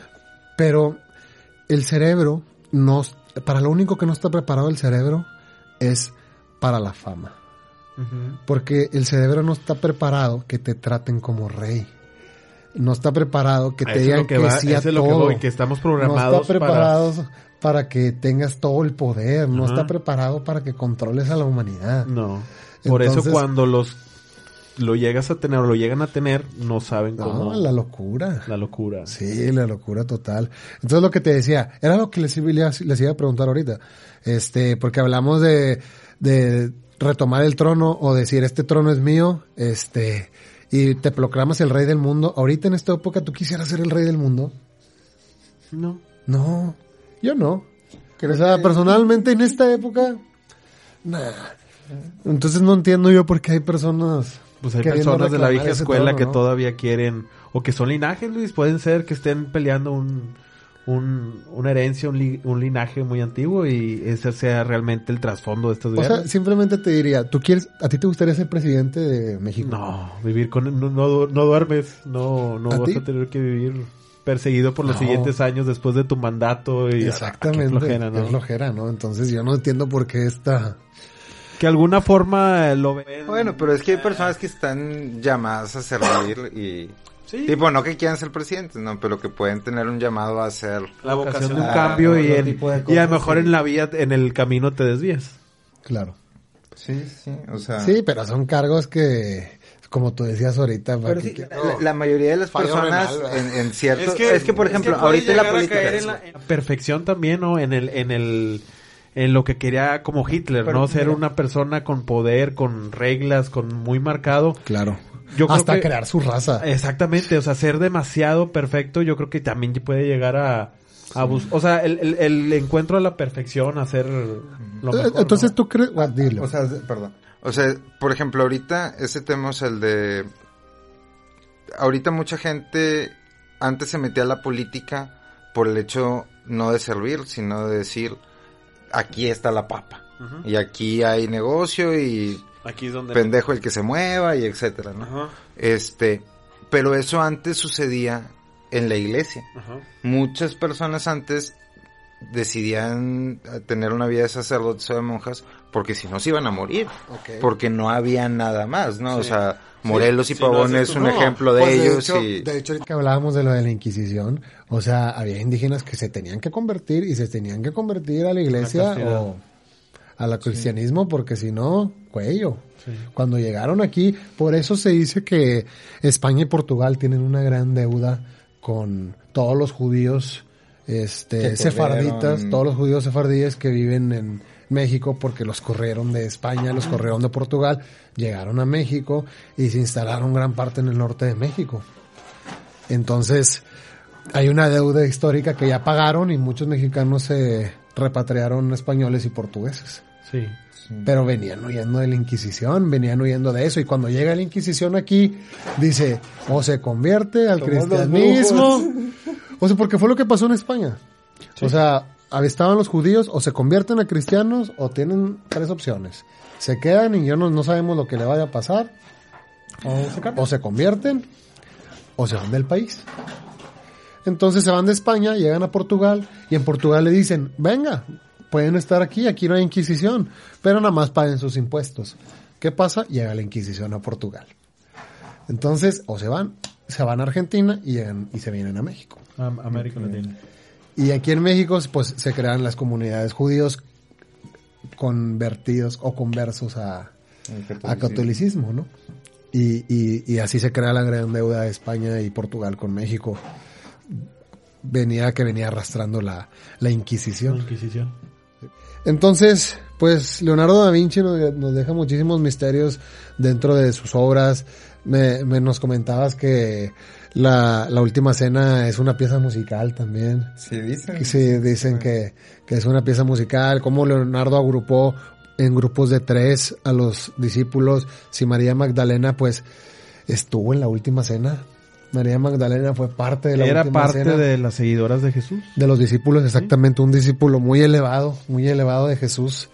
Pero el cerebro, no, para lo único que no está preparado el cerebro es para la fama. Ujú. Porque el cerebro no está preparado que te traten como rey. No está preparado que A te eso es digan lo que que, va, sí a eso es lo que todo. voy, que estamos No programados está preparado para... que tengas todo el poder. No Ajá. está preparado para que controles a la humanidad. para... No. Por Entonces- eso cuando los lo llegas a tener o lo llegan a tener, no saben cómo... No, la locura. La locura. Sí, la locura total. Entonces lo que te decía, era lo que les, iba- les iba a preguntar ahorita. Este, porque hablamos de, de retomar el trono o decir, este trono es mío, este, y te proclamas el rey del mundo. Ahorita en esta época, ¿tú quisieras ser el rey del mundo? No. No, yo no. O sea, personalmente en esta época, nada. Entonces no entiendo yo por qué hay personas... Pues hay queriendo personas de la reclamar vieja ese escuela trono, que ¿no? todavía quieren, o que son linajes, Luis, pueden ser que estén peleando un, un, una herencia, un, li- un linaje muy antiguo y ese sea realmente el trasfondo de estas O guerras. sea, simplemente te diría, ¿tú quieres, a ti te gustaría ser presidente de México? No, vivir con... No, no, no duermes, no, no ¿A vas ti? a tener que vivir perseguido por los No. siguientes años después de tu mandato. Y, Exactamente. Ah, qué flojera, ¿no? Qué flojera, ¿no? Entonces yo no entiendo por qué esta... Que alguna forma lo ven... Bueno, pero es que hay personas que están llamadas a servir y... Sí. Tipo, no que quieran ser presidentes, no, pero que pueden tener un llamado a ser... La vocación de un Ah, cambio y, otro en- tipo de y a cosas, lo mejor sí. en la vía, en el camino te desvías. Claro. Sí, sí, o sea... Sí, pero son cargos que, como tú decías ahorita... Pero para sí, que- la, la mayoría de las Fallo personas renal, en, en cierto... Es que, por ejemplo, puede ahorita la llegar a política... caer en la, en la perfección también, ¿no? En el, en el, en lo que quería como Hitler, Pero ¿no? Ser mira. una persona con poder, con reglas, con muy marcado. Claro. Yo creo Hasta que- crear su raza. Exactamente, o sea, ser demasiado perfecto, yo creo que también puede llegar a, a bus- o sea, el, el, el encuentro a la perfección, a ser lo Eh, mejor, Entonces ¿no? tú crees... Ah, dilo. O sea, perdón. O sea, por ejemplo, ahorita ese tema es el de... Ahorita mucha gente antes se metía a la política por el hecho no de servir, sino de decir, aquí está la papa. Ujú. Y aquí hay negocio y Aquí es donde... pendejo el que se mueva y etcétera, ¿no? Ajá, Este, pero eso antes sucedía en la iglesia. ajá. Muchas personas antes decidían tener una vida de sacerdotes o de monjas porque si no se iban a morir, Ok. porque no había nada más, ¿no? Sí. O sea, Morelos y Sí, no, Pavón eso es es un no, ejemplo de Pues, ellos hecho, y... de hecho, ahorita que hablábamos de lo de la Inquisición, o sea, había indígenas que se tenían que convertir y se tenían que convertir a la iglesia castidad. o al cristianismo porque si no, cuello. Sí. Cuando llegaron aquí, por eso se dice que España y Portugal tienen una gran deuda con todos los judíos este Que sefarditas, corrieron. todos los judíos sefardíes que viven en México porque los corrieron de España, los corrieron de Portugal, llegaron a México y se instalaron gran parte en el norte de México. Entonces, hay una deuda histórica que ya pagaron y muchos mexicanos se repatriaron españoles y portugueses. Sí. Pero venían huyendo de la Inquisición, venían huyendo de eso. Y cuando llega la Inquisición aquí, dice, o se convierte al Somos los cristianismo. O sea, porque fue lo que pasó en España. O sea, estaban los judíos, o se convierten a cristianos, o tienen tres opciones. Se quedan y yo no, no sabemos lo que le vaya a pasar. O se cambia. O se convierten, o se van del país. Entonces se van de España, llegan a Portugal y en Portugal le dicen, venga, pueden estar aquí, aquí no hay Inquisición, pero nada más paguen sus impuestos. ¿Qué pasa? Llega la Inquisición a Portugal. Entonces, o se van, se van a Argentina y llegan y se vienen a México. A América Latina. Y aquí en México, pues, se crean las comunidades judíos convertidos o conversos a, catolicismo. a catolicismo, ¿no? Y, y, y así se crea la gran deuda de España y Portugal con México. Venía que venía arrastrando la, la Inquisición. La Inquisición. Entonces, pues Leonardo da Vinci nos, nos deja muchísimos misterios dentro de sus obras. Me, me nos comentabas que la, la Última Cena es una pieza musical también. Sí, dicen. Sí, dicen que, que es una pieza musical. Cómo Leonardo agrupó en grupos de tres a los discípulos. Si María Magdalena, pues, estuvo en la Última Cena. María Magdalena fue parte de la Era Última parte Cena. de las seguidoras de Jesús. De los discípulos, exactamente. ¿Sí? Un discípulo muy elevado, muy elevado de Jesús.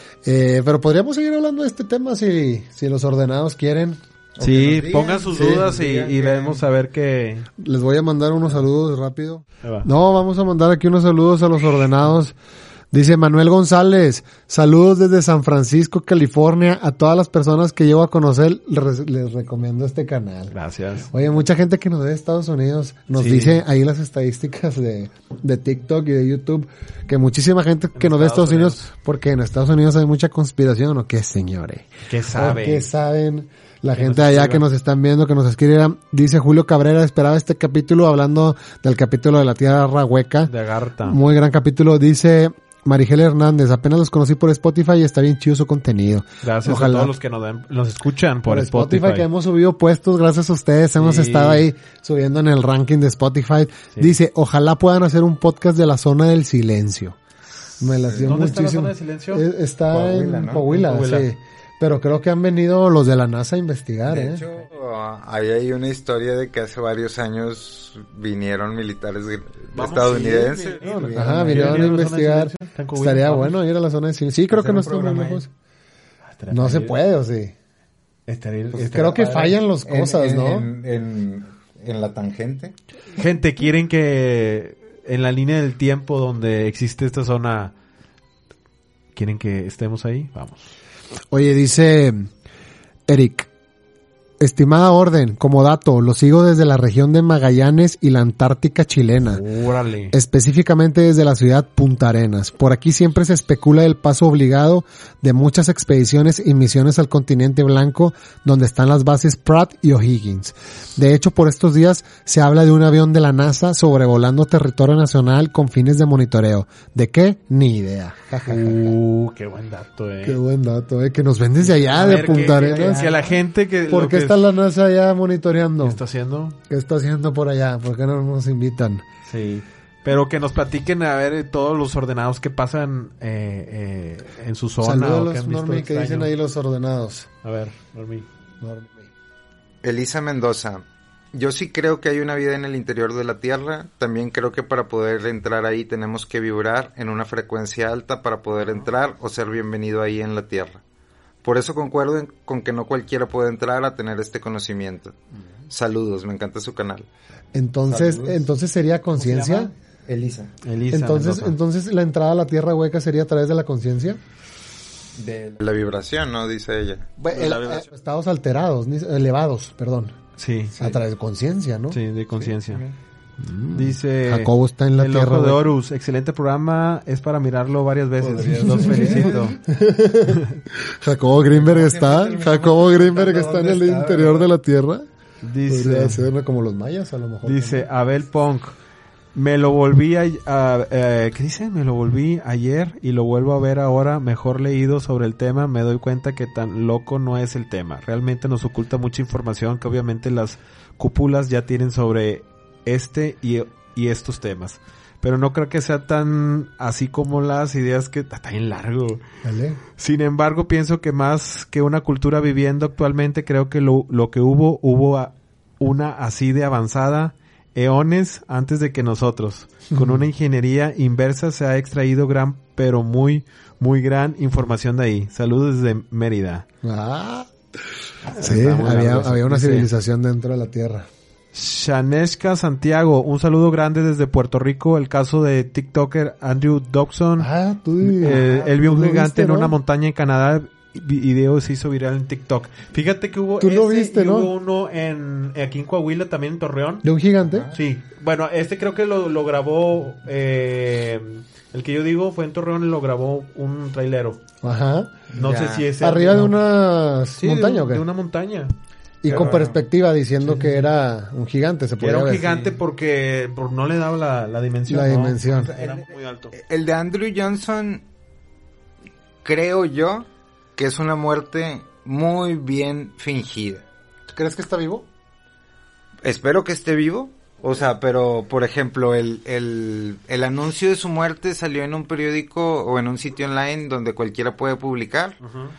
Eh, pero podríamos seguir hablando de este tema si, si los ordenados quieren. Sí, pongan sus sí, dudas y, y vemos a ver qué... Les voy a mandar unos saludos rápido. No, vamos a mandar aquí unos saludos a los ordenados. Dice Manuel González, saludos desde San Francisco, California. A todas las personas que llevo a conocer, les, les recomiendo este canal. Gracias. Oye, mucha gente que nos ve de Estados Unidos nos sí. dice ahí las estadísticas de, de TikTok y de YouTube, que muchísima gente que en nos ve de Estados Unidos, Unidos, porque en Estados Unidos hay mucha conspiración, ¿o qué, señores? ¿Qué saben? ¿Qué saben? La gente allá escriban. Que nos están viendo, que nos escriban. Dice Julio Cabrera, esperaba este capítulo hablando del capítulo de la Tierra Hueca. De Agartha. Muy gran capítulo. Dice Marigel Hernández, apenas los conocí por Spotify y está bien chido su contenido. Gracias Ojalá. a todos los que nos, den, nos escuchan por, por Spotify. Spotify. Que hemos subido puestos, gracias a ustedes. Sí. Hemos estado ahí subiendo en el ranking de Spotify. Sí. Dice, ojalá puedan hacer un podcast de la zona del silencio. Me la dio ¿Dónde muchísimo. está la zona del silencio? Está Coahuila, en ¿no? Coahuila, Coahuila, sí. Pero creo que han venido los de la NASA a investigar, de ¿eh? hecho, uh, ahí hay una historia de que hace varios años vinieron militares Vamos, estadounidenses. Sí, no, no, ajá, vinieron a investigar. Estaría Vamos. bueno ir a la zona de silencio. Sí, creo que no está muy lejos. Ah, no se puede, ¿o sí? Estaría, pues creo que fallan las cosas, en, ¿no? En, en, en la tangente. Gente, quieren que en la línea del tiempo donde existe esta zona, ¿quieren que estemos ahí? Vamos. Oye, dice Eric, estimada orden, como dato, lo sigo desde la región de Magallanes y la Antártica chilena. Órale. Específicamente desde la ciudad Punta Arenas. Por aquí siempre se especula el paso obligado de muchas expediciones y misiones al continente blanco, donde están las bases Pratt y O'Higgins. De hecho, por estos días se habla de un avión de la NASA sobrevolando territorio nacional con fines de monitoreo. ¿De qué? Ni idea. Uh, qué buen dato, eh. Qué buen dato, eh. Que nos ven desde allá, a de ver, Punta que, Arenas. Que, que a la gente que... ¿Por qué está la NASA allá monitoreando? ¿Qué está haciendo? ¿Qué está haciendo por allá? ¿Por qué no nos invitan? Sí. Pero que nos platiquen a ver todos los ordenados que pasan eh, eh, en su zona. Saludos o a los que han visto Normi, que dicen ahí los ordenados. A ver, Normi. Normi. Elisa Mendoza. Yo sí creo que hay una vida en el interior de la Tierra. También creo que para poder entrar ahí tenemos que vibrar en una frecuencia alta para poder entrar o ser bienvenido ahí en la Tierra. Por eso concuerdo en, con que no cualquiera puede entrar a tener este conocimiento. Saludos, me encanta su canal. Entonces, Saludos. entonces sería conciencia. Elisa. Elisa entonces, Mendoza. entonces la entrada a la Tierra Hueca sería a través de la conciencia. De la vibración, ¿no? Dice ella. Bueno, el, eh, estados alterados, elevados, perdón. Sí. A través de conciencia, ¿no? Sí, de conciencia. Sí. Mm. Dice Jacobo está en la el Tierra Ojo de Hueca. Horus, excelente programa, es para mirarlo varias veces. Los felicito. Jacobo Greenberg está, Jacobo Greenberg está en el está, interior ¿verdad? de la Tierra. Dice, podría ser como los mayas a lo mejor. Dice también. Abel Punk, me lo volví a, a eh, ¿qué dice? Me lo volví ayer y lo vuelvo a ver ahora, mejor leído sobre el tema, me doy cuenta que tan loco no es el tema. Realmente nos oculta mucha información que obviamente las cúpulas ya tienen sobre este y, y estos temas. Pero no creo que sea tan así como las ideas que... Está bien largo. ¿Vale? Sin embargo, pienso que más que una cultura viviendo actualmente, creo que lo, lo que hubo, hubo a, una así de avanzada eones antes de que nosotros. Con una ingeniería inversa se ha extraído gran, pero muy, muy gran información de ahí. Saludos desde Mérida. Ah, sí, había, había una Dice, civilización dentro de la Tierra. Shaneska Santiago, un saludo grande desde Puerto Rico. El caso de TikToker Andrew Dobson. Ah, tú. Eh, ah, él vio un ¿lo gigante viste, en no? una montaña en Canadá. Video se hizo viral en TikTok. Fíjate que hubo Tú lo ese viste, y ¿no? hubo uno en aquí en Coahuila, también en Torreón. ¿De un gigante? Sí. Bueno, este creo que lo, lo grabó eh, el que yo digo fue en Torreón y lo grabó un trailero. Ajá. No Ya. sé si es ¿Arriba de no. una Sí, montaña de, o qué? de una montaña. Y Pero con bueno. perspectiva diciendo que era un gigante, se Que podía era un ver. gigante porque por, no le daba la, la dimensión. La ¿no? dimensión. Era muy alto. El de Andrew Johnson, creo yo, que es una muerte muy bien fingida. ¿Crees que está vivo? Espero que esté vivo. O sea, pero, por ejemplo, el, el, el anuncio de su muerte salió en un periódico o en un sitio online donde cualquiera puede publicar. Uh-huh.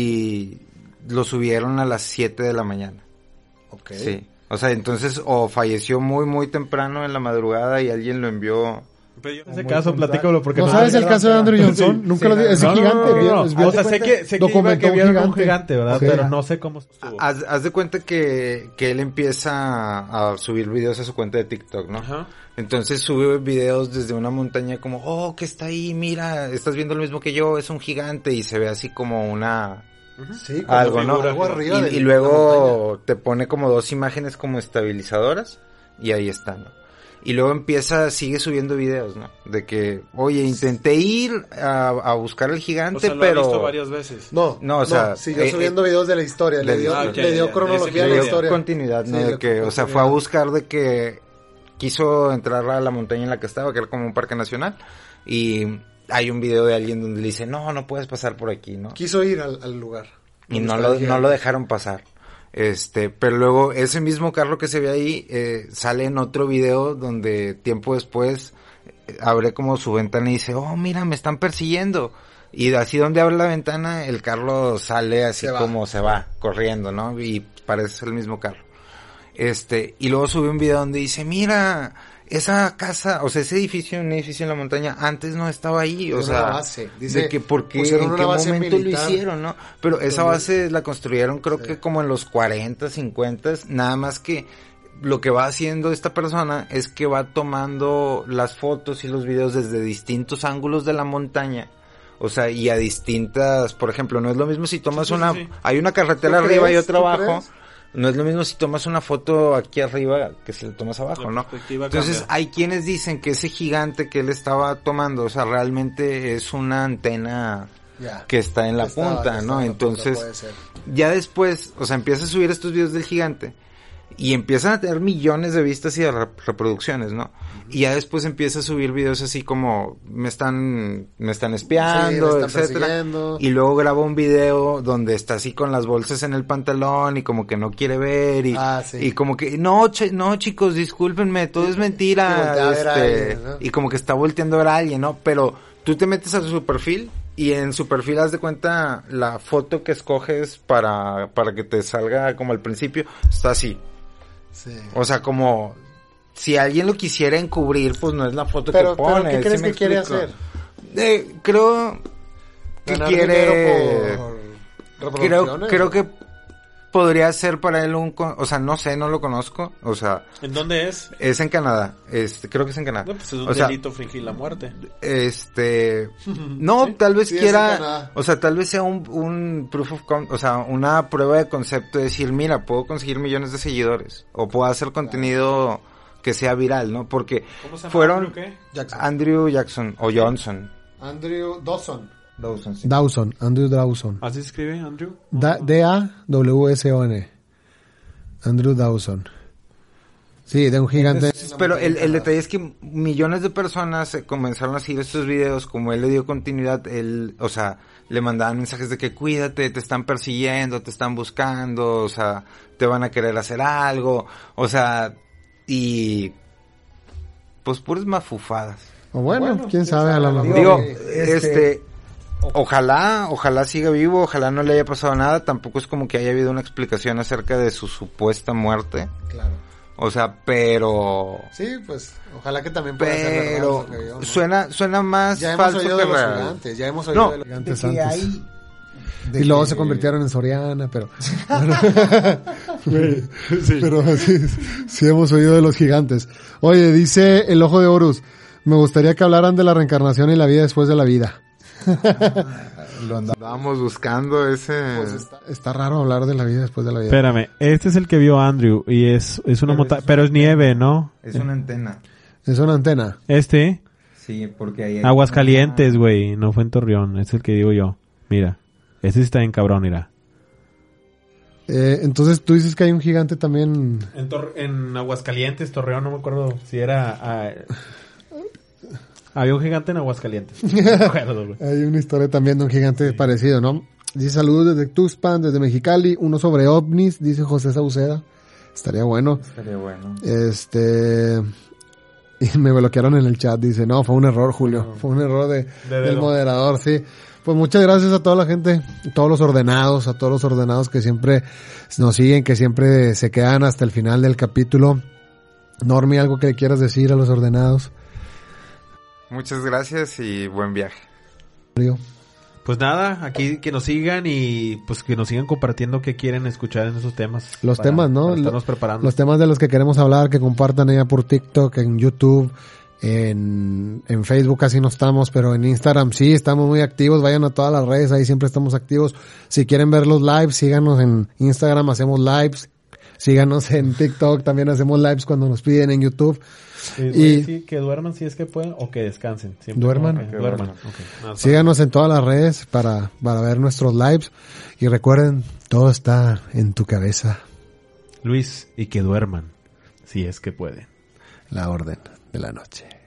Y lo subieron a las siete de la mañana. Ok. Sí. O sea, entonces, o falleció muy, muy temprano en la madrugada y alguien lo envió. Pero yo en ese caso, platícalo porque ¿No no sabes el ¿verdad? caso de Andrew Johnson? Sí, Nunca sí, lo di. no, Es no, un No, gigante. no, no, vio- no. es- vio- O sea, sé que, sé que, iba, documentó que un vieron un gigante. gigante, ¿verdad? Ok. Pero no sé cómo estuvo. Haz, haz de cuenta que, que él empieza a subir videos a su cuenta de TikTok, ¿no? Ajá. Entonces sube videos desde una montaña como, oh, que está ahí, mira, estás viendo lo mismo que yo, es un gigante, y se ve así como una... Sí, como algo, ¿no? figura, algo arriba Y, de y la montaña. luego te pone como dos imágenes como estabilizadoras, y ahí está, ¿no? Y luego empieza, sigue subiendo videos, ¿no? De que, oye, intenté ir a, a buscar el gigante, O sea, lo pero... he visto varias veces. No, No, o sea, siguió eh, subiendo videos de la historia, le de- dio, ah, ok, le dio ya, cronología de a le la dio historia. continuidad, ¿no? Sí, de le- que, o sea, fue a buscar de que quiso entrar a la montaña en la que estaba, que era como un parque nacional, y hay un video de alguien donde le dice, no, no puedes pasar por aquí, ¿no? Quiso ir al, al lugar. Y donde no está lo, el gigante. no lo dejaron pasar. Este, pero luego ese mismo carro que se ve ahí, eh, sale en otro video donde tiempo después eh, abre como su ventana y dice, oh, mira, me están persiguiendo. Y así donde abre la ventana, el carro sale así Se va. como se va, corriendo, ¿no? Y parece ser el mismo carro. Este, y luego sube un video donde dice, mira, esa casa, o sea, ese edificio, un edificio en la montaña, antes no estaba ahí, o Era sea, una base. Dice, de que por qué, pusieron en una qué base momento lo militar. hicieron, ¿no? Pero esa Donde- base la construyeron creo Sí. que como en los cuarenta, cincuenta, nada más que lo que va haciendo esta persona es que va tomando las fotos y los videos desde distintos ángulos de la montaña. O sea, y a distintas, por ejemplo, no es lo mismo si tomas Sí, sí, una, sí. hay una carretera ¿Tú arriba y crees? otra ¿Tú abajo. crees? No es lo mismo si tomas una foto aquí arriba que si la tomas abajo, La ¿no? perspectiva Entonces cambia. hay quienes dicen que ese gigante que él estaba tomando, o sea, realmente es una antena Ya. que está en la Estaba- punta, estaba ¿no? en la punta, Entonces, puede ser. ya después, o sea, empieza a subir estos videos del gigante y empiezan a tener millones de vistas y de re- reproducciones, ¿no? Y ya después empieza a subir videos así como me están me están espiando, Sí, me están etcétera. persiguiendo. Y luego graba un video donde está así con las bolsas en el pantalón y como que no quiere ver y, Ah, sí. y como que no, che- no chicos, discúlpenme, todo es mentira, Y voltea a ver a este, alguien, ¿no? y como que está volteando a ver a alguien, ¿no? Pero tú te metes a su perfil y en su perfil haz de cuenta la foto que escoges para para que te salga como al principio está así. Sí. O sea, como si alguien lo quisiera encubrir, pues no es la foto Pero, que pone. pero ¿qué ¿sí crees me que quiere explico? hacer? Eh, creo que ¿Ganar quiere... dinero por Creo, reproducciones? creo que podría ser para él un... con- O sea, no sé, no lo conozco. O sea, ¿En dónde es? es en Canadá. Este, creo que es en Canadá. No, pues es un o sea, delito fingir la muerte. este... No, Sí, tal vez sí, es en quiera... Canadá. O sea, tal vez sea un, un proof of... con- o sea, una prueba de concepto de decir, mira, puedo conseguir millones de seguidores. O puedo hacer contenido que sea viral, ¿no? Porque ¿Cómo se llama? fueron... ¿Andrew qué? Jackson. Andrew Jackson o Johnson. Andrew Dawson. Dawson, sí. Dawson, Andrew Dawson. ¿Así se escribe, Andrew? Da- D A W S O N. Andrew Dawson. Sí, de un gigante. Pero el, el detalle es que millones de personas eh, comenzaron a seguir estos videos, como él le dio continuidad, él, o sea, le mandaban mensajes de que cuídate, te están persiguiendo, te están buscando, o sea, te van a querer hacer algo, o sea, y pues puras mafufadas. O bueno, quién sabe, a lo mejor. Digo, Este, este, ojalá, ojalá siga vivo, ojalá no le haya pasado nada, tampoco es como que haya habido una explicación acerca de su supuesta muerte, Claro. o sea, pero... Sí, pues, ojalá que también pueda ser verdad Pero eso que yo, ¿no? suena suena más Ya hemos falso oído que de los real. gigantes, ya hemos oído No, de los gigantes de que antes. hay- Y luego se convirtieron en Soriana, pero... sí. Pero sí, sí hemos oído de los gigantes. Oye, dice el Ojo de Horus, me gustaría que hablaran de la reencarnación y la vida después de la vida. Lo andábamos buscando ese... Pues está, está raro hablar de la vida después de la vida. Espérame, este es el que vio Andrew y es, es una montaña, pero es nieve, ¿no? Es una antena. Es una antena. Este... Sí, porque ahí hay... Aguascalientes, güey, no fue en Torreón, es el que digo yo. Mira, este sí está en cabrón, mira. Eh, entonces tú dices que hay un gigante también... En, Tor- en Aguascalientes, Torreón, no me acuerdo si era... Uh, había un gigante en Aguascalientes. No me acuerdo, güey. Hay una historia también de un gigante sí. parecido, ¿no? Dice saludos desde Tuxpan, desde Mexicali, uno sobre ovnis, dice José Sauceda. Estaría bueno. Estaría bueno. Este... Y me bloquearon en el chat, dice, no, fue un error, Julio. Fue un error de, de del moderador, sí. Pues muchas gracias a toda la gente, a todos los ordenados, a todos los ordenados que siempre nos siguen, que siempre se quedan hasta el final del capítulo. Normi, ¿algo que le quieras decir a los ordenados? Muchas gracias y buen viaje. Pues nada, aquí que nos sigan y pues que nos sigan compartiendo qué quieren escuchar en esos temas. Los para, temas, ¿no? Para estarnos preparando. Los temas de los que queremos hablar, que compartan allá por TikTok, en YouTube, en, en Facebook casi no estamos, pero en Instagram sí, estamos muy activos. Vayan a todas las redes, ahí siempre estamos activos. Si quieren ver los lives, síganos en Instagram, hacemos lives. Síganos en TikTok, también hacemos lives cuando nos piden en YouTube. Sí, y sí, que duerman si es que pueden o que descansen. Siempre. Duerman. Okay, duerman. Okay. No, Síganos en todas las redes para, para ver nuestros lives. Y recuerden, todo está en tu cabeza. Luis, y que duerman si es que pueden. La orden de la noche.